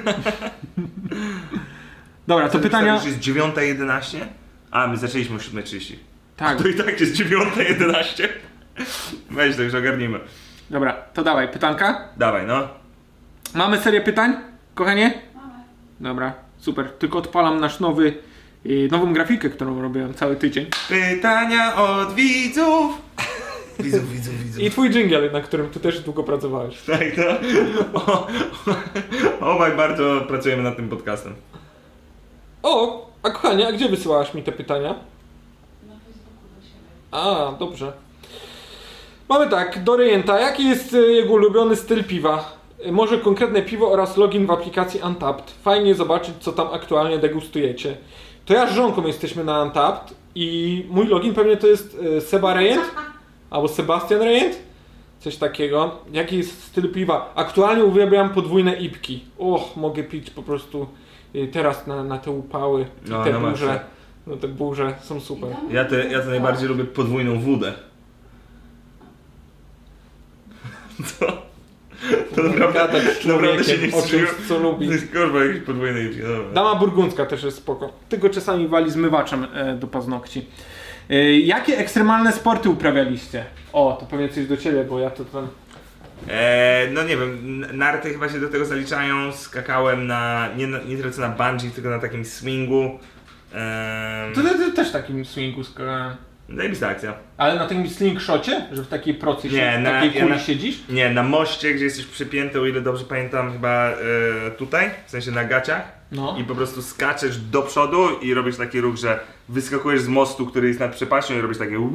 Dobra, to pytania... Już jest 9:11? A, my zaczęliśmy o 7:30. Tak. To i tak jest 9:11. Weź to już ogarnijmy. Dobra, to dawaj, pytanka? Dawaj, no. Mamy serię pytań, kochanie? Mamy. Dobra, super. Tylko odpalam nasz nową grafikę, którą robiłem cały tydzień. Pytania od widzów. Widzów. I twój dżingiel, na którym ty też długo pracowałeś. Tak, no. Obaj bardzo pracujemy nad tym podcastem. O, a kochanie, a gdzie wysyłałaś mi te pytania? Na Facebooku do siebie. A, dobrze. Mamy tak, do rejenta. Jaki jest jego ulubiony styl piwa? Może konkretne piwo oraz login w aplikacji Untapped. Fajnie zobaczyć, co tam aktualnie degustujecie. To ja z żonką jesteśmy na Untapped i mój login pewnie to jest Seba Rejent? Albo Sebastian Rejent? Coś takiego. Jaki jest styl piwa? Aktualnie uwielbiam podwójne ipki. Mogę pić po prostu teraz na te upały i No, te no burze. No te burze są super. Ja to najbardziej lubię podwójną wódę. Co? To naprawdę się nie o czymś, co lubi. To jest kurwa jakiś podwójny. Dama burgundzka też jest spoko. Tylko czasami wali zmywaczem do paznokci. Jakie ekstremalne sporty uprawialiście? O, to pewnie coś do ciebie, bo ja to tam... No nie wiem, narty chyba się do tego zaliczają. Skakałem nie tyle co na bungee, tylko na takim swingu. To też takim swingu skakałem. Zajebista akcja. Ale na takim slingshocie? Że w takiej procy takiej kuli siedzisz? Nie, na moście, gdzie jesteś przypięty, o ile dobrze pamiętam, chyba tutaj, w sensie na gaciach. No. I po prostu skaczesz do przodu i robisz taki ruch, że wyskakujesz z mostu, który jest nad przepaścią i robisz takie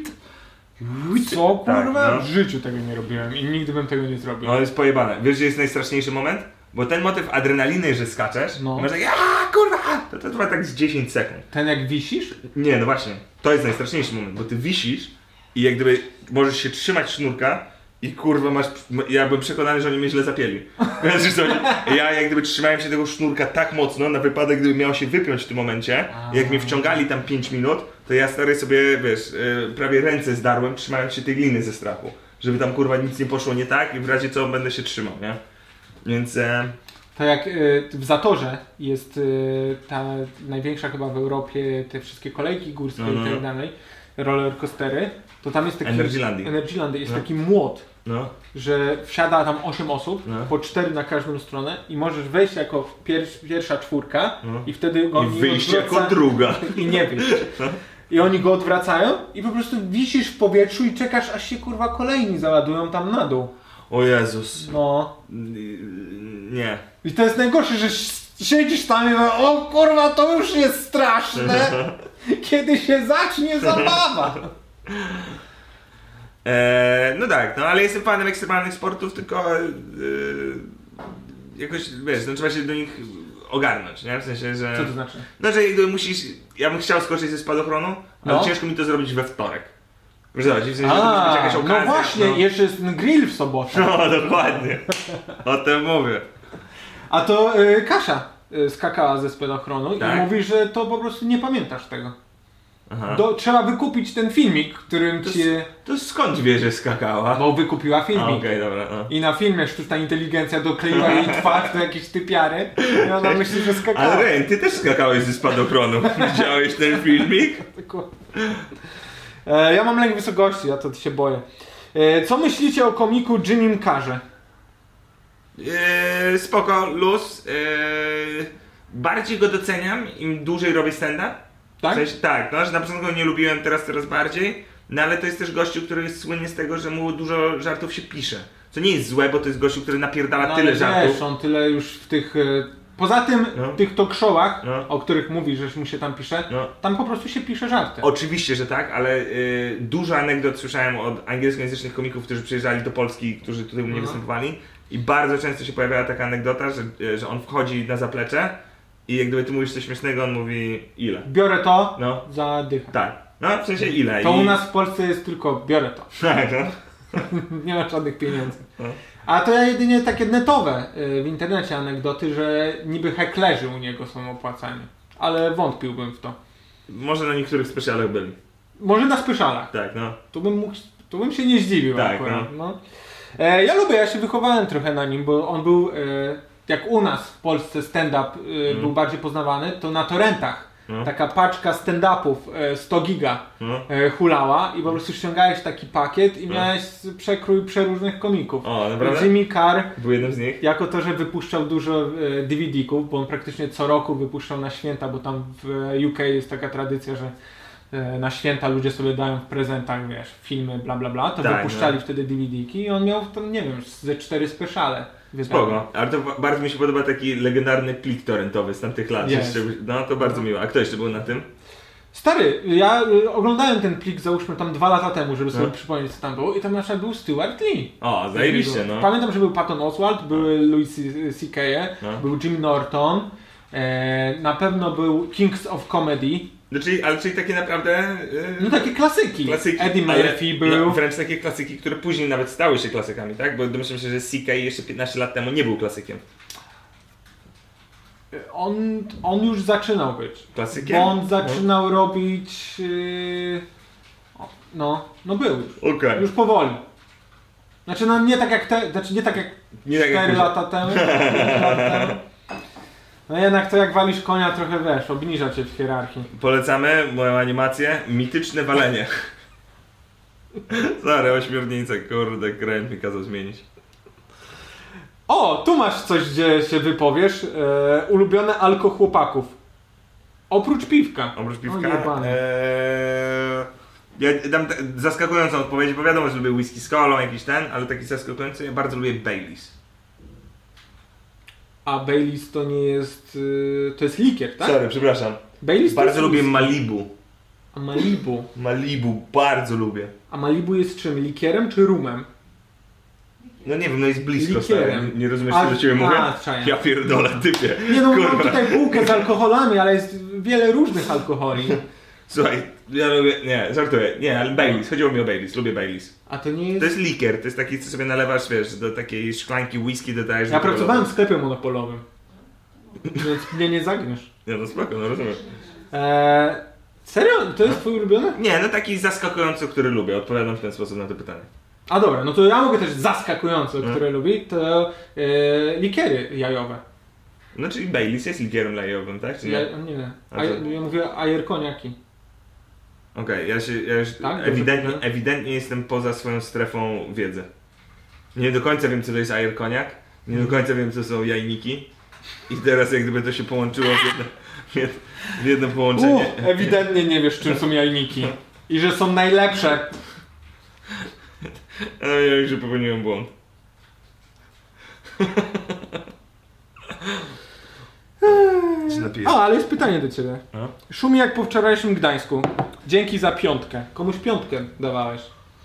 Co kurwa? Tak, no. W życiu tego nie robiłem i nigdy bym tego nie zrobił. No jest pojebane. Wiesz, gdzie jest najstraszniejszy moment? Bo ten motyw adrenaliny, że skaczesz, no. i masz takie kurwa! To trwa tak z 10 sekund. Ten jak wisisz? Nie, no właśnie. To jest najstraszniejszy moment, bo ty wisisz i jak gdyby możesz się trzymać sznurka i kurwa masz... Ja byłem przekonany, że oni mnie źle zapieli. Wiesz co? Ja jak gdyby trzymałem się tego sznurka tak mocno, na wypadek gdyby miał się wypiąć w tym momencie. Jak mnie wciągali tam 5 minut, to ja stary sobie, wiesz, prawie ręce zdarłem, trzymając się tej gliny ze strachu. Żeby tam kurwa nic nie poszło nie tak i w razie co będę się trzymał, nie? Więc... To jak w Zatorze jest ta największa chyba w Europie, te wszystkie kolejki górskie i tak dalej, roller coastery, to tam jest taki... Energylandy jest taki młot, że wsiada tam 8 osób, po 4 na każdą stronę i możesz wejść jako pierwsza czwórka i wtedy go i wyjść jako druga. I nie wyjść. I oni go odwracają i po prostu wisisz w powietrzu i czekasz, aż się kurwa kolejni załadują tam na dół. O Jezus. No. Nie. I to jest najgorsze, że siedzisz tam i o kurwa, to już jest straszne. Kiedy się zacznie zabawa. No tak, no ale jestem fanem ekstremalnych sportów, tylko jakoś, wiesz, no trzeba się do nich ogarnąć, nie? W sensie, że... Co to znaczy? No, że jakby musisz... Ja bym chciał skoczyć ze spadochronu, ale ciężko mi to zrobić we wtorek. Wiesz, w sensie, że musi być jakaś okazja. No właśnie, jeszcze jest ten grill w sobotę. No, dokładnie. O tym mówię. A to Kasia skakała ze spadochronu i mówi, że to po prostu nie pamiętasz tego. trzeba wykupić ten filmik, którym To skąd wie, że skakała? Bo wykupiła filmik. Okej, dobra. I na filmie sztuczna inteligencja dokleiła jej twarz do jakiejś typiary i ona myśli, że skakała. Ale Ren, ty też skakałeś ze spadochronu. Widziałeś ten filmik? Ja mam lęk wysokości, ja to się boję. Co myślicie o komiku Jimim Carrze? Spoko, luz. Bardziej go doceniam, im dłużej robię stand-up. Tak? W sensie, tak, no, że na początku go nie lubiłem, teraz coraz bardziej. No ale to jest też gościu, który jest słynny z tego, że mu dużo żartów się pisze. Co nie jest złe, bo to jest gościu, który napierdala tyle żartów. Wiesz, on tyle już w tych... Poza tym w tych talk showach, o których mówi, że mu się tam pisze, tam po prostu się pisze żarty. Oczywiście, że tak, ale dużo anegdot słyszałem od angielskojęzycznych komików, którzy przyjeżdżali do Polski, którzy tutaj u mnie występowali. I bardzo często się pojawiała taka anegdota, że on wchodzi na zaplecze i jak gdyby ty mówisz coś śmiesznego, on mówi ile? Biorę to za dychę. Tak. No w sensie ile? To u nas w Polsce jest tylko biorę to. Tak, Nie ma żadnych pieniędzy. A to ja jedynie takie netowe w internecie anegdoty, że niby heklerzy u niego są opłacani. Ale wątpiłbym w to. Może na niektórych specjalach byli. Może na speszalach. Tak, no. Tu bym się nie zdziwił. Tak, akurat, ja lubię, ja się wychowałem trochę na nim, bo on był, jak u nas w Polsce stand-up był bardziej poznawany, to na torrentach. Taka paczka stand-upów 100 giga hulała i po prostu ściągałeś taki pakiet i miałeś przekrój przeróżnych komików. O, naprawdę? Jimmy Carr był jednym z nich? Jako to, że wypuszczał dużo DVD-ków, bo on praktycznie co roku wypuszczał na święta, bo tam w UK jest taka tradycja, że na święta ludzie sobie dają w prezentach, wiesz, filmy, bla bla bla, to wypuszczali wtedy DVD-ki i on miał tam, nie wiem, ze 4 speciale. Spoko, ale to bardzo mi się podoba taki legendarny plik torrentowy z tamtych lat. No to bardzo miło. A kto jeszcze był na tym? Stary, ja oglądałem ten plik załóżmy tam 2 lata temu, żeby sobie przypomnieć co tam było i tam na przykład był Stuart Lee. O, zajebiście, no. Pamiętam, że był Patton Oswalt, były Louis C.K., był Jim Norton, na pewno był Kings of Comedy. Czyli takie naprawdę... No takie klasyki. Eddie Murphy był. No, wręcz takie klasyki, które później nawet stały się klasykami, tak? Bo domyślam się, że C.K. jeszcze 15 lat temu nie był klasykiem. On już zaczynał być. Klasykiem? Bo on zaczynał robić... No był już. Okay. Już powoli. Znaczy no nie tak jak nie tak jak 4 lata temu. 5 lat temu. No jednak to jak walisz konia trochę wiesz, obniża cię w hierarchii. Polecamy moją animację Mityczne walenie. Sorry, ośmiornicę, kurde, kręg mi kazał zmienić. O, tu masz coś, gdzie się wypowiesz. Ulubione alko chłopaków. Oprócz piwka. Oprócz piwka? Ja dam zaskakującą odpowiedź, bo wiadomo, że lubię whisky z kolą, jakiś ale taki zaskakujący, ja bardzo lubię Baileys. A Baileys to nie jest... to jest likier, tak? Sorry, przepraszam. Baileys bardzo lubię Malibu. A Malibu? Malibu, bardzo lubię. A Malibu jest czym? Likierem czy rumem? No nie wiem, no jest blisko. Likierem. Nie rozumiesz, co do ciebie mówię? Ja pierdolę, typie. Nie no, mam tutaj półkę z alkoholami, ale jest wiele różnych alkoholi. Słuchaj, ja lubię... Nie, żartuję. Nie, ale Baileys. Chodziło mi o Baileys. Lubię Baileys. A to nie jest... To jest likier. To jest taki, co sobie nalewasz, wiesz, do takiej szklanki whisky dodajesz. Ja pracowałem w sklepie monopolowym. Więc mnie nie zagniesz. Nie, no spoko, no rozumiem. Serio? To jest twój ulubiony? Nie, no taki zaskakujący, który lubię. Odpowiadam w ten sposób na to pytanie. A dobra, no to ja mogę też zaskakujący, które lubi, to likiery jajowe. No czyli Baileys jest likierem jajowym, tak? Czy nie? Nie. Ja mówię ajerkoniaki. Okej, ja już tak? ewidentnie jestem poza swoją strefą wiedzy. Nie do końca wiem, co to jest ajerkoniak, nie do końca wiem, co są jajniki. I teraz jak gdyby to się połączyło w jedno połączenie. Ewidentnie nie wiesz, czym są jajniki. I że są najlepsze. No ja już popełniłem błąd. Ale jest pytanie do ciebie. Szumi jak po wczorajszym Gdańsku. Dzięki za 5. Komuś 5 dawałeś.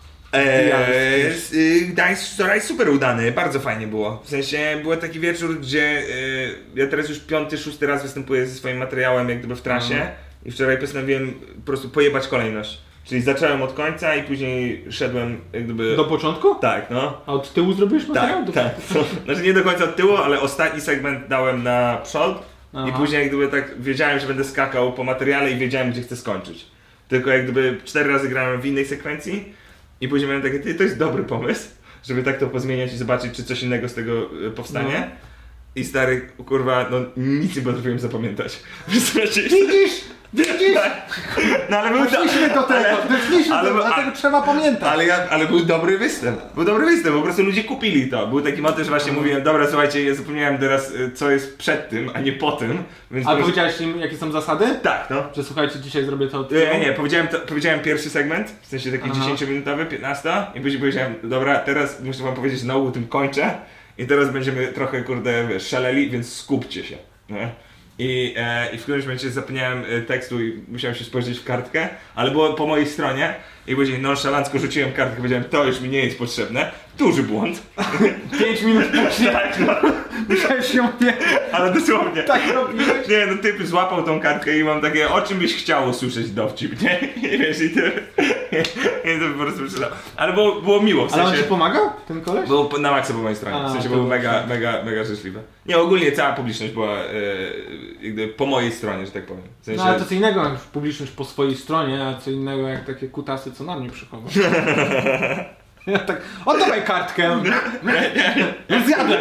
Gdańsk wczoraj super udany, bardzo fajnie było. W sensie był taki wieczór, gdzie ja teraz już 5., 6. raz występuję ze swoim materiałem jak gdyby w trasie i wczoraj postanowiłem po prostu pojebać kolejność. Czyli zacząłem od końca i później szedłem jak gdyby... Do początku? Tak, no. A od tyłu zrobiłeś materiał? Tak. Znaczy nie do końca od tyłu, ale ostatni segment dałem na przód i później jak gdyby tak wiedziałem, że będę skakał po materiale i wiedziałem, gdzie chcę skończyć. tylko jak gdyby 4 razy grałem w innej sekwencji i później miałem takie, to jest dobry pomysł, żeby tak to pozmieniać i zobaczyć, czy coś innego z tego powstanie. No. I stary, kurwa, no nic nie potrafiłem zapamiętać. Widzisz? No ale był doszliśmy do tego, dlatego trzeba pamiętać. Ale był dobry występ. Był dobry występ, po prostu ludzie kupili to. Był taki motyw, że właśnie mówiłem, dobra, słuchajcie, ja zapomniałem teraz, co jest przed tym, a nie po tym. Więc a powiedziałeś im, jakie są zasady? Tak, no. Że słuchajcie, dzisiaj zrobię to. Nie, powiedziałem pierwszy segment, w sensie taki 10-minutowy, 15 i później powiedziałem, dobra, teraz muszę wam powiedzieć, znowu tym kończę i teraz będziemy trochę, kurde, wiesz, szaleli, więc skupcie się. Nie? I w którymś momencie zapomniałem tekstu i musiałem się spojrzeć w kartkę, ale było po mojej stronie i później nonszalancko rzuciłem kartkę i powiedziałem, to już mi nie jest potrzebne. Duży błąd. 5 minut później. Tak, no. Musiałeś się ale dosłownie. Tak robiłeś? Nie, no typ złapał tą kartkę i mam takie, o czym byś chciał usłyszeć dowcip, nie? I wiesz, i to po prostu przydał. Ale było miło, w sensie. Ale on ci pomagał, ten koleś? Był na maksa po mojej stronie, w sensie był mega życzliwy. Nie, ogólnie cała publiczność była jakby po mojej stronie, że tak powiem. W sensie... No ale to co innego jak publiczność po swojej stronie, a co innego jak takie kutasy, co na mnie przychodzą. Ja tak, oddawaj kartkę! Nie zjadłem!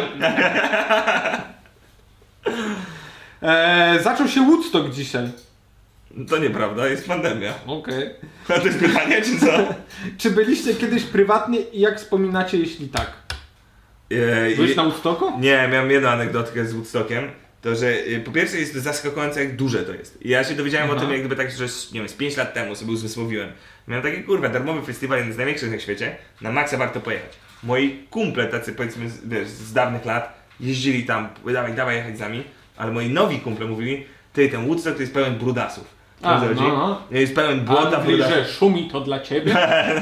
Zaczął się Woodstock dzisiaj. To nieprawda, jest pandemia. Okej. A to jest pytanie, czy co? Czy byliście kiedyś prywatnie i jak wspominacie, jeśli tak? Byłeś na Woodstocku? Nie, miałem jedną anegdotkę z Woodstockiem. To, że po pierwsze jest to zaskakujące, jak duże to jest. I ja się dowiedziałem o tym jak gdyby tak, że nie wiem, z 5 lat temu sobie uzmysłowiłem. Miałem taki, kurwa, darmowy festiwal, jeden z największych na świecie, na maksa warto pojechać. Moi kumple, tacy powiedzmy, wiesz, z dawnych lat, jeździli tam, dawaj jechać z nami, ale moi nowi kumple mówili, ten Woodstock to jest pełen brudasów. Jest pełen błota, brudasów. Że szumi to dla ciebie?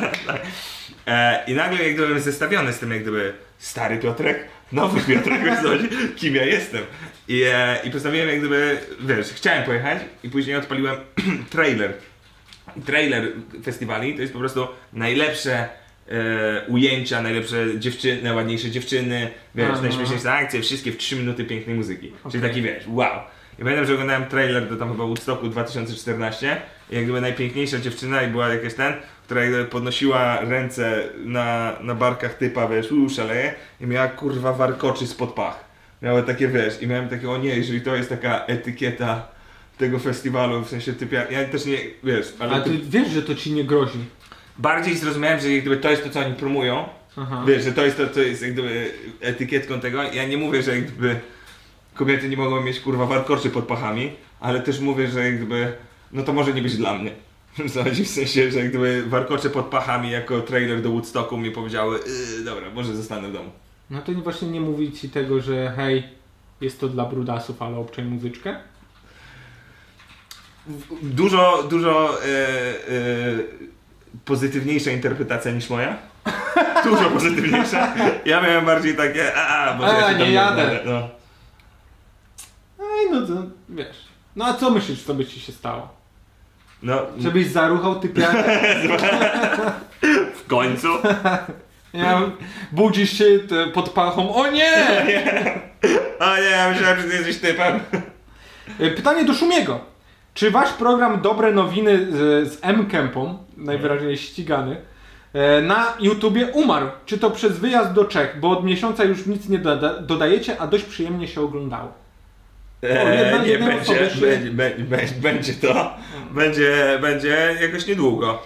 I nagle jak gdyby byłem zestawiony z tym, jak gdyby stary Piotrek, nowy Piotrek, kim ja jestem. I postanowiłem jak gdyby, wiesz, chciałem pojechać i później odpaliłem trailer. I trailer festiwali to jest po prostu najlepsze ujęcia, najlepsze dziewczyny, najładniejsze dziewczyny, wiesz, najśmieszniejsze akcje, wszystkie w 3 minuty pięknej muzyki. Czyli taki, wiesz, wow. I pamiętam, że oglądałem trailer do tam chyba Woodstocku 2014 i jak gdyby najpiękniejsza dziewczyna i była jakaś która jakby podnosiła ręce na barkach typa, wiesz, szaleje i miała kurwa warkoczy spod pach. Miała takie, wiesz, i miałem takie, o nie, jeżeli to jest taka etykieta tego festiwalu, w sensie typia, ja też nie, wiesz... Ale ty wiesz, że to ci nie grozi. Bardziej zrozumiałem, że jak gdyby to jest to, co oni promują, wiesz, że to jest to, co jest jak gdyby etykietką tego, ja nie mówię, że jak gdyby kobiety nie mogą mieć kurwa warkoczy pod pachami, ale też mówię, że jak gdyby, no to może nie być dla mnie. W sensie, że jak gdyby warkocze pod pachami jako trailer do Woodstocku mi powiedziały, dobra, może zostanę w domu. No to właśnie nie mówi ci tego, że hej, jest to dla brudasów, ale obczaj muzyczkę? Dużo pozytywniejsza interpretacja niż moja. Dużo pozytywniejsza. Ja miałem bardziej takie, może ja się nie jadę. No. No to wiesz. No a co myślisz, co by ci się stało? No. Żebyś zaruchał typia? W końcu. Budzisz się pod pachą, o nie! O nie, ja myślałem, że ty jesteś typem. Pytanie do Szumiego. Czy wasz program Dobre Nowiny z M-Kempą, najwyraźniej ścigany, na YouTubie umarł? Czy to przez wyjazd do Czech? Bo od miesiąca już nic nie dodajecie, a dość przyjemnie się oglądało. Będzie to. Będzie jakoś niedługo.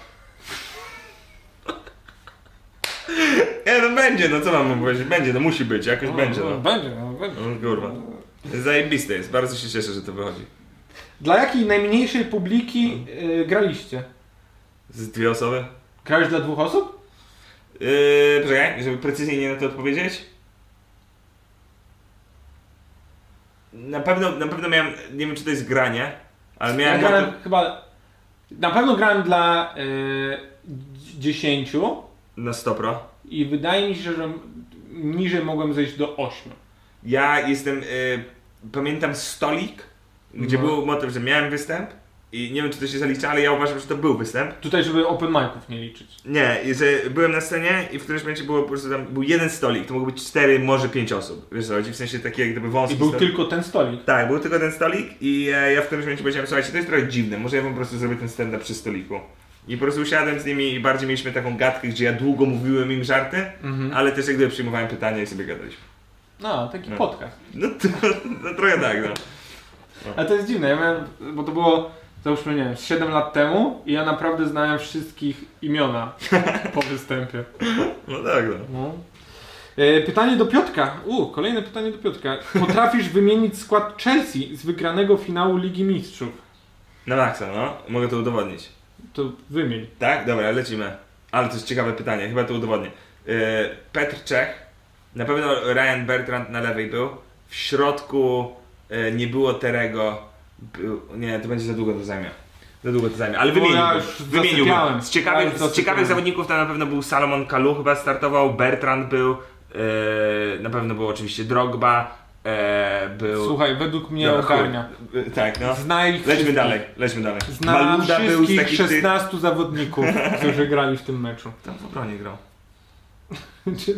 No będzie, no co mam powiedzieć? Będzie, no musi być, jakoś będzie. No. Będzie. No, kurwa. Zajebiste jest, bardzo się cieszę, że to wychodzi. Dla jakiej najmniejszej publiki graliście? Z 2 osoby? Grałeś dla 2 osób? Poczekaj, żeby precyzyjnie na to odpowiedzieć. Na pewno miałem, nie wiem czy to jest granie, ale miałem... Ja grałem chyba... Na pewno grałem dla 10. Na 100 pro. I wydaje mi się, że niżej mogłem zejść do 8. Ja jestem... pamiętam stolik, gdzie był motyw, że miałem występ I nie wiem, czy to się zalicza, ale ja uważam, że to był występ. Tutaj, żeby open mic'ów nie liczyć. Nie, że byłem na scenie i w którymś momencie było po prostu tam był jeden stolik, to mogło być 4, może 5 osób. Wiesz co chodzi? W sensie taki jak gdyby wąski I był stolik. tylko ten stolik. Tak, był tylko ten stolik i ja w którymś momencie powiedziałem, słuchajcie, to jest trochę dziwne, może ja wam po prostu zrobię ten stand-up przy stoliku. I po prostu usiadłem z nimi i bardziej mieliśmy taką gadkę, gdzie ja długo mówiłem im żarty, ale też jak gdyby przyjmowałem pytania i sobie gadaliśmy. No, taki podcast. No, no trochę tak, no. Ale to jest dziwne, ja miałem, bo to było, załóżmy, nie wiem, 7 lat temu i ja naprawdę znałem wszystkich imiona po występie. No tak, no. No. Pytanie do Piotrka. Kolejne pytanie do Piotrka. Potrafisz wymienić skład Chelsea z wygranego finału Ligi Mistrzów? Na maksa, no. Mogę to udowodnić. To wymień. Tak? Dobra, lecimy. Ale to jest ciekawe pytanie, chyba to udowodnię. Petr Czech, na pewno Ryan Bertrand na lewej był. W środku nie było Terego. Nie, to będzie za długo to zajmie. Ale wymieniłbym. Z ciekawych zawodników to na pewno był Salomon Kalou, chyba startował, Bertrand był, na pewno był oczywiście Drogba, był... Słuchaj, według mnie ogarnia. Tak, no. Zna ich Lećmy dalej. Zna wszystkich 16 zawodników, którzy grali w tym meczu. Tam w obronie grał. Czy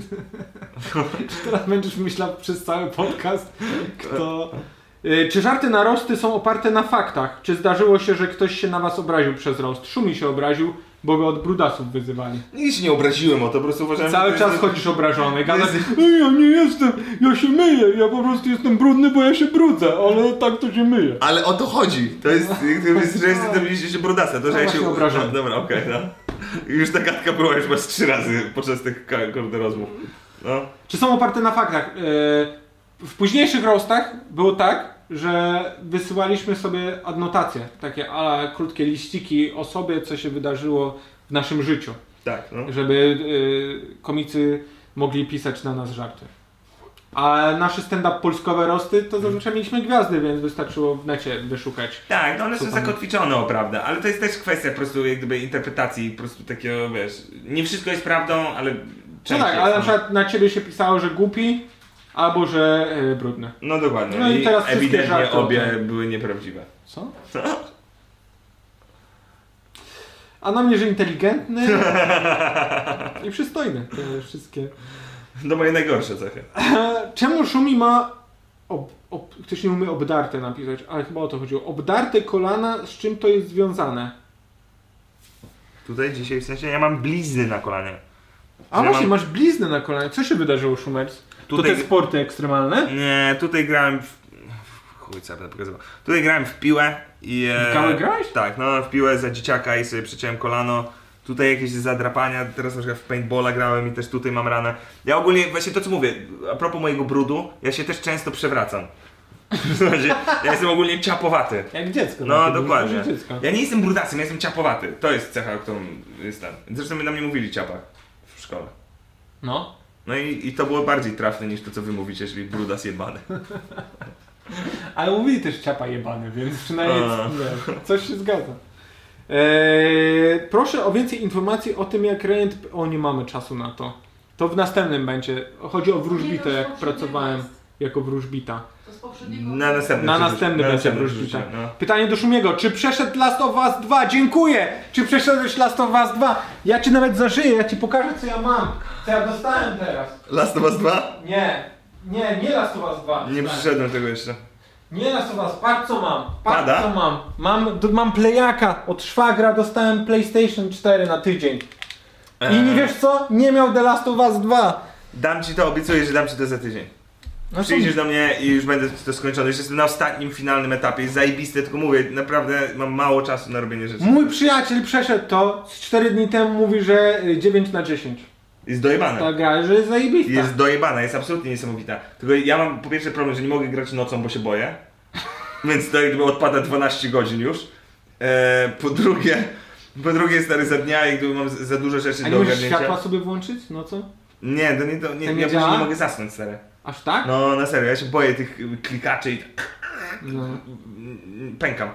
teraz będziesz myślał przez cały podcast, kto... Czy żarty na rosty są oparte na faktach? Czy zdarzyło się, że ktoś się na was obraził przez rost? Szumi się obraził, bo go od brudasów wyzywali. Nigdy się nie obraziłem o to, po prostu uważałem, cały czas chodzisz obrażony, gadasz, ja nie jestem, ja się myję, ja po prostu jestem brudny, bo ja się brudzę, ale tak to się myję. Ale o to chodzi, to jest, że jesteście się brudasa, to że ja się obrażam. Dobra, okej, no. Już ta gadka była już chyba 3 razy podczas tych rozmów. No. Czy są oparte na faktach? W późniejszych roastach było tak, że wysyłaliśmy sobie adnotacje, takie krótkie liściki o sobie, co się wydarzyło w naszym życiu. Tak, no. Żeby komicy mogli pisać na nas żarty. A nasze stand-up polskowe rosty to zazwyczaj mieliśmy gwiazdy, więc wystarczyło w necie wyszukać. Tak, no one są zakotwiczone o prawdę, ale to jest też kwestia po prostu jak gdyby interpretacji, po prostu takiego, wiesz, nie wszystko jest prawdą, ale no tak, ale na przykład na ciebie się pisało, że głupi, albo że brudny. No dokładnie. No i teraz ewidentnie obie były nieprawdziwe. Co? A na mnie, że inteligentny i przystojny. Te wszystkie. To moje najgorsze cechy. Czemu Szumi ma ktoś nie umie obdarte napisać, ale chyba o to chodziło. Obdarte kolana, z czym to jest związane? Tutaj dzisiaj w sensie ja mam blizny na kolanie. A właśnie, masz blizny na kolanie. Co się wydarzyło, Szumers? To te sporty ekstremalne? Nie, tutaj grałem chuj, co ja będę pokazywał. Tutaj grałem w piłę i... W piłę grałeś? Tak, no w piłę za dzieciaka i sobie przeciąłem kolano. Tutaj jakieś zadrapania, teraz na przykład w paintballa grałem i też tutaj mam ranę. Ja ogólnie, właśnie to co mówię, a propos mojego brudu, ja się też często przewracam. Ja jestem ogólnie ciapowaty. Jak dziecko. No dokładnie. Ja nie jestem brudasem, ja jestem ciapowaty. To jest cecha, o którą jestem. Zresztą my na mnie mówili ciapa w szkole. No. No i to było bardziej trafne niż to co wy mówicie, czyli brudas jebany. Ale mówili też ciapa jebany, więc przynajmniej coś się zgadza. Proszę o więcej informacji o tym, jak Rejent... nie mamy czasu na to. To w następnym będzie. Chodzi o wróżbitę, jak pracowałem jako wróżbita. To z poprzedniego... Na następny będzie wróżbita. No. Pytanie do Szumiego. Czy przeszedł Last of Us 2? Dziękuję! Czy przeszedłeś Last of Us 2? Ja ci nawet zażyję, ja ci pokażę, co ja mam. Co ja dostałem teraz. Last of Us 2? Nie Last of Us 2. Nie przyszedłem tego jeszcze. Nie Last of Us, patrz co mam. Patrz co mam. Mam playaka. Od szwagra dostałem PlayStation 4 na tydzień. I nie wiesz co? Nie miał The Last of Us 2. Dam ci to, obiecuję, że dam ci to za tydzień. No przyjdziesz do mnie i już będę to skończony. Już jestem na ostatnim, finalnym etapie. Jest zajebiste, tylko mówię, naprawdę mam mało czasu na robienie rzeczy. Mój przyjaciel przeszedł to, z 4 dni temu mówi, że 9/10. Jest dojebane. Ta gra, że jest zajebista. Jest dojebana, jest absolutnie niesamowita. Tylko ja mam po pierwsze problem, że nie mogę grać nocą, bo się boję. Więc to jakby odpada 12 godzin już. Po drugie stary za dnia, jak gdyby mam za dużo rzeczy do ogarnięcia. A nie możesz światła sobie włączyć nocą? Nie, ja nie mogę zasnąć, stary. Aż tak? No na serio, ja się boję tych klikaczy i pękam.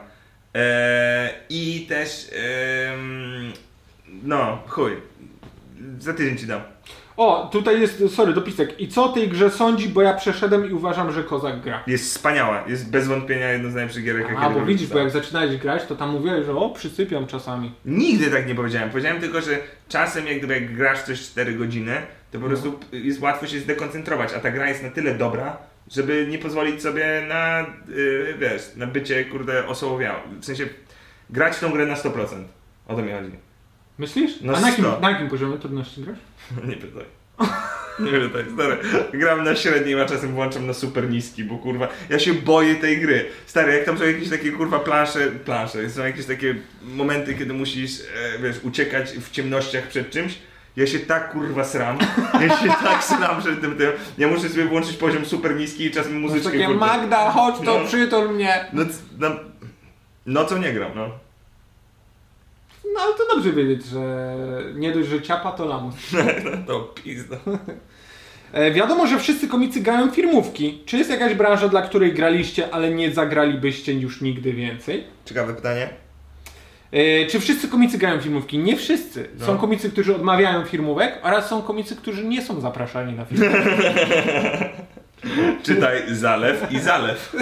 I też no chuj, za tydzień ci dam. O, tutaj jest, sorry, dopisek. I co o tej grze sądzi, bo ja przeszedłem i uważam, że kozak gra. Jest wspaniała, jest bez wątpienia jedno z najlepszych gierek, jakie bo widzisz, bo jak zaczynałeś grać, to tam mówiłeś, że przysypiam czasami. Nigdy tak nie powiedziałem. Powiedziałem tylko, że czasem jak grasz coś 4 godziny, to po prostu jest łatwo się zdekoncentrować, a ta gra jest na tyle dobra, żeby nie pozwolić sobie na, na bycie, kurde, osołowiałym. W sensie, grać w tą grę na 100%. O to mi chodzi. Myślisz? No a na jakim poziomie trudności grasz? Nie pytaj. Nie pytaj, stary. Gram na średnim, a czasem włączam na super niski, bo kurwa, ja się boję tej gry. Stary, jak tam są jakieś takie kurwa plansze, są jakieś takie momenty, kiedy musisz, uciekać w ciemnościach przed czymś. Ja się tak kurwa sram. Przed tym. Ja muszę sobie włączyć poziom super niski i czasem muzyczkę. Takie Magda, chodź to, przytul mnie. No co nie gram, no. No ale to dobrze wiedzieć, że nie dość, że ciapa, to lamus. To pizda. Wiadomo, że wszyscy komicy grają w firmówki. Czy jest jakaś branża, dla której graliście, ale nie zagralibyście już nigdy więcej? Ciekawe pytanie. Czy wszyscy komicy grają w firmówki? Nie wszyscy. No. Są komicy, którzy odmawiają firmówek oraz są komicy, którzy nie są zapraszani na firmówki. Czytaj Zalew i Zalew.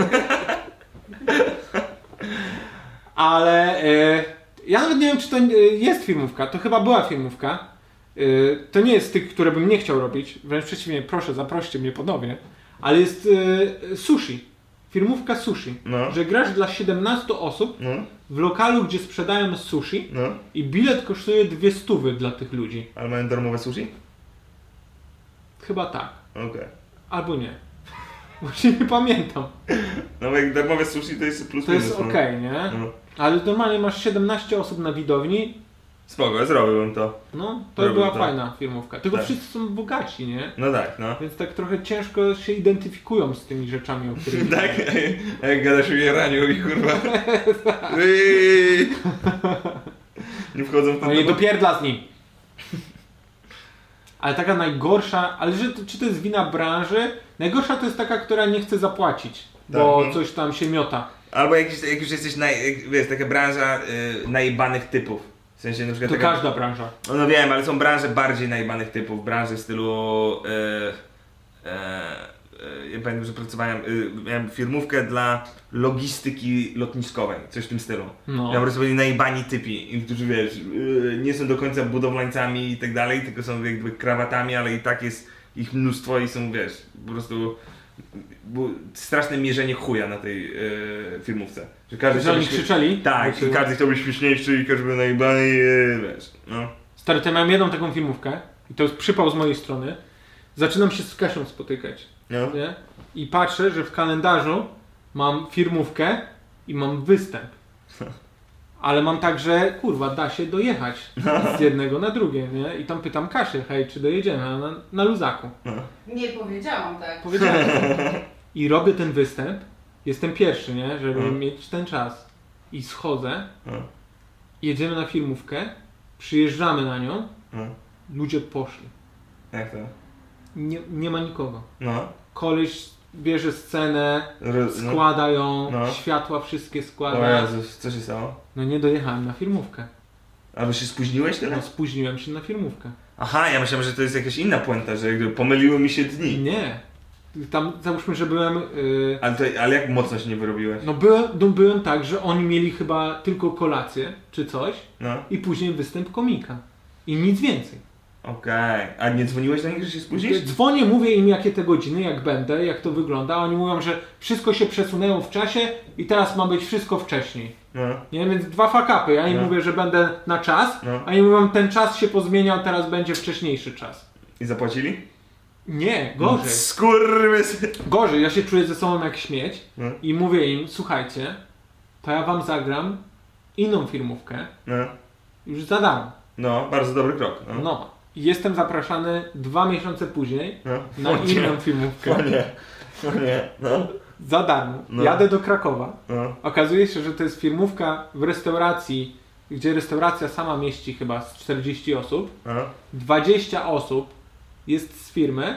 Ale ja nawet nie wiem, czy to jest firmówka. To chyba była firmówka. To nie jest z tych, które bym nie chciał robić. Wręcz przeciwnie, proszę, zaproście mnie ponownie. Ale jest sushi. Firmówka sushi. No. Że grasz dla 17 osób w lokalu, gdzie sprzedają sushi i bilet kosztuje 200 dla tych ludzi. Ale mają darmowe sushi? Chyba tak. Okej. Albo nie. Właśnie nie pamiętam. No bo jak darmowe sushi to jest plus to minus. To jest okej, nie? No. Ale normalnie masz 17 osób na widowni. Spoko, zrobiłbym to. No, to była fajna firmówka. Tylko tak. Wszyscy są bogaci, nie? No tak, no. Więc tak trochę ciężko się identyfikują z tymi rzeczami, o których... Tak, jak gadasz o jaraniu i kurwa... Nie wchodzą w to... No nie dopierdla z nim. Ale taka najgorsza... Ale czy to jest wina branży? Najgorsza to jest taka, która nie chce zapłacić, bo coś tam się miota. Albo jak już jesteś, wiesz, taka branża najebanych typów. W sensie na przykład to każda branża. No wiem, ale są branże bardziej najebanych typów. Branże w stylu... ja pamiętam, że miałem firmówkę dla logistyki lotniskowej. Coś w tym stylu. No. Ja po prostu byli najebani typi, którzy wiesz, nie są do końca budowlańcami i tak dalej, tylko są jakby krawatami, ale i tak jest ich mnóstwo i są, wiesz, po prostu... Było straszne mierzenie chuja na tej filmówce. Że oni krzyczeli? Tak, i każdy chciał być śmieszniejszy i każdy był najebany, wiesz, no. Stary, to ja miałem jedną taką filmówkę i to jest przypał z mojej strony. Zaczynam się z Kasią spotykać, nie? I patrzę, że w kalendarzu mam firmówkę i mam występ. Ale mam tak, że kurwa, da się dojechać z jednego na drugie, nie? I tam pytam Kasię, hej, czy dojedziemy? Na luzaku. Nie powiedziałam tak. Powiedziałem. I robię ten występ, jestem pierwszy, nie? Żeby mieć ten czas. I schodzę, jedziemy na filmówkę, przyjeżdżamy na nią, ludzie poszli. Jak to? Nie ma nikogo. No. Koleś bierze scenę, składa ją, światła wszystkie składa. O Jezus, co się stało? No nie dojechałem na filmówkę. Albo się spóźniłeś tyle? No spóźniłem się na filmówkę. Aha, ja myślałem, że to jest jakaś inna puenta, że jakby pomyliły mi się dni. Nie. Tam załóżmy, że byłem... Ale jak mocno się nie wyrobiłeś? No byłem tak, że oni mieli chyba tylko kolację, czy coś i później występ komika. I nic więcej. Okej. A nie dzwoniłeś do nich, że się spóźnisz? Dzwonię, mówię im jakie te godziny, jak będę, jak to wygląda, a oni mówią, że wszystko się przesunęło w czasie i teraz ma być wszystko wcześniej. Nie? Więc 2 fuck-upy. Ja im mówię, że będę na czas, a oni mówią, ten czas się pozmieniał, teraz będzie wcześniejszy czas. I zapłacili? Nie, gorzej. Skurwysy. Gorzej, ja się czuję ze sobą jak śmieć i mówię im, słuchajcie, to ja wam zagram inną filmówkę już za darmo. No, bardzo dobry krok. No. Jestem zapraszany 2 miesiące później na inną filmówkę. Nie. Za darmo. Jadę do Krakowa. Okazuje się, że to jest filmówka w restauracji, gdzie restauracja sama mieści chyba z 40 osób. 20 osób jest z firmy.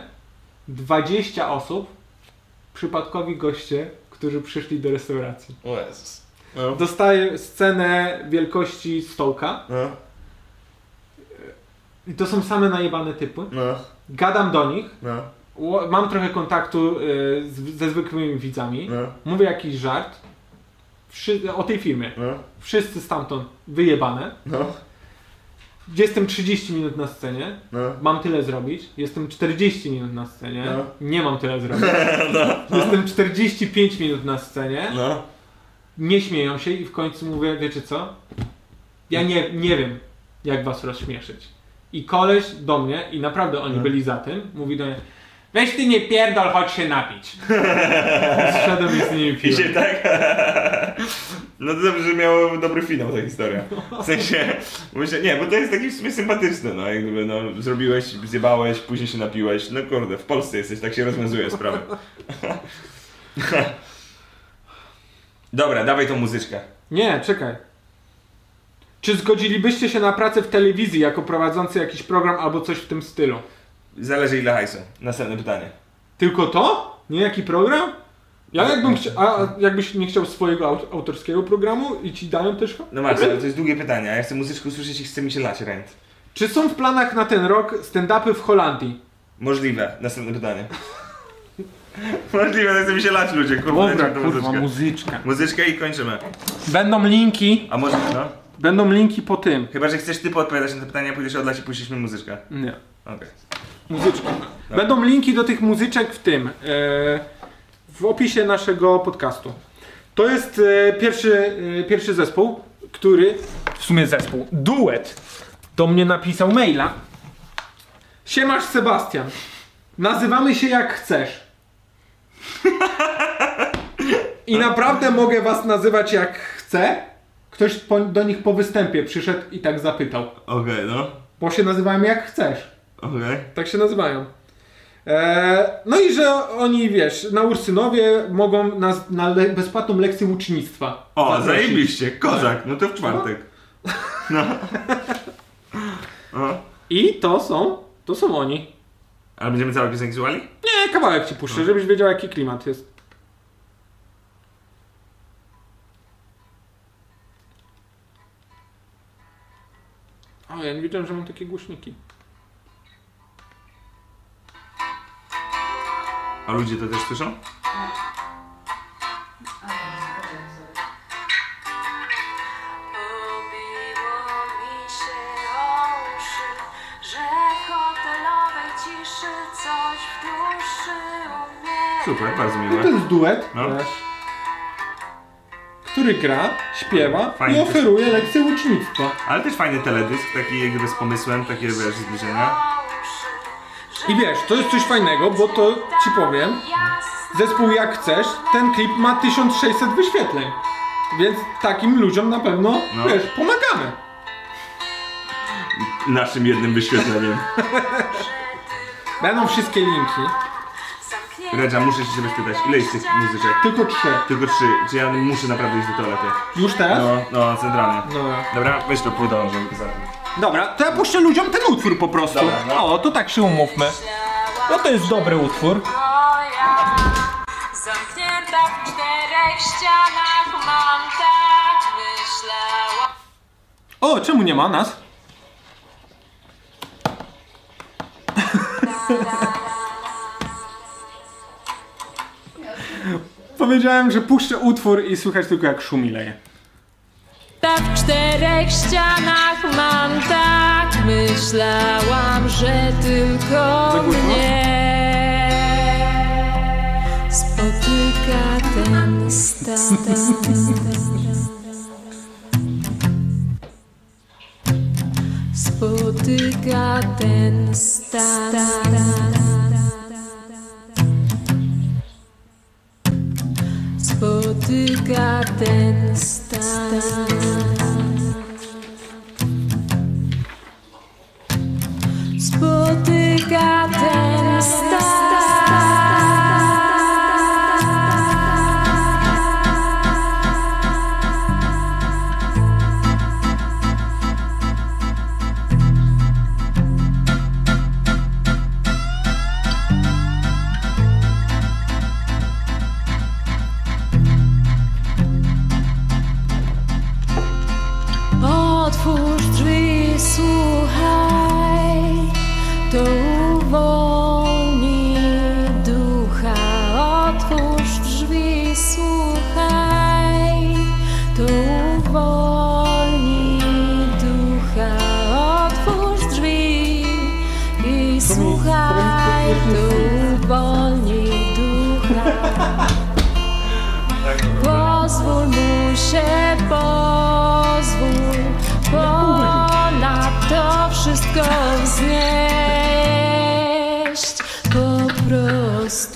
20 osób przypadkowi goście, którzy przyszli do restauracji. O Jezus. Dostaję scenę wielkości stołka. I to są same najebane typy. No. Gadam do nich. No. Mam trochę kontaktu ze zwykłymi widzami. No. Mówię jakiś żart. O tej firmie. No. Wszyscy stamtąd wyjebane. No. Jestem 30 minut na scenie. No. Mam tyle zrobić. Jestem 40 minut na scenie. No. Nie mam tyle zrobić. No. Jestem 45 minut na scenie. No. Nie śmieją się i w końcu mówię, wiecie co? Ja nie wiem, jak was rozśmieszyć. I koleś do mnie, i naprawdę oni byli za tym, mówi do mnie: weź ty nie pierdol, chodź się napić. Zszedłem i z nimi piłem. I się tak... No to dobrze, że miało dobry finał ta historia. W sensie, myślę, nie, bo to jest taki w sumie sympatyczne, no jakby, no, zrobiłeś, zjebałeś, później się napiłeś, no kurde, w Polsce jesteś, tak się rozwiązuje sprawy. Dobra, dawaj tą muzyczkę. Nie, czekaj. Czy zgodzilibyście się na pracę w telewizji jako prowadzący jakiś program albo coś w tym stylu? Zależy ile hajsu. Następne pytanie. Tylko to? Nie jaki program? Ja jakbym jakbyś nie chciał swojego autorskiego programu i ci dają też... No Max, ale to jest długie pytanie, a ja chcę muzyczkę usłyszeć i chce mi się lać rent. Czy są w planach na ten rok stand-upy w Holandii? Możliwe. Następne pytanie. Możliwe, to chce mi się lać ludzie. muzyczka. Muzyczkę i kończymy. Będą linki. A może, no? Będą linki po tym. Chyba, że chcesz ty odpowiadać na te pytania, pójdziesz odlać i puścisz mi muzyczkę. Nie. Okej. Muzyczka. Będą linki do tych muzyczek w tym. W opisie naszego podcastu. To jest pierwszy zespół, który... W sumie zespół. Duet. Do mnie napisał maila. Siemasz Sebastian. Nazywamy się jak chcesz. I naprawdę mogę was nazywać jak chcę. Ktoś do nich po występie przyszedł i tak zapytał. Okej, no. Bo się nazywałem jak chcesz. Okej. Tak się nazywają. No i że oni, wiesz, na Ursynowie mogą nas na bezpłatną lekcję ucznictwa O, zaprosić. zajebiście, kozak, no to w czwartek. No. O. I to są oni. Ale będziemy całe piosenki słuchali? Nie, kawałek ci puszczę, żebyś wiedział jaki klimat jest. O, ja nie wiedziałem, że mam takie głośniki. A ludzie to też słyszą? Super, bardzo No miłe. to jest duet, No. wiesz, który gra, śpiewa Fajnie i oferuje lekcję ucznictwa. Ale też fajny teledysk, taki jakby z pomysłem, takie wiesz, zbliżenia. I wiesz, to jest coś fajnego, bo to ci powiem, zespół jak chcesz, ten klip ma 1600 wyświetleń. Więc takim ludziom na pewno, No. wiesz, pomagamy. Naszym jednym wyświetleniem. Będą wszystkie linki. Redża, muszę się ciebie spytać, ile jest tych muzyczek? Tylko 3. Tylko 3. Czy ja muszę naprawdę iść do toalety? Już teraz? No, centralnie. Dobra. Dobra, weź to podążę. Dobra, to ja puszczę ludziom ten utwór po prostu. Dobra, no. O, to tak się umówmy. No to jest dobry utwór. Zamknięta w 4 ścianach mam tak myślała. O, czemu nie ma nas? Powiedziałem, że puszczę utwór i słychać tylko jak szumi leje. W 4 ścianach mam tak myślałam, że tylko mnie spotyka ten stan. Spotyka ten stan. Spotyka ten stan. Spotyka ten stan. to uwolni ducha. Pozwól mu się, pozwól ponad to wszystko wznieść. Po prostu.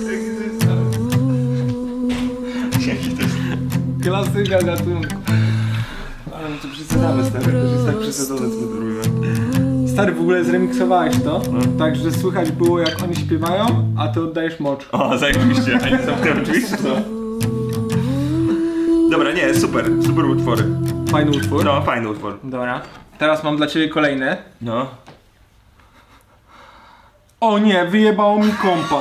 Klasyka gatunku. Ale to przesadzamy, stary, to jest tak przesadzone, co my tu robimy. Stary, w ogóle zremiksowałeś to, tak że słychać było jak oni śpiewają, a ty oddajesz mocz. O, zajebiście, a nie zamknąłem drzwi, czy co? Dobra, nie, super utwory. Fajny utwór. No, fajny utwór. Dobra. Teraz mam dla ciebie kolejny. No. O nie, wyjebało mi kompa.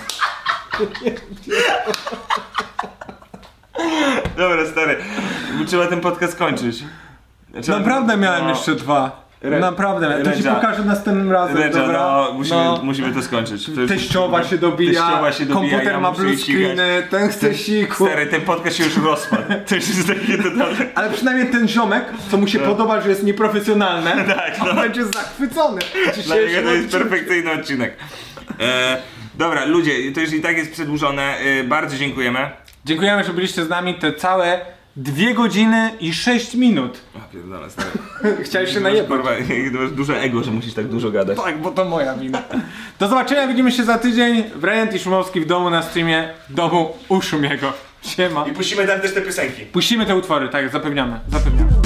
Dobra, stary, trzeba ten podcast kończyć. Naprawdę miałem jeszcze 2. Naprawdę miałem. To ci pokażę następnym razem, Ręcza, dobra? musimy to skończyć. Teściowa się dobija, komputer ja ma muszę blue iść ścigać. screeny, ten chce siku. Stary, ten podcast się już rozpadł. To już jest takie totalne. Ale przynajmniej ten ziomek, co mu się podoba, że jest nieprofesjonalne, Tak, no. on będzie zachwycony. Dla niego to jest perfekcyjny odcinek. Dobra, ludzie, to już i tak jest przedłużone. Bardzo dziękujemy. Dziękujemy, że byliście z nami te całe 2 godziny i 6 minut. A pierdolę, stary. Chciałeś się najebać. Kurwa, masz duże ego, że musisz tak dużo gadać. Tak, bo to moja wina. Do zobaczenia, widzimy się za tydzień. Brylant i Szumowski w domu na streamie, w domu u Szumiego. Siema. I puścimy tam też te piosenki. Puścimy te utwory, tak, zapewniamy.